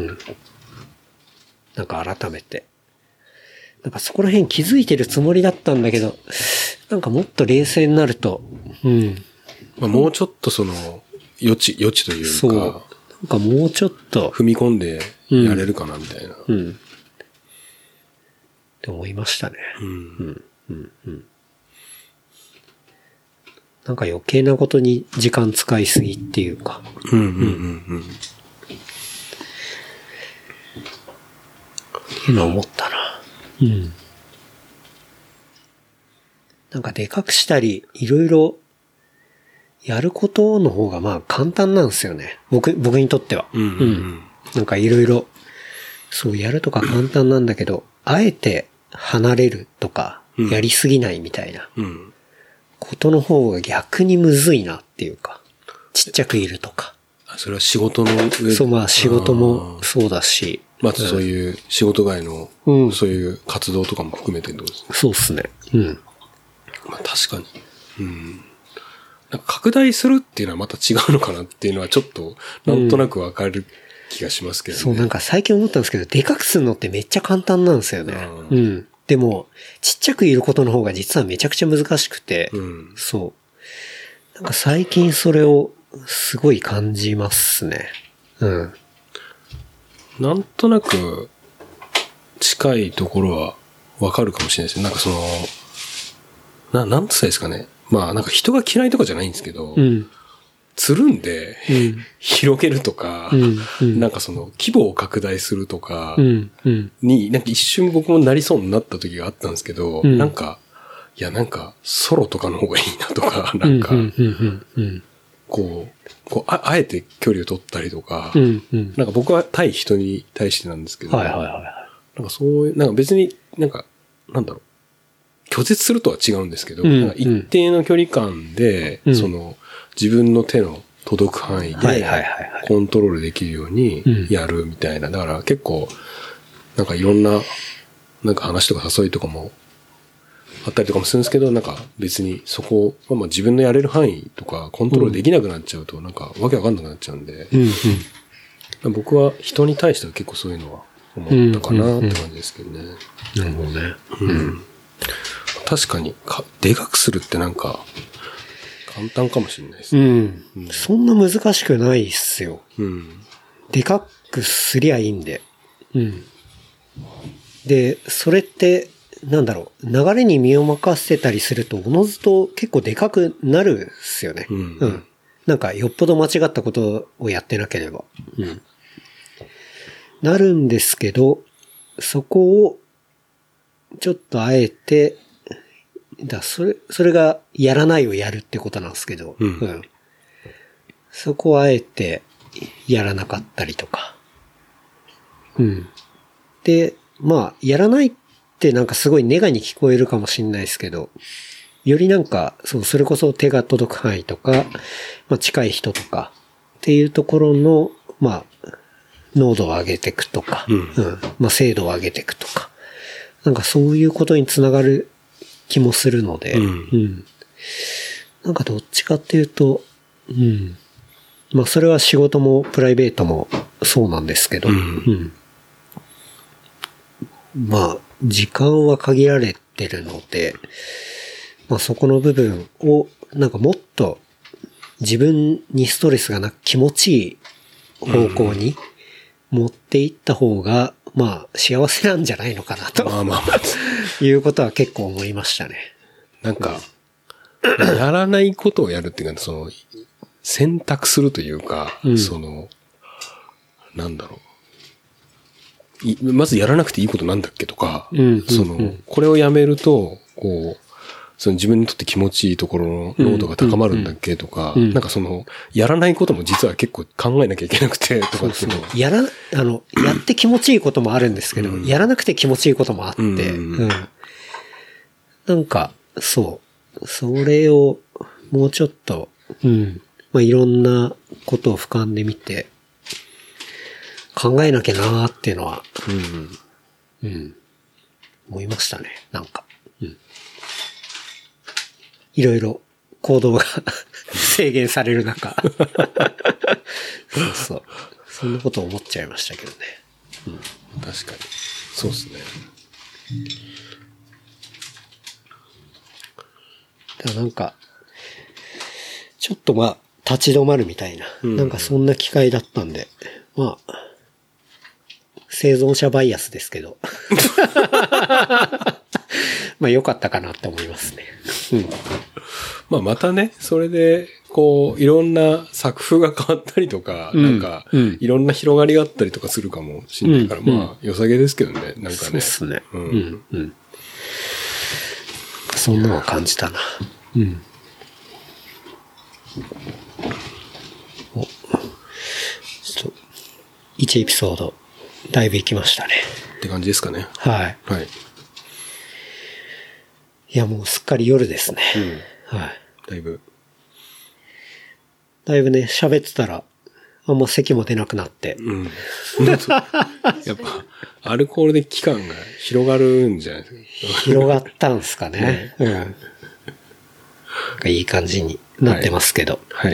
なんか改めて。なんかそこら辺気づいてるつもりだったんだけど、なんかもっと冷静になると、 まあ、もうちょっと余地というか、そう。なんかもうちょっと。 踏み込んでやれるかなみたいな。 って思いましたね。なんか余計なことに時間使いすぎっていうか。っていうのを思ったな。なんかでかくしたり、いろいろやることの方がまあ簡単なんですよね。僕にとっては。なんかいろいろ、そうやるとか簡単なんだけど、あえて離れるとか、やりすぎないみたいな、ことの方が逆にむずいなっていうか、ちっちゃくいるとか。 それは仕事の上で。 そう、まあ仕事もそうだし。 まあそういう仕事外の、そういう活動とかも含めてどうですか？ そうっすね。 まあ確かに。なんか拡大するっていうのはまた違うのかなっていうのはちょっと、なんとなくわかる気がしますけどね。 そう、なんか最近思ったんですけど、でかくするのってめっちゃ簡単なんですよね。でも、ちっちゃくいることの方が実はめちゃくちゃ難しくて、そう。なんか最近それをすごい感じますね。 なんとなく近いところはわかるかもしれないですね。なんかなんつったらいいですかね。まあなんか人が嫌いとかじゃないんですけど、 つるんで、広げるとか、なんかその規模を拡大するとかに、なんか一瞬僕もなりそうになった時があったんですけど、なんか、いやなんかソロとかの方がいいなとか、なんか、こう、あえて距離を取ったりとか、なんか僕は対人に対してなんですけど、なんかそういう、なんか別になんか、なんだろう、拒絶するとは違うんですけど、なんか一定の距離感で、その、自分の手の届く範囲でコントロールできるようにやるみたいな。だから結構、なんかいろんな、なんか話とか誘いとかもあったりとかもするんですけど、なんか別にそこを、まあ自分のやれる範囲とかコントロールできなくなっちゃうと、なんかわけわかんなくなっちゃうんで、僕は人に対しては結構そういうのは思ったかなって感じですけどね。 なるほどね。 確かにでかくするってなんか、簡単かもしれないですね。 そんな難しくないっすよ。でかくすりゃいいんで。で、それって、なんだろう、流れに身を任せたりすると、おのずと結構でかくなるっすよね。なんか、よっぽど間違ったことをやってなければ。なるんですけど、そこを、ちょっとあえて、それがやらないをやるってことなんですけど、そこをあえてやらなかったりとか。で、まあ、やらないってなんかすごいネガに聞こえるかもしれないですけど、よりなんか、それこそ手が届く範囲とか、まあ近い人とかっていうところの、まあ、濃度を上げていくとか、まあ精度を上げていくとか、なんかそういうことにつながる気もするので、なんかどっちかっていうと、まあそれは仕事もプライベートもそうなんですけど、まあ時間は限られてるので、まあそこの部分をなんかもっと自分にストレスがなく気持ちいい方向に持っていった方が、まあ幸せなんじゃないのかなということは結構思いましたね。 なんか、やらないことをやるっていうか、その選択するというか、そのなんだろう、まずやらなくていいことなんだっけとか、そのこれをやめるとこうその自分にとって気持ちいいところの濃度が高まるんだっけとか、なんかそのやらないことも実は結構考えなきゃいけなくてとかっていうのやって気持ちいいこともあるんですけど、やらなくて気持ちいいこともあって、なんかそれをもうちょっと、まあ、いろんなことを俯瞰で見て考えなきゃなーっていうのは、思いましたね。なんか、いろいろ行動が制限される中そんなこと思っちゃいましたけどね。 確かにそうですね。 だからなんかちょっとまあ立ち止まるみたいな、なんかそんな機会だったんで、まあ生存者バイアスですけどまあ良かったかなって思いますね。 まあまたね、それでこういろんな作風が変わったりとか、なんかいろんな広がりがあったりとかするかもしれないから、まあ良さげですけどね、なんかね。そうですね。そんなのを感じたな。ちょっと1エピソードだいぶ行きましたね。 って感じですかね。 はい。 はい。 いやもうすっかり夜ですね。はい。 だいぶね、喋ってたら、あんま咳も出なくなって。 やっぱ、アルコールで期間が広がるんじゃないですか。 広がったんですかね。いい感じになってますけど。 はい。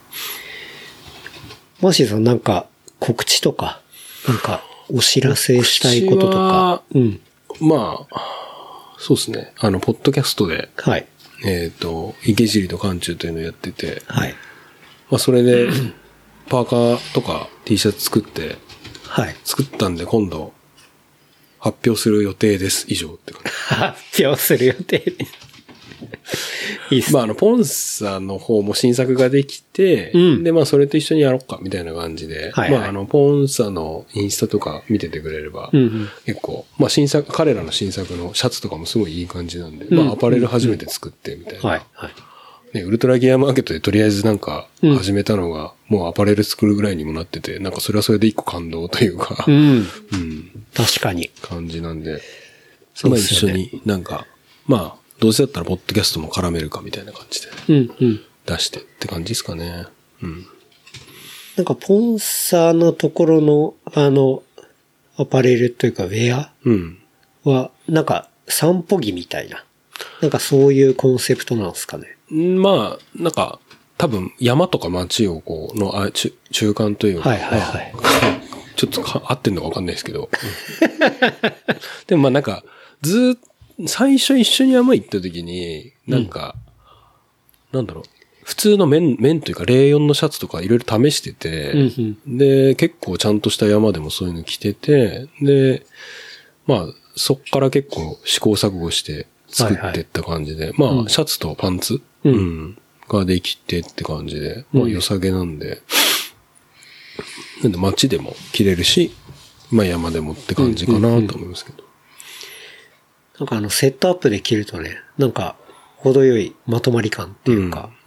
マーシーさんなんか告知とか、なんかお知らせしたいこととか。 まあ、そうですね。ポッドキャストで。 はい。 池尻と寒中というのをやってて。 はい。 まあ、それで、パーカーとか T シャツ作って、 はい。 作ったんで今度、発表する予定です。以上って感じ。 発表する予定です。 いいっすね。 ポンサの方も新作ができて、で、それと一緒にやろうか、みたいな感じで、 はいはい、 ポンサのインスタとか見ててくれれば、結構、彼らの新作のシャツとかもすごいいい感じなんで、アパレル初めて作って、みたいな。 はい、はい。 ね、ウルトラギアマーケットでとりあえずなんか始めたのが、もうアパレル作るぐらいにもなってて、なんかそれはそれで一個感動というか、 確かに。 感じなんで、一緒になんか、どうせだったらポッドキャストも絡めるかみたいな感じで、出してって感じですかね。 なんかポンサーのところのアパレルというかウェアは、なんか散歩着みたいな。なんかそういうコンセプトなんですかね。 なんか、多分山とか街を中間というか、ちょっと合ってんのかわかんないですけど。でもなんか、最初一緒に山行った時に、なんか、なんだろう、普通の綿というか、レーヨンのシャツとかいろいろ試してて、で、結構ちゃんとした山でもそういうの着てて、で、そっから結構試行錯誤して作っていった感じで、シャツとパンツ、ができてって感じで、良さげなんで、なんで街でも着れるし、山でもって感じかなと思いますけど。 なんかセットアップで着るとね、なんか、程よいまとまり感っていうか、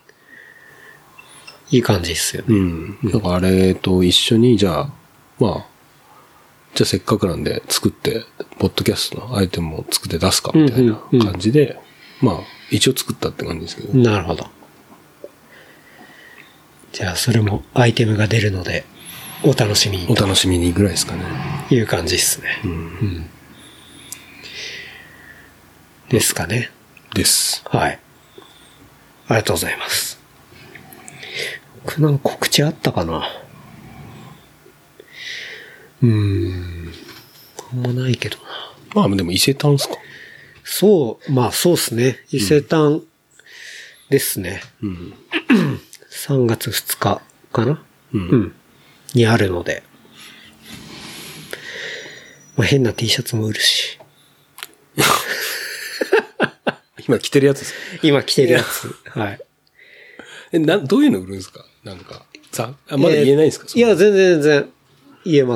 いい感じっすよね。 なんかあれと一緒に、じゃあせっかくなんで作って、ポッドキャストのアイテムを作って出すかみたいな感じで、一応作ったって感じですけど。 なるほど。じゃあそれもアイテムが出るので、お楽しみに。 お楽しみにぐらいですかね。 いう感じっすね。ですかね。 です。 はい。ありがとうございます。なんか告知あったかな？あんまないけどな。 でも伊勢丹っすか？ そう、そうっすね。伊勢丹ですね。3月2日かな？にあるので。変な T シャツも売るし。 今着てるやつですか？ 今着てるやつ。はい。 どういうの売るんですか？なんか、まだ言えないんですか？ いや、全然、言えます。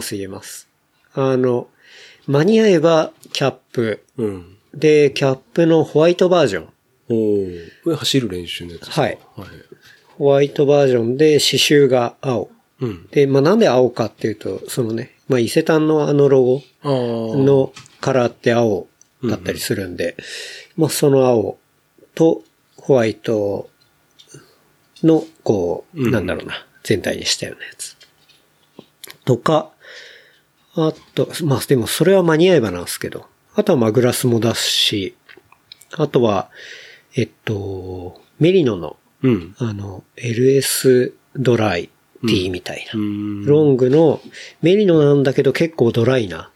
間に合えば、キャップ。で、キャップのホワイトバージョン。 これ走る練習のやつですか？はい。 ホワイトバージョンで、刺繍が青。で、なんで青かっていうと、伊勢丹のロゴのカラーって青だったりするんで、その青とホワイトの、全体にしたようなやつ。とか、あと、でもそれは間に合えばなんですけど、あとはグラスも出すし、あとは、メリノの、LS ドライ T みたいな。ロングのメリノなんだけど結構ドライな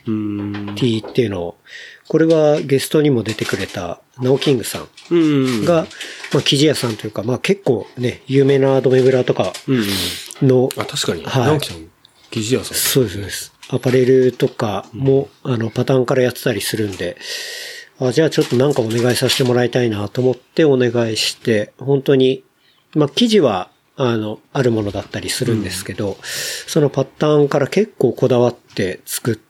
T っていうのを、これはゲストにも出てくれたナオキングさんが、生地屋さんというか、結構ね、有名なアドメブラとかの、 確かに。ナオキさん、生地屋さん。 そうです。アパレルとかも、パターンからやってたりするんで、じゃあちょっとなんかお願いさせてもらいたいなと思ってお願いして、本当に、生地は、あるものだったりするんですけど、そのパターンから結構こだわって作って、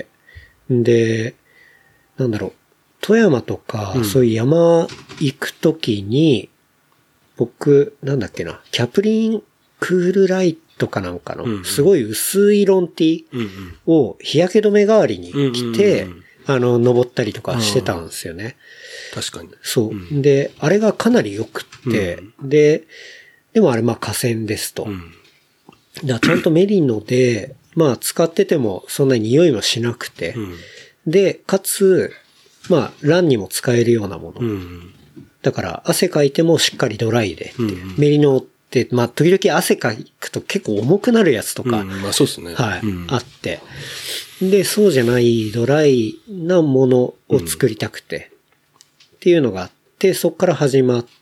で、富山とか、そういう山行くときに、僕、キャプリンクールライトかなんかの、すごい薄いロンティを日焼け止め代わりに着て、登ったりとかしてたんですよね。 確かに。 そう。で、あれがかなり良くって、でもあれ河川ですと。ちゃんとメリノで、使っててもそんなに匂いもしなくて、で、かつ、ランにも使えるようなもの。だから汗かいてもしっかりドライでっていう。メリノって、時々汗かくと結構重くなるやつとか、 そうですね。 はい、あって。で、そうじゃないドライなものを作りたくて、っていうのがあって、そこから始まって、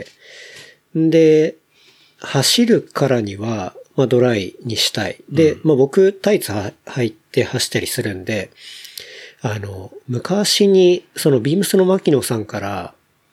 で、走るからには、ドライにしたい。で、僕、タイツ履いて走ったりするんで、昔に、ビームスの牧野さんから、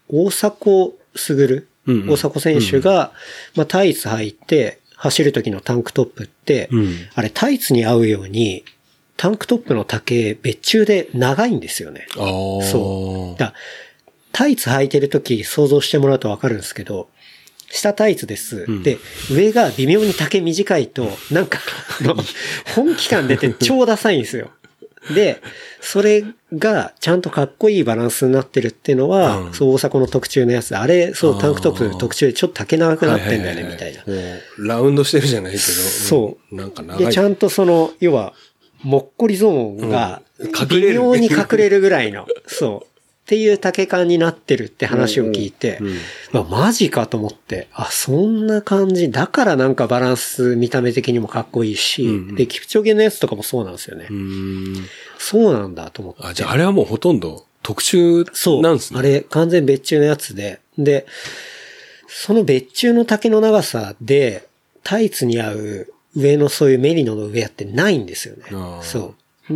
大迫傑、大迫選手が、まあタイツ履いて走る時のタンクトップって、あれタイツに合うように、タンクトップの丈別注で長いんですよね。そう。タイツ履いてる時想像してもらうとわかるんですけど、下タイツです。で、上が微妙に丈短いと、なんか、本気感出て超ダサいんですよ。で、それがちゃんとかっこいいバランスになってるっていうのは、そう、大迫の特注のやつで、あれ、そう、タンクトップ特注でちょっと丈長くなってんだよね、みたいな。 ラウンドしてるじゃないけど。 そう。 なんか長い。 で、ちゃんと要は、もっこりゾーンが、微妙に隠れるぐらいの、そう。っていう丈感になってるって話を聞いて、まあ、マジかと思って、あ、そんな感じ。だからなんかバランス見た目的にもかっこいいし、で、キプチョゲのやつとかもそうなんですよね。そうなんだと思って。 あ、じゃああれはもうほとんど特注なんですね。 そう。あれ完全別注のやつで、で、その別注の丈の長さで、タイツに合う上のそういうメリノのウェアってないんですよね。そう。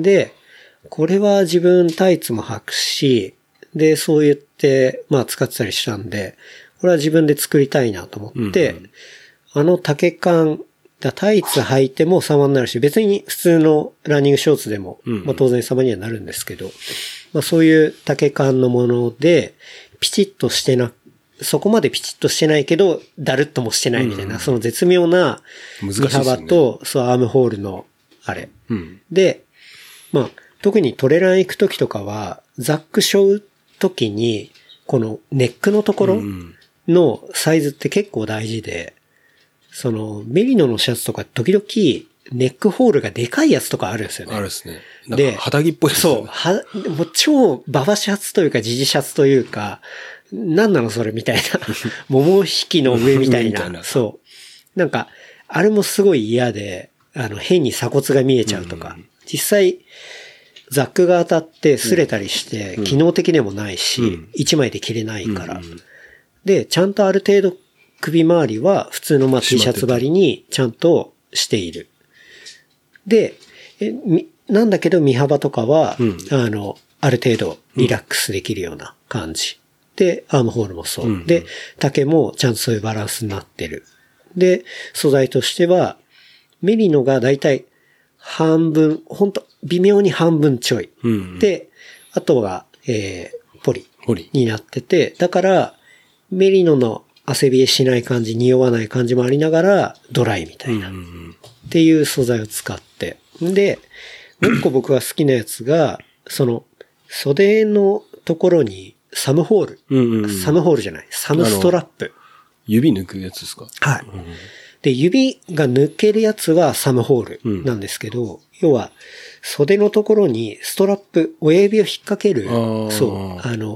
で、これは自分タイツも履くし、で、そう言って、まあ使ってたりしたんで、これは自分で作りたいなと思って、あの丈感、タイツ履いても様になるし、別に普通のランニングショーツでも、まあ当然様にはなるんですけど、まあそういう丈感のもので、ピチッとしてそこまでピチッとしてないけど、だるっともしてないみたいな、その絶妙な身幅と、そう、アームホールの、あれ。で、まあ、特にトレラン行くときとかは、ザック背負うときに、このネックのところのサイズって結構大事で、メリノのシャツとか時々、ネックホールがでかいやつとかあるんですよね。 あるですね。で、肌着っぽいですね。 そう。もう超ババシャツというかジジシャツというか、なんなのそれみたいな。桃引きの上みたいな。そう。なんか、あれもすごい嫌で、変に鎖骨が見えちゃうとか。実際、ザックが当たって擦れたりして、機能的でもないし、一枚で着れないから。で、ちゃんとある程度首周りは普通のまあ T シャツ張りにちゃんとしている。で、なんだけど身幅とかは、ある程度リラックスできるような感じ。で、アームホールもそう。で、丈もちゃんとそういうバランスになってる。で、素材としては、メリノがだいたい半分、ほんと、微妙に半分ちょい。で、あとは、ポリになってて、だから、メリノの汗冷えしない感じ、匂わない感じもありながら、ドライみたいな。っていう素材を使って。で、もう一個僕が好きなやつが、袖のところにサムホール。サムホールじゃない。サムストラップ。 指抜くやつですか？ はい。で、指が抜けるやつはサムホールなんですけど、要は、袖のところにストラップ、親指を引っ掛ける、そう、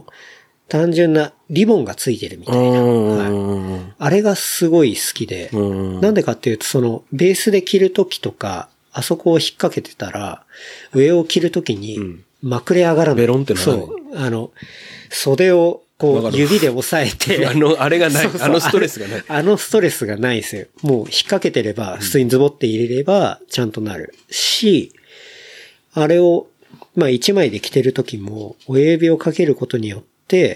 単純なリボンがついてるみたいな。はい、あれがすごい好きで、なんでかっていうと、ベースで着るときとか、あそこを引っ掛けてたら、上を着るときに、まくれ上がらない。 ベロンってなる。 そう。袖を、こう、指で押さえて。 あれがない。あのストレスがない。 あのストレスがないですよ。もう引っ掛けてれば、普通にズボって入れれば、ちゃんとなるし、あれを、まあ一枚で着てるときも、親指をかけることによって、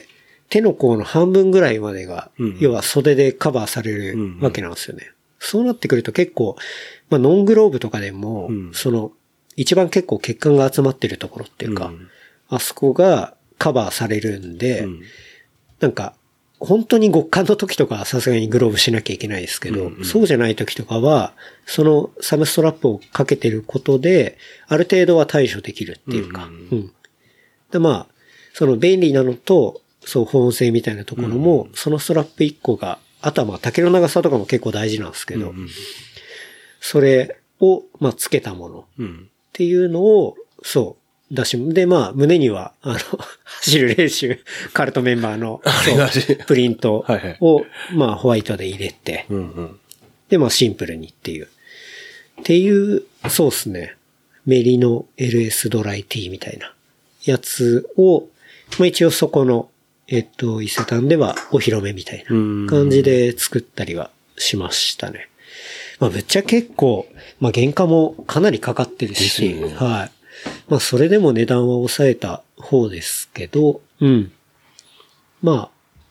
手の甲の半分ぐらいまでが、要は袖でカバーされるわけなんですよね。そうなってくると結構、まあノングローブとかでも、一番結構血管が集まってるところっていうか、あそこがカバーされるんで、なんか、本当に極寒の時とかはさすがにグローブしなきゃいけないですけど、そうじゃない時とかは、そのサムストラップをかけてることで、ある程度は対処できるっていうか、で、まあ、便利なのと、そう、保温性みたいなところも、そのストラップ1個が、あとはまあ、丈の長さとかも結構大事なんですけど、それを、まあ、つけたものっていうのを、そう、だし、で、まあ、胸には、走る練習、カルトメンバーの、プリントを、まあ、ホワイトで入れて、で、まあ、シンプルにっていう。っていう、そうですね。メリノ LS ドライ T みたいなやつを、まあ、一応そこの、伊勢丹ではお披露目みたいな感じで作ったりはしましたね。まあ、ぶっちゃ結構、まあ、原価もかなりかかってるし、はい。まあ、それでも値段は抑えた方ですけど、まあ、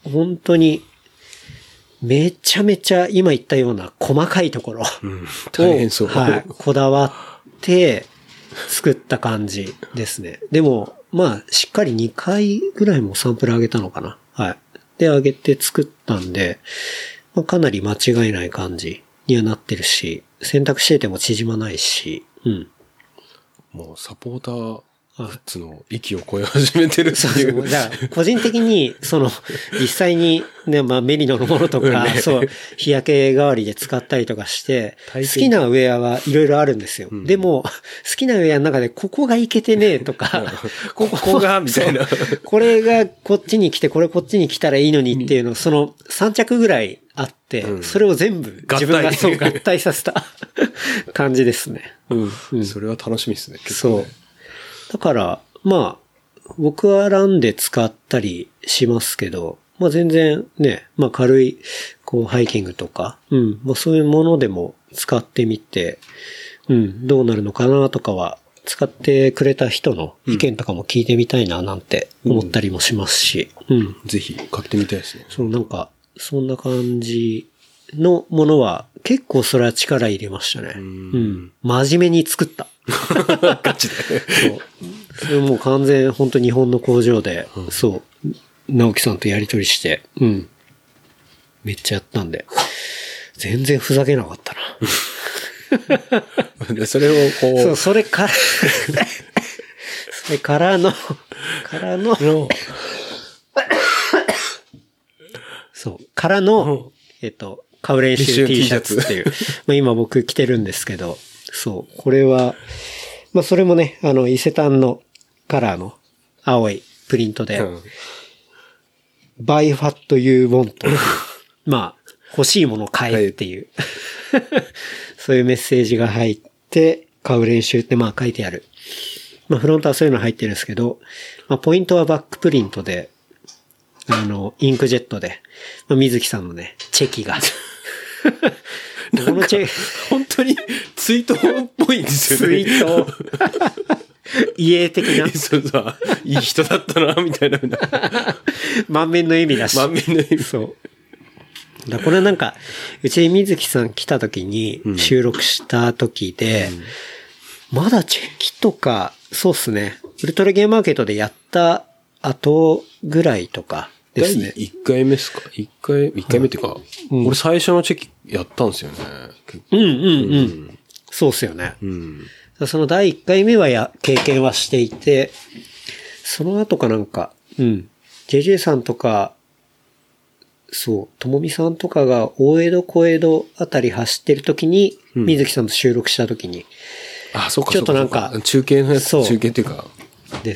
本当に、めちゃめちゃ今言ったような細かいところを、 大変そう。 はい、こだわって作った感じですね。でも、まあ、しっかり2回ぐらいもサンプル上げたのかな。はい。で、上げて作ったんで、まあ、かなり間違いない感じにはなってるし、選択してても縮まないし、うん。 もうサポーターグッズの域を超え始めてるっていう。 そう。だから、個人的に、実際にね、まあ、メリノのものとか、ね、そう、日焼け代わりで使ったりとかして、好きなウェアはいろいろあるんですよ。でも、好きなウェアの中で、ここがいけてねえとか、 ここが、みたいな。 これがこっちに来て、これこっちに来たらいいのにっていうの、3着ぐらいあって、それを全部自分がそう合体させた感じですね。 それは楽しみですね。 結構ね。そう。だから、まあ、僕はランで使ったりしますけど、まあ全然ね、まあ軽い、ハイキングとか、まあそういうものでも使ってみて、どうなるのかなとかは、使ってくれた人の意見とかも聞いてみたいななんて思ったりもしますし、 ぜひ買ってみたいですね。 なんか、そんな感じのものは結構それは力入れましたね。真面目に作った。 ガチで。 そう。それもう完全本当日本の工場で、そう、直樹さんとやりとりして、めっちゃやったんで、全然ふざけなかったな。それをこう。 そう、それからの、そう、からの、買う練習 T シャツっていう。まあ今僕着てるんですけど、そう、これは、まあそれもね、伊勢丹のカラーの青いプリントで、buy what you want まあ、欲しいものを買えっていう、そういうメッセージが入って、買う練習ってまあ書いてある。まあフロントはそういうの入ってるんですけど、まあポイントはバックプリントで、インクジェットで、まあ、水木さんのね、チェキが。 このチェキ、本当にツイートっぽいんですよね。 ツイート。家的な。 そうそう。いい人だったな、みたいな。 満面の笑みだし。 満面の笑み。 そう。これはなんか、うちに水木さん来た時に、収録した時で、まだチェキとか、そうっすね。ウルトラゲームマーケットでやった後ぐらいとかですね。 1回目ですか ?1 回目っていうか、俺最初のチェキやったんですよね。 そうっすよね。その第1回目は経験はしていて、その後かなんか、JJ さんとか、そう、ともみさんとかが大江戸小江戸あたり走ってる時に、水木さんと収録した時に、 そうか、 ちょっとなんか、 中継のやつ、中継っていうか。 です。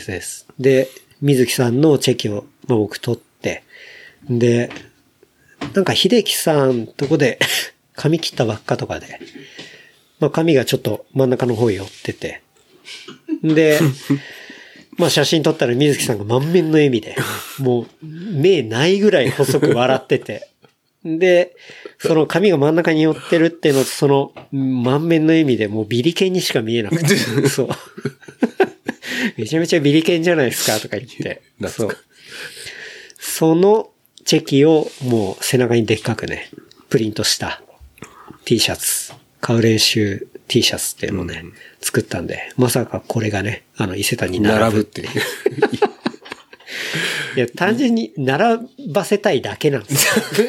で、水木さんのチェキを、まあ、僕取って、で、なんか秀樹さんとこで髪切ったばっかとかで、まあ髪がちょっと真ん中の方寄ってて、で、まあ写真撮ったら水木さんが満面の笑みで、もう目ないぐらい細く笑ってて、で、その髪が真ん中に寄ってるっていうのと、その満面の笑みでもうビリケンにしか見えなくて、そう。めちゃめちゃビリケンじゃないですかとか言って。そう。そのチェキをもう背中にでっかくね、プリントした T シャツ、買う練習 T シャツっていうのをね、作ったんで、まさかこれがね、伊勢丹に並ぶっていう。いや、単純に並ばせたいだけなんですよ。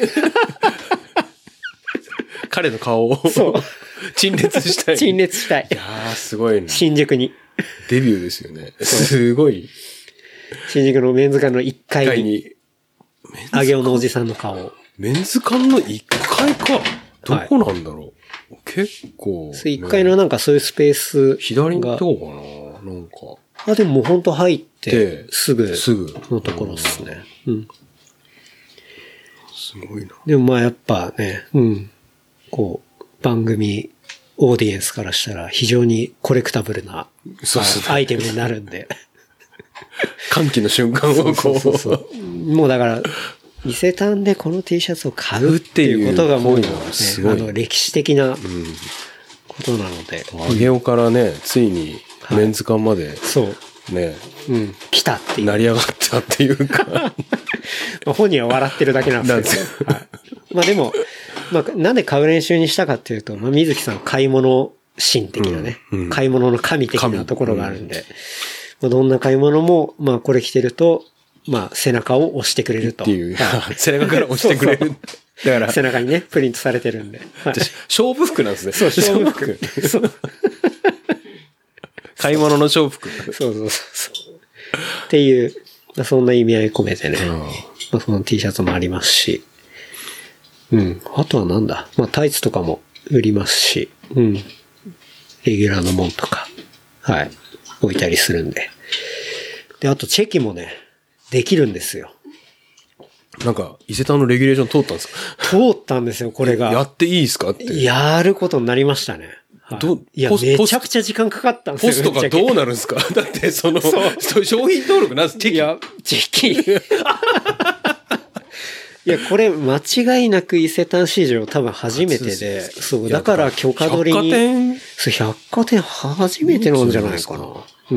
彼の顔を陳列したい。 陳列したい。 いやー、すごいね。 新宿に。 デビューですよね。すごい。 新宿のメンズ館の1階に、あげおのおじさんの顔を。 メンズ館の1階か。どこなんだろう。結構、ね。 1階のなんかそういうスペースが。 左のとこかななんか。 でももうほんと入って、すぐのところですね。 すごいな。 でもまあやっぱね、番組、オーディエンスからしたら非常にコレクタブルなアイテムになるんで。 歓喜の瞬間をそう。もうだから、伊勢丹でこの T シャツを買うっていうことがもう、ね、歴史的なことなので。 上尾からね、ついにメンズ館まで、 そう。 ね、 来たっていう。 成り上がったっていうか。 まあ本人は笑ってるだけなんですけど。はい、まあでも、まあなんで買う練習にしたかっていうと、まあ水木さん買い物神的なね、買い物の神的なところがあるんで、まあどんな買い物も、まあこれ着てると、まあ背中を押してくれると。 っていう。背中から押してくれる。 そうそうだから背中にね、プリントされてるんで。はい、 勝負服なんですね。 そう、勝負服。そう。 買い物の勝負服。 そうそうそう。っていう、まあ、そんな意味合い込めてね。まあ、その T シャツもありますし。うん。あとはなんだ。まあタイツとかも売りますし。うん。レギュラーのもんとか。はい。置いたりするんで。で、あとチェキもね、できるんですよ。 なんか、伊勢丹のレギュレーション通ったんですか？ 通ったんですよ、これが。 やっていいですかって。 やることになりましたね。はい、いや、めちゃくちゃ時間かかったんですよ。 ポストがどうなるんですか？だって、商品登録なんです、チェキ。 いや、チェキ。いや、これ間違いなく伊勢丹市場多分初めてで、そう、だから許可取りに。百貨店初めてなんじゃないかな。うん。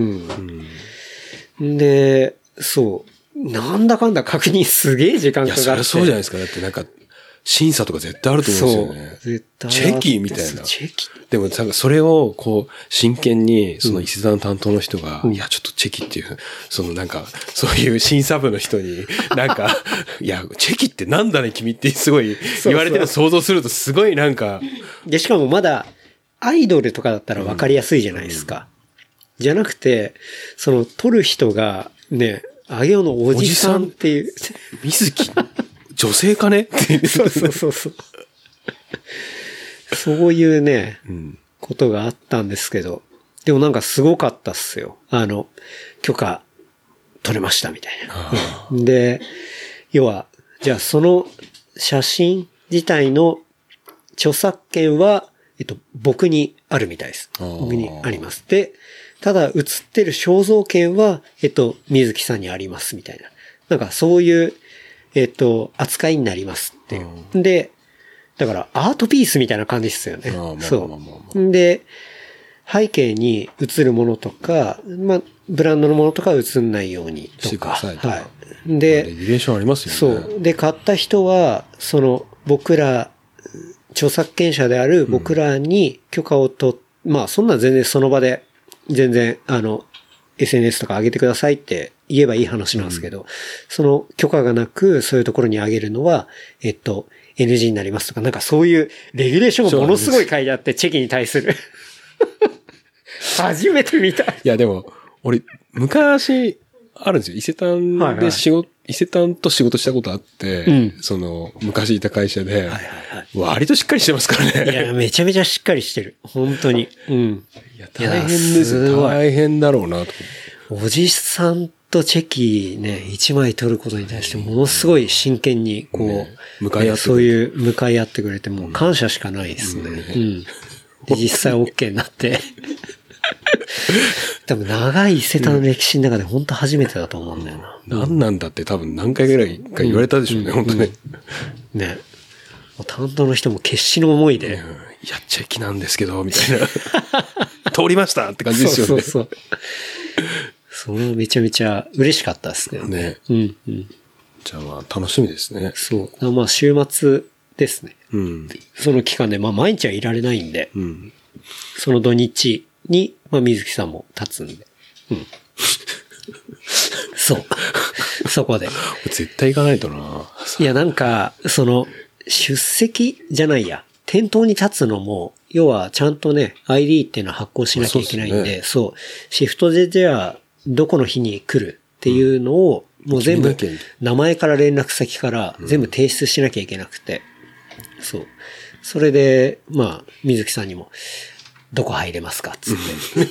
で、そう。なんだかんだ確認すげえ時間かかって。いや、 そりゃそうじゃないですか。だってなんか、審査とか絶対あると思うんですよね。そう。絶対。チェキみたいな。チェキ。でもなんかそれを、こう、真剣に、その伊勢丹担当の人が、いや、ちょっとチェキっていう、なんか、そういう審査部の人に、なんか、いや、チェキってなんだね、君ってすごい言われてるの想像するとすごいなんか。 で、しかもまだ、アイドルとかだったら分かりやすいじゃないですか。じゃなくて、撮る人が、ね、あげおのおじさんっていう。 水木女性かねってそうそうそうそう。そういうね、ことがあったんですけど。でもなんかすごかったっすよ。許可取れましたみたいな。で、要は、じゃあその写真自体の著作権は、僕にあるみたいです。僕にあります。で、ただ、写ってる肖像権は、水木さんにあります、みたいな。なんか、そういう、扱いになりますっていう。で、だから、アートピースみたいな感じですよね。そう。で、背景に映るものとか、まあ、ブランドのものとか映んないようにとか。はい。で、 レギュレーションありますよね。 そう。で、買った人は、僕ら、著作権者である僕らに許可を取っ、まあ、そんな全然その場で、全然、SNS とか上げてくださいって言えばいい話なんですけど、その許可がなく、そういうところに上げるのは、NG になりますとか、なんかそういうレギュレーションがものすごい書いてあって、チェキに対する。初めて見た。いや、でも、俺、昔、あるんですよ。伊勢丹で伊勢丹と仕事したことあって、昔いた会社で、割としっかりしてますからね。 いや、めちゃめちゃしっかりしてる。本当に。うん。 いや、大変ですよ。大変だろうなと。 おじさんとチェキね、1枚取ることに対してものすごい真剣に、こう、向かい合ってそういう向かい合ってくれて、もう感謝しかないですね。うん。で、実際 OK になって。多分長い伊勢丹の歴史の中で本当初めてだと思うんだよな。 何なんだって多分何回ぐらいか言われたでしょうね、本当ね。 ね。担当の人も決死の思いで。 いや、チェキなんですけど、みたいな。通りましたって感じですよね。 そう。それめちゃめちゃ嬉しかったですけどね。うん。 じゃあまあ楽しみですね。 そう。まあ週末ですね。その期間で、まあ毎日はいられないんで、その土日に、まあ水木さんも立つんで。そう。そこで。 絶対行かないとな。 いや、なんか、出席じゃないや。店頭に立つのも、要はちゃんとね、ID っていうのは発行しなきゃいけないんで、そう。シフトでじゃあ、どこの日に来るっていうのを、もう全部、名前から連絡先から全部提出しなきゃいけなくて。そう。それで、まあ、水木さんにも、どこ入れますかつって。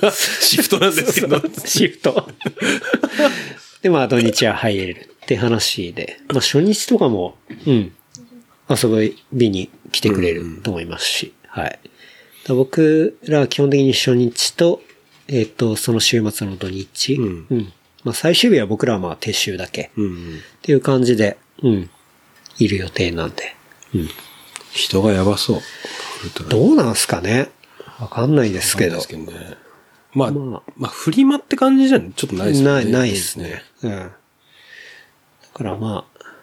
シフトなんですけど。 シフト。で、まあ、土日は入れるって話で。まあ、初日とかも、遊びに来てくれると思いますし。はい。僕らは基本的に初日と、その週末の土日。まあ、最終日は僕らはまあ、撤収だけ。っていう感じで、いる予定なんで。 人がやばそう。 どうなんすかね。わかんないですけど。 まあ、フリマって感じじゃちょっとないですね。 ないですね。だからまあ、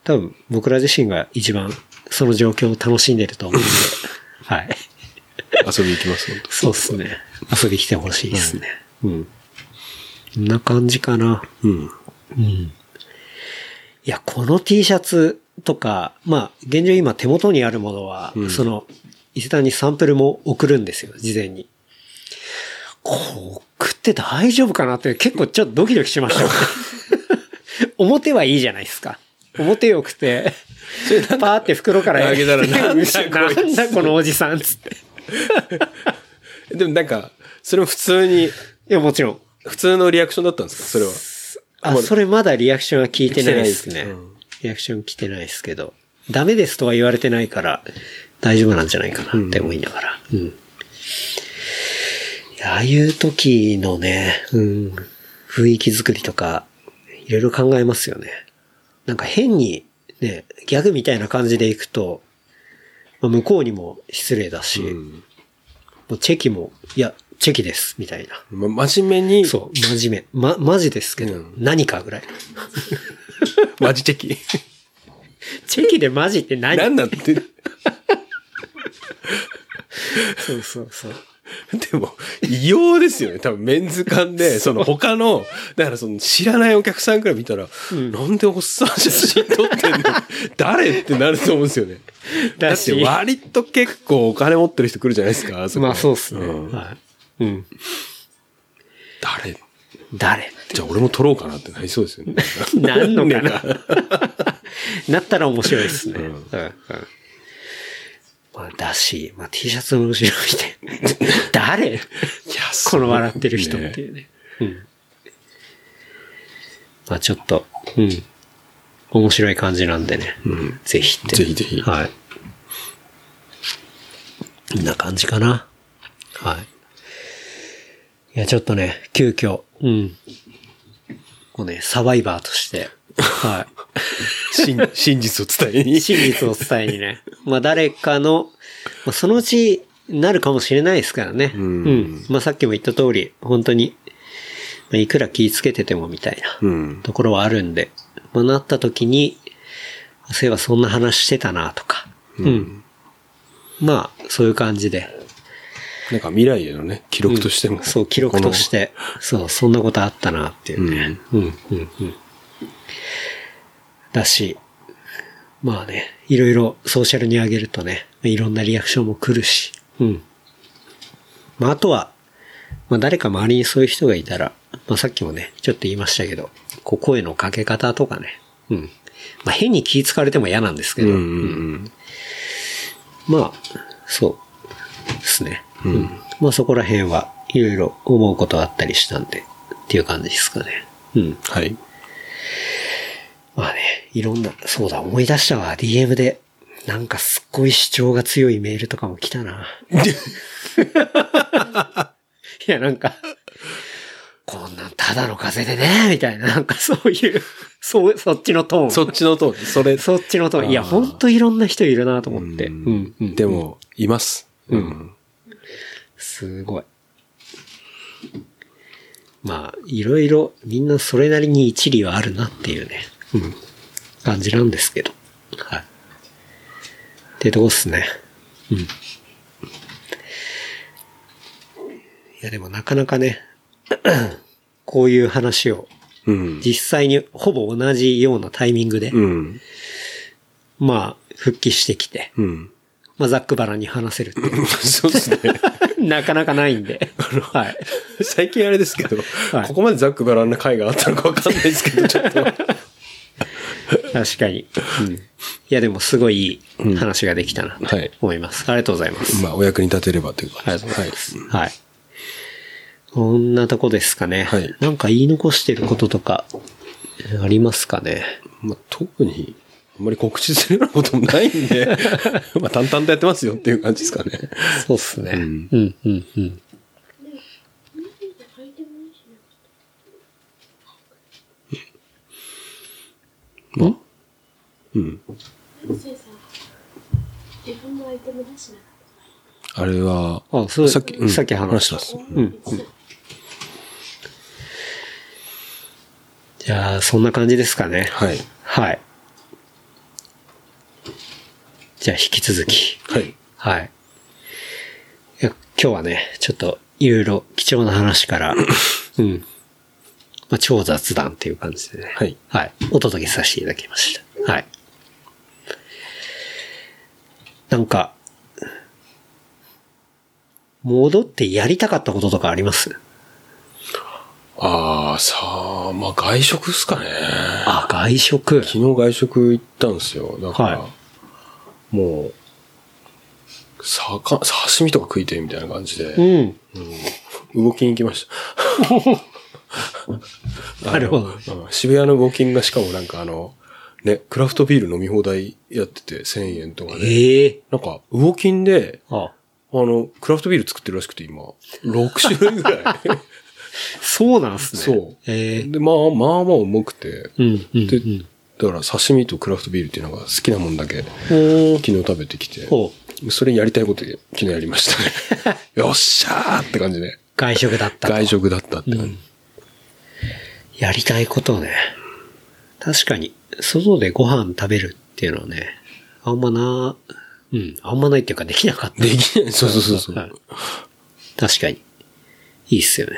多分僕ら自身が一番その状況を楽しんでると思うんで、はい。 遊び行きますよ。 そうっすね。遊び来てほしいですね。うん。こんな感じかな。うん。うん。いや、この T シャツとか、まあ、現状今手元にあるものは、その、伊勢丹にサンプルも送るんですよ、事前に。こう、送って大丈夫かなって結構ちょっとドキドキしました、ね。表はいいじゃないですか。表よくて、パーって袋からあげたらなんだこのおじさんつって。 でもなんか、それも普通に。いや、もちろん。 普通のリアクションだったんですかそれは。 それまだリアクションは聞いてないですね。リアクション来てないですけど。ダメですとは言われてないから、大丈夫なんじゃないかなって思いながら。うん。ああいう時のね、雰囲気作りとか、いろいろ考えますよね。なんか変に、ね、ギャグみたいな感じでいくと、まあ、向こうにも失礼だし、もうチェキも、いや、チェキです、みたいな。 真面目に。 そう、真面目。マジですけど、何かぐらい。 マジチェキ。 チェキでマジって何？ 何なんて。 そうそうそう。 でも、異様ですよね。多分メンズ館で、その他の、だからその知らないお客さんから見たら、なんでおっさん写真撮ってんの誰ってなると思うんですよね。だって割と結構お金持ってる人来るじゃないですか。 まあそうっすね。はい。うん。誰じゃあ俺も撮ろうかなってなりそうですよね。 なんのかななったら面白いですね。まあ、だし、まあ T シャツの後ろ見て、誰この笑ってる人っていうね。まあちょっと、面白い感じなんでね。ぜひって。 ぜひぜひ。 はい。こんな感じかな。はい。いや、ちょっとね、急遽、こうね、サバイバーとして、はい。 真実を伝えに。 真実を伝えにね。まあ誰かの、まあ、そのうちなるかもしれないですからね。まあさっきも言った通り、本当に、まあ、いくら気ぃつけててもみたいなところはあるんで、まあなった時に、そういえばそんな話してたなとか。まあ、そういう感じで。 なんか未来へのね、記録としても。 そう、記録として。そう、そんなことあったなっていうね。だし、まあね、いろいろソーシャルに上げるとね、いろんなリアクションも来るし。まああとは、まあ誰か周りにそういう人がいたら、まあさっきもね、ちょっと言いましたけど、こう声のかけ方とかね。まあ変に気使われても嫌なんですけど。まあ、そうですね。まあそこら辺はいろいろ思うことあったりしたんで、っていう感じですかね。 はい。 まあね、いろんな、そうだ、思い出したわ。DM で、なんかすっごい主張が強いメールとかも来たな。いや、なんか、こんなんただの風邪でね、みたいな、なんかそういう、そっちのトーン。 そっちのトーン。そっちのトーン。いや、ほんといろんな人いるなと思って。 でも、います。 すごい。まあ、いろいろみんなそれなりに一理はあるなっていうね、感じなんですけど。はい。ってとこっすね。いや、でもなかなかね、こういう話を、実際にほぼ同じようなタイミングで、まあ、復帰してきて、まあ、ざっくばらんに話せるっていう。 そうですね。 なかなかないんで。はい。 最近あれですけど、ここまでざっくばらんな回があったのかわかんないですけど、ちょっと。 確かに。いや、でもすごいいい話ができたなと思います。ありがとうございます。 まあ、お役に立てればというか。 ありがとうございます。はい。こんなとこですかね。はい。なんか言い残してることとか、ありますかね。 まあ、特に、あんまり告知するようなこともないんで、まあ淡々とやってますよっていう感じですかね。 そうっすね。 まあ、あれは、さっき話したっす。 じゃあ、そんな感じですかね。 はい。 はい。 じゃあ引き続き。 はい。 はい。いや、今日はね、ちょっといろいろ貴重な話から、うん。まあ、超雑談っていう感じでね。 はい。 はい。お届けさせていただきました。はい。なんか、戻ってやりたかったこととかあります？ ああ、さあ、まあ外食っすかね。 あ、外食。 昨日外食行ったんですよ。だから、 はい、 もう、刺身とか食いてみたいな感じで、 うん動きに行きました。 なるほど。 渋谷のウォーキングがしかもなんかね、クラフトビール飲み放題やってて1000円とかで。なんか、ウォーキンで、クラフトビール作ってるらしくて今、6種類ぐらい。 そうなんすね。 そう。で、まあ重くて、で、だから刺身とクラフトビールっていうのが好きなもんだけ、昨日食べてきて、それやりたいことで昨日やりましたね。よっしゃーって感じで。 外食だった外食だったって感じ。 やりたいことね。確かに、外でご飯食べるっていうのはね、あんまないっていうかできなかった。 できない。そう。 はい、確かに。いいっすよね。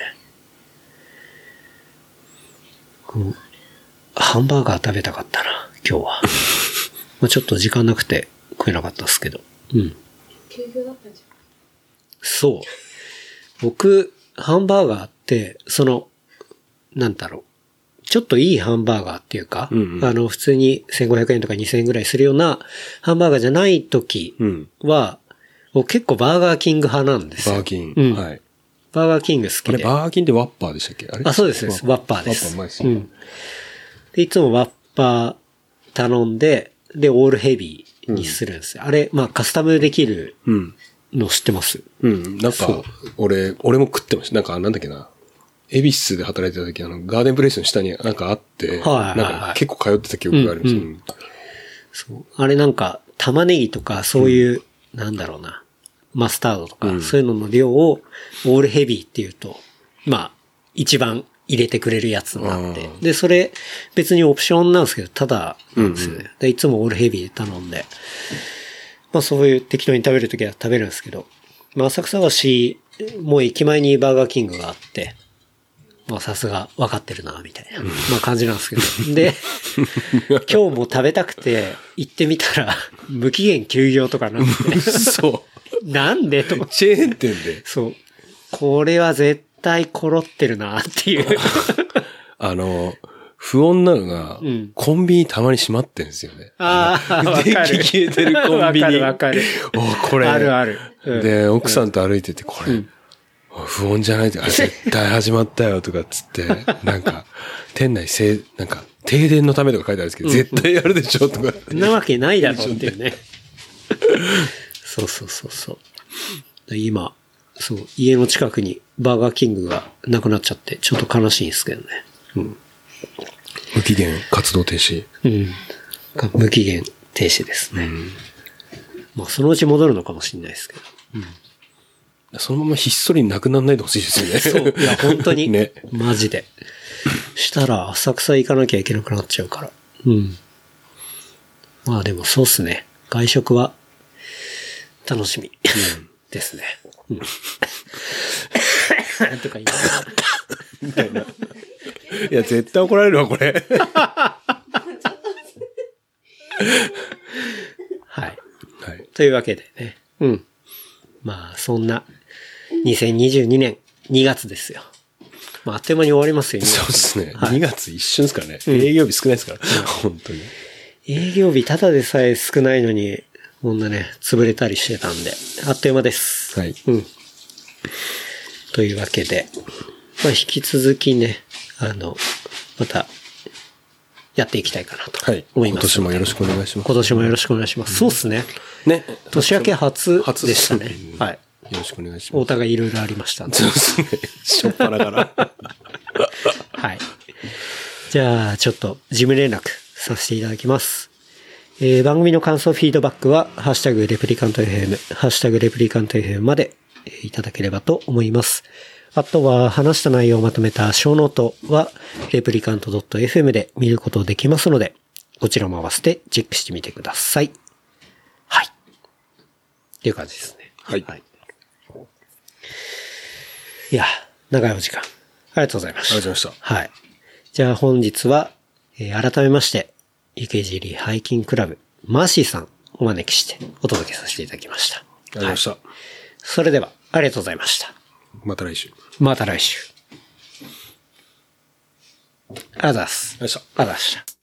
ハンバーガー食べたかったな、今日は。まあちょっと時間なくて食えなかったっすけど。 休業だったんじゃん。 そう。僕、ハンバーガーって、なんだろう。ちょっといいハンバーガーっていうか、普通に1500円とか2000円ぐらいするようなハンバーガーじゃない時は、結構バーガーキング派なんですよ。 バーキン。はい。 バーガーキング好きで。 あれ、バーガーキンってワッパーでしたっけ？あれ？ そうです。ワッパーです。 ワッパーうまいですよ。 で、いつもワッパー頼んで、で、オールヘビーにするんですよ。あれ、まあ、カスタムできるの知ってます？ なんか、俺も食ってました。なんか、なんだっけな。恵比寿で働いてた時、ガーデンプレイスの下になんかあって、なんか結構通ってた記憶があるんですよ。 そう。あれなんか、玉ねぎとか、そういう、なんだろうな。マスタードとか、そういうのの量を、オールヘビーっていうと、まあ、一番入れてくれるやつがあって。で、それ、別にオプションなんですけど、ただなんですよね。で、いつもオールヘビーで頼んで、まあそういう適当に食べるときは食べるんですけど、まあ浅草橋、もう駅前にバーガーキングがあって、まあさすが分かってるな、みたいな、まあ感じなんですけど。で、今日も食べたくて行ってみたら、無期限休業とかなって。 そう。 なんでとか。 チェーン店で。 そう。これは絶対コロってるなっていう。 不穏なのが、コンビニたまに閉まってるんですよね。 わかる。 電気消えてるコンビニ。 わかる。 これ。 あるある。 で、奥さんと歩いてて、これ、不穏じゃないって、絶対始まったよとかっつって、なんか、店内なんか、停電のためとか書いてあるんですけど、絶対やるでしょとか。 そんなわけないだろうっていうね。そう。今、そう、家の近くにバーガーキングがなくなっちゃって、ちょっと悲しいんですけどね。 無期限活動停止。 無期限停止ですね。まあ、そのうち戻るのかもしれないですけど。 そのままひっそりなくならないでほしいですよね。そう。いや、本当に。 ね。 マジで。したら、浅草行かなきゃいけなくなっちゃうから。まあでもそうっすね。外食は、楽しみ。ですね。とか言みたいな。いや、絶対怒られるわ、これ。 はい。というわけでね。まあ、そんな、2022年2月ですよ。まあ、あっという間に終わりますよ、 そうですね。2月一瞬ですからね。営業日少ないですから。本当に。 営業日ただでさえ少ないのに、こんなね、潰れたりしてたんで、あっという間です。 はい。 というわけで、まあ、引き続きね、また、やっていきたいかなと思います。 今年もよろしくお願いします。 今年もよろしくお願いします。そうっすね。ね。年明け初でしたね。はい。 よろしくお願いします。 お互いいろいろありましたんで。 そうですね。しょっぱなから。 はい。じゃあ、ちょっと事務連絡させていただきます。番組の感想、フィードバックは、ハッシュタグレプリカント FM、ハッシュタグレプリカント FM までいただければと思います。あとは、話した内容をまとめた小ノートは、レプリカント .fm で見ることできますので、こちらも合わせてチェックしてみてください。はい。 っていう感じですね。 はい。 はい。いや、長いお時間。ありがとうございました。 ありがとうございました。 はい。じゃあ本日は、改めまして、池尻ハイキングクラブ、マーシーさんお招きしてお届けさせていただきました。 ありがとうございました。はい、 それでは、ありがとうございました。 また来週。 また来週。ありがとうございます。 ありがとうございました。 ありがとうございました。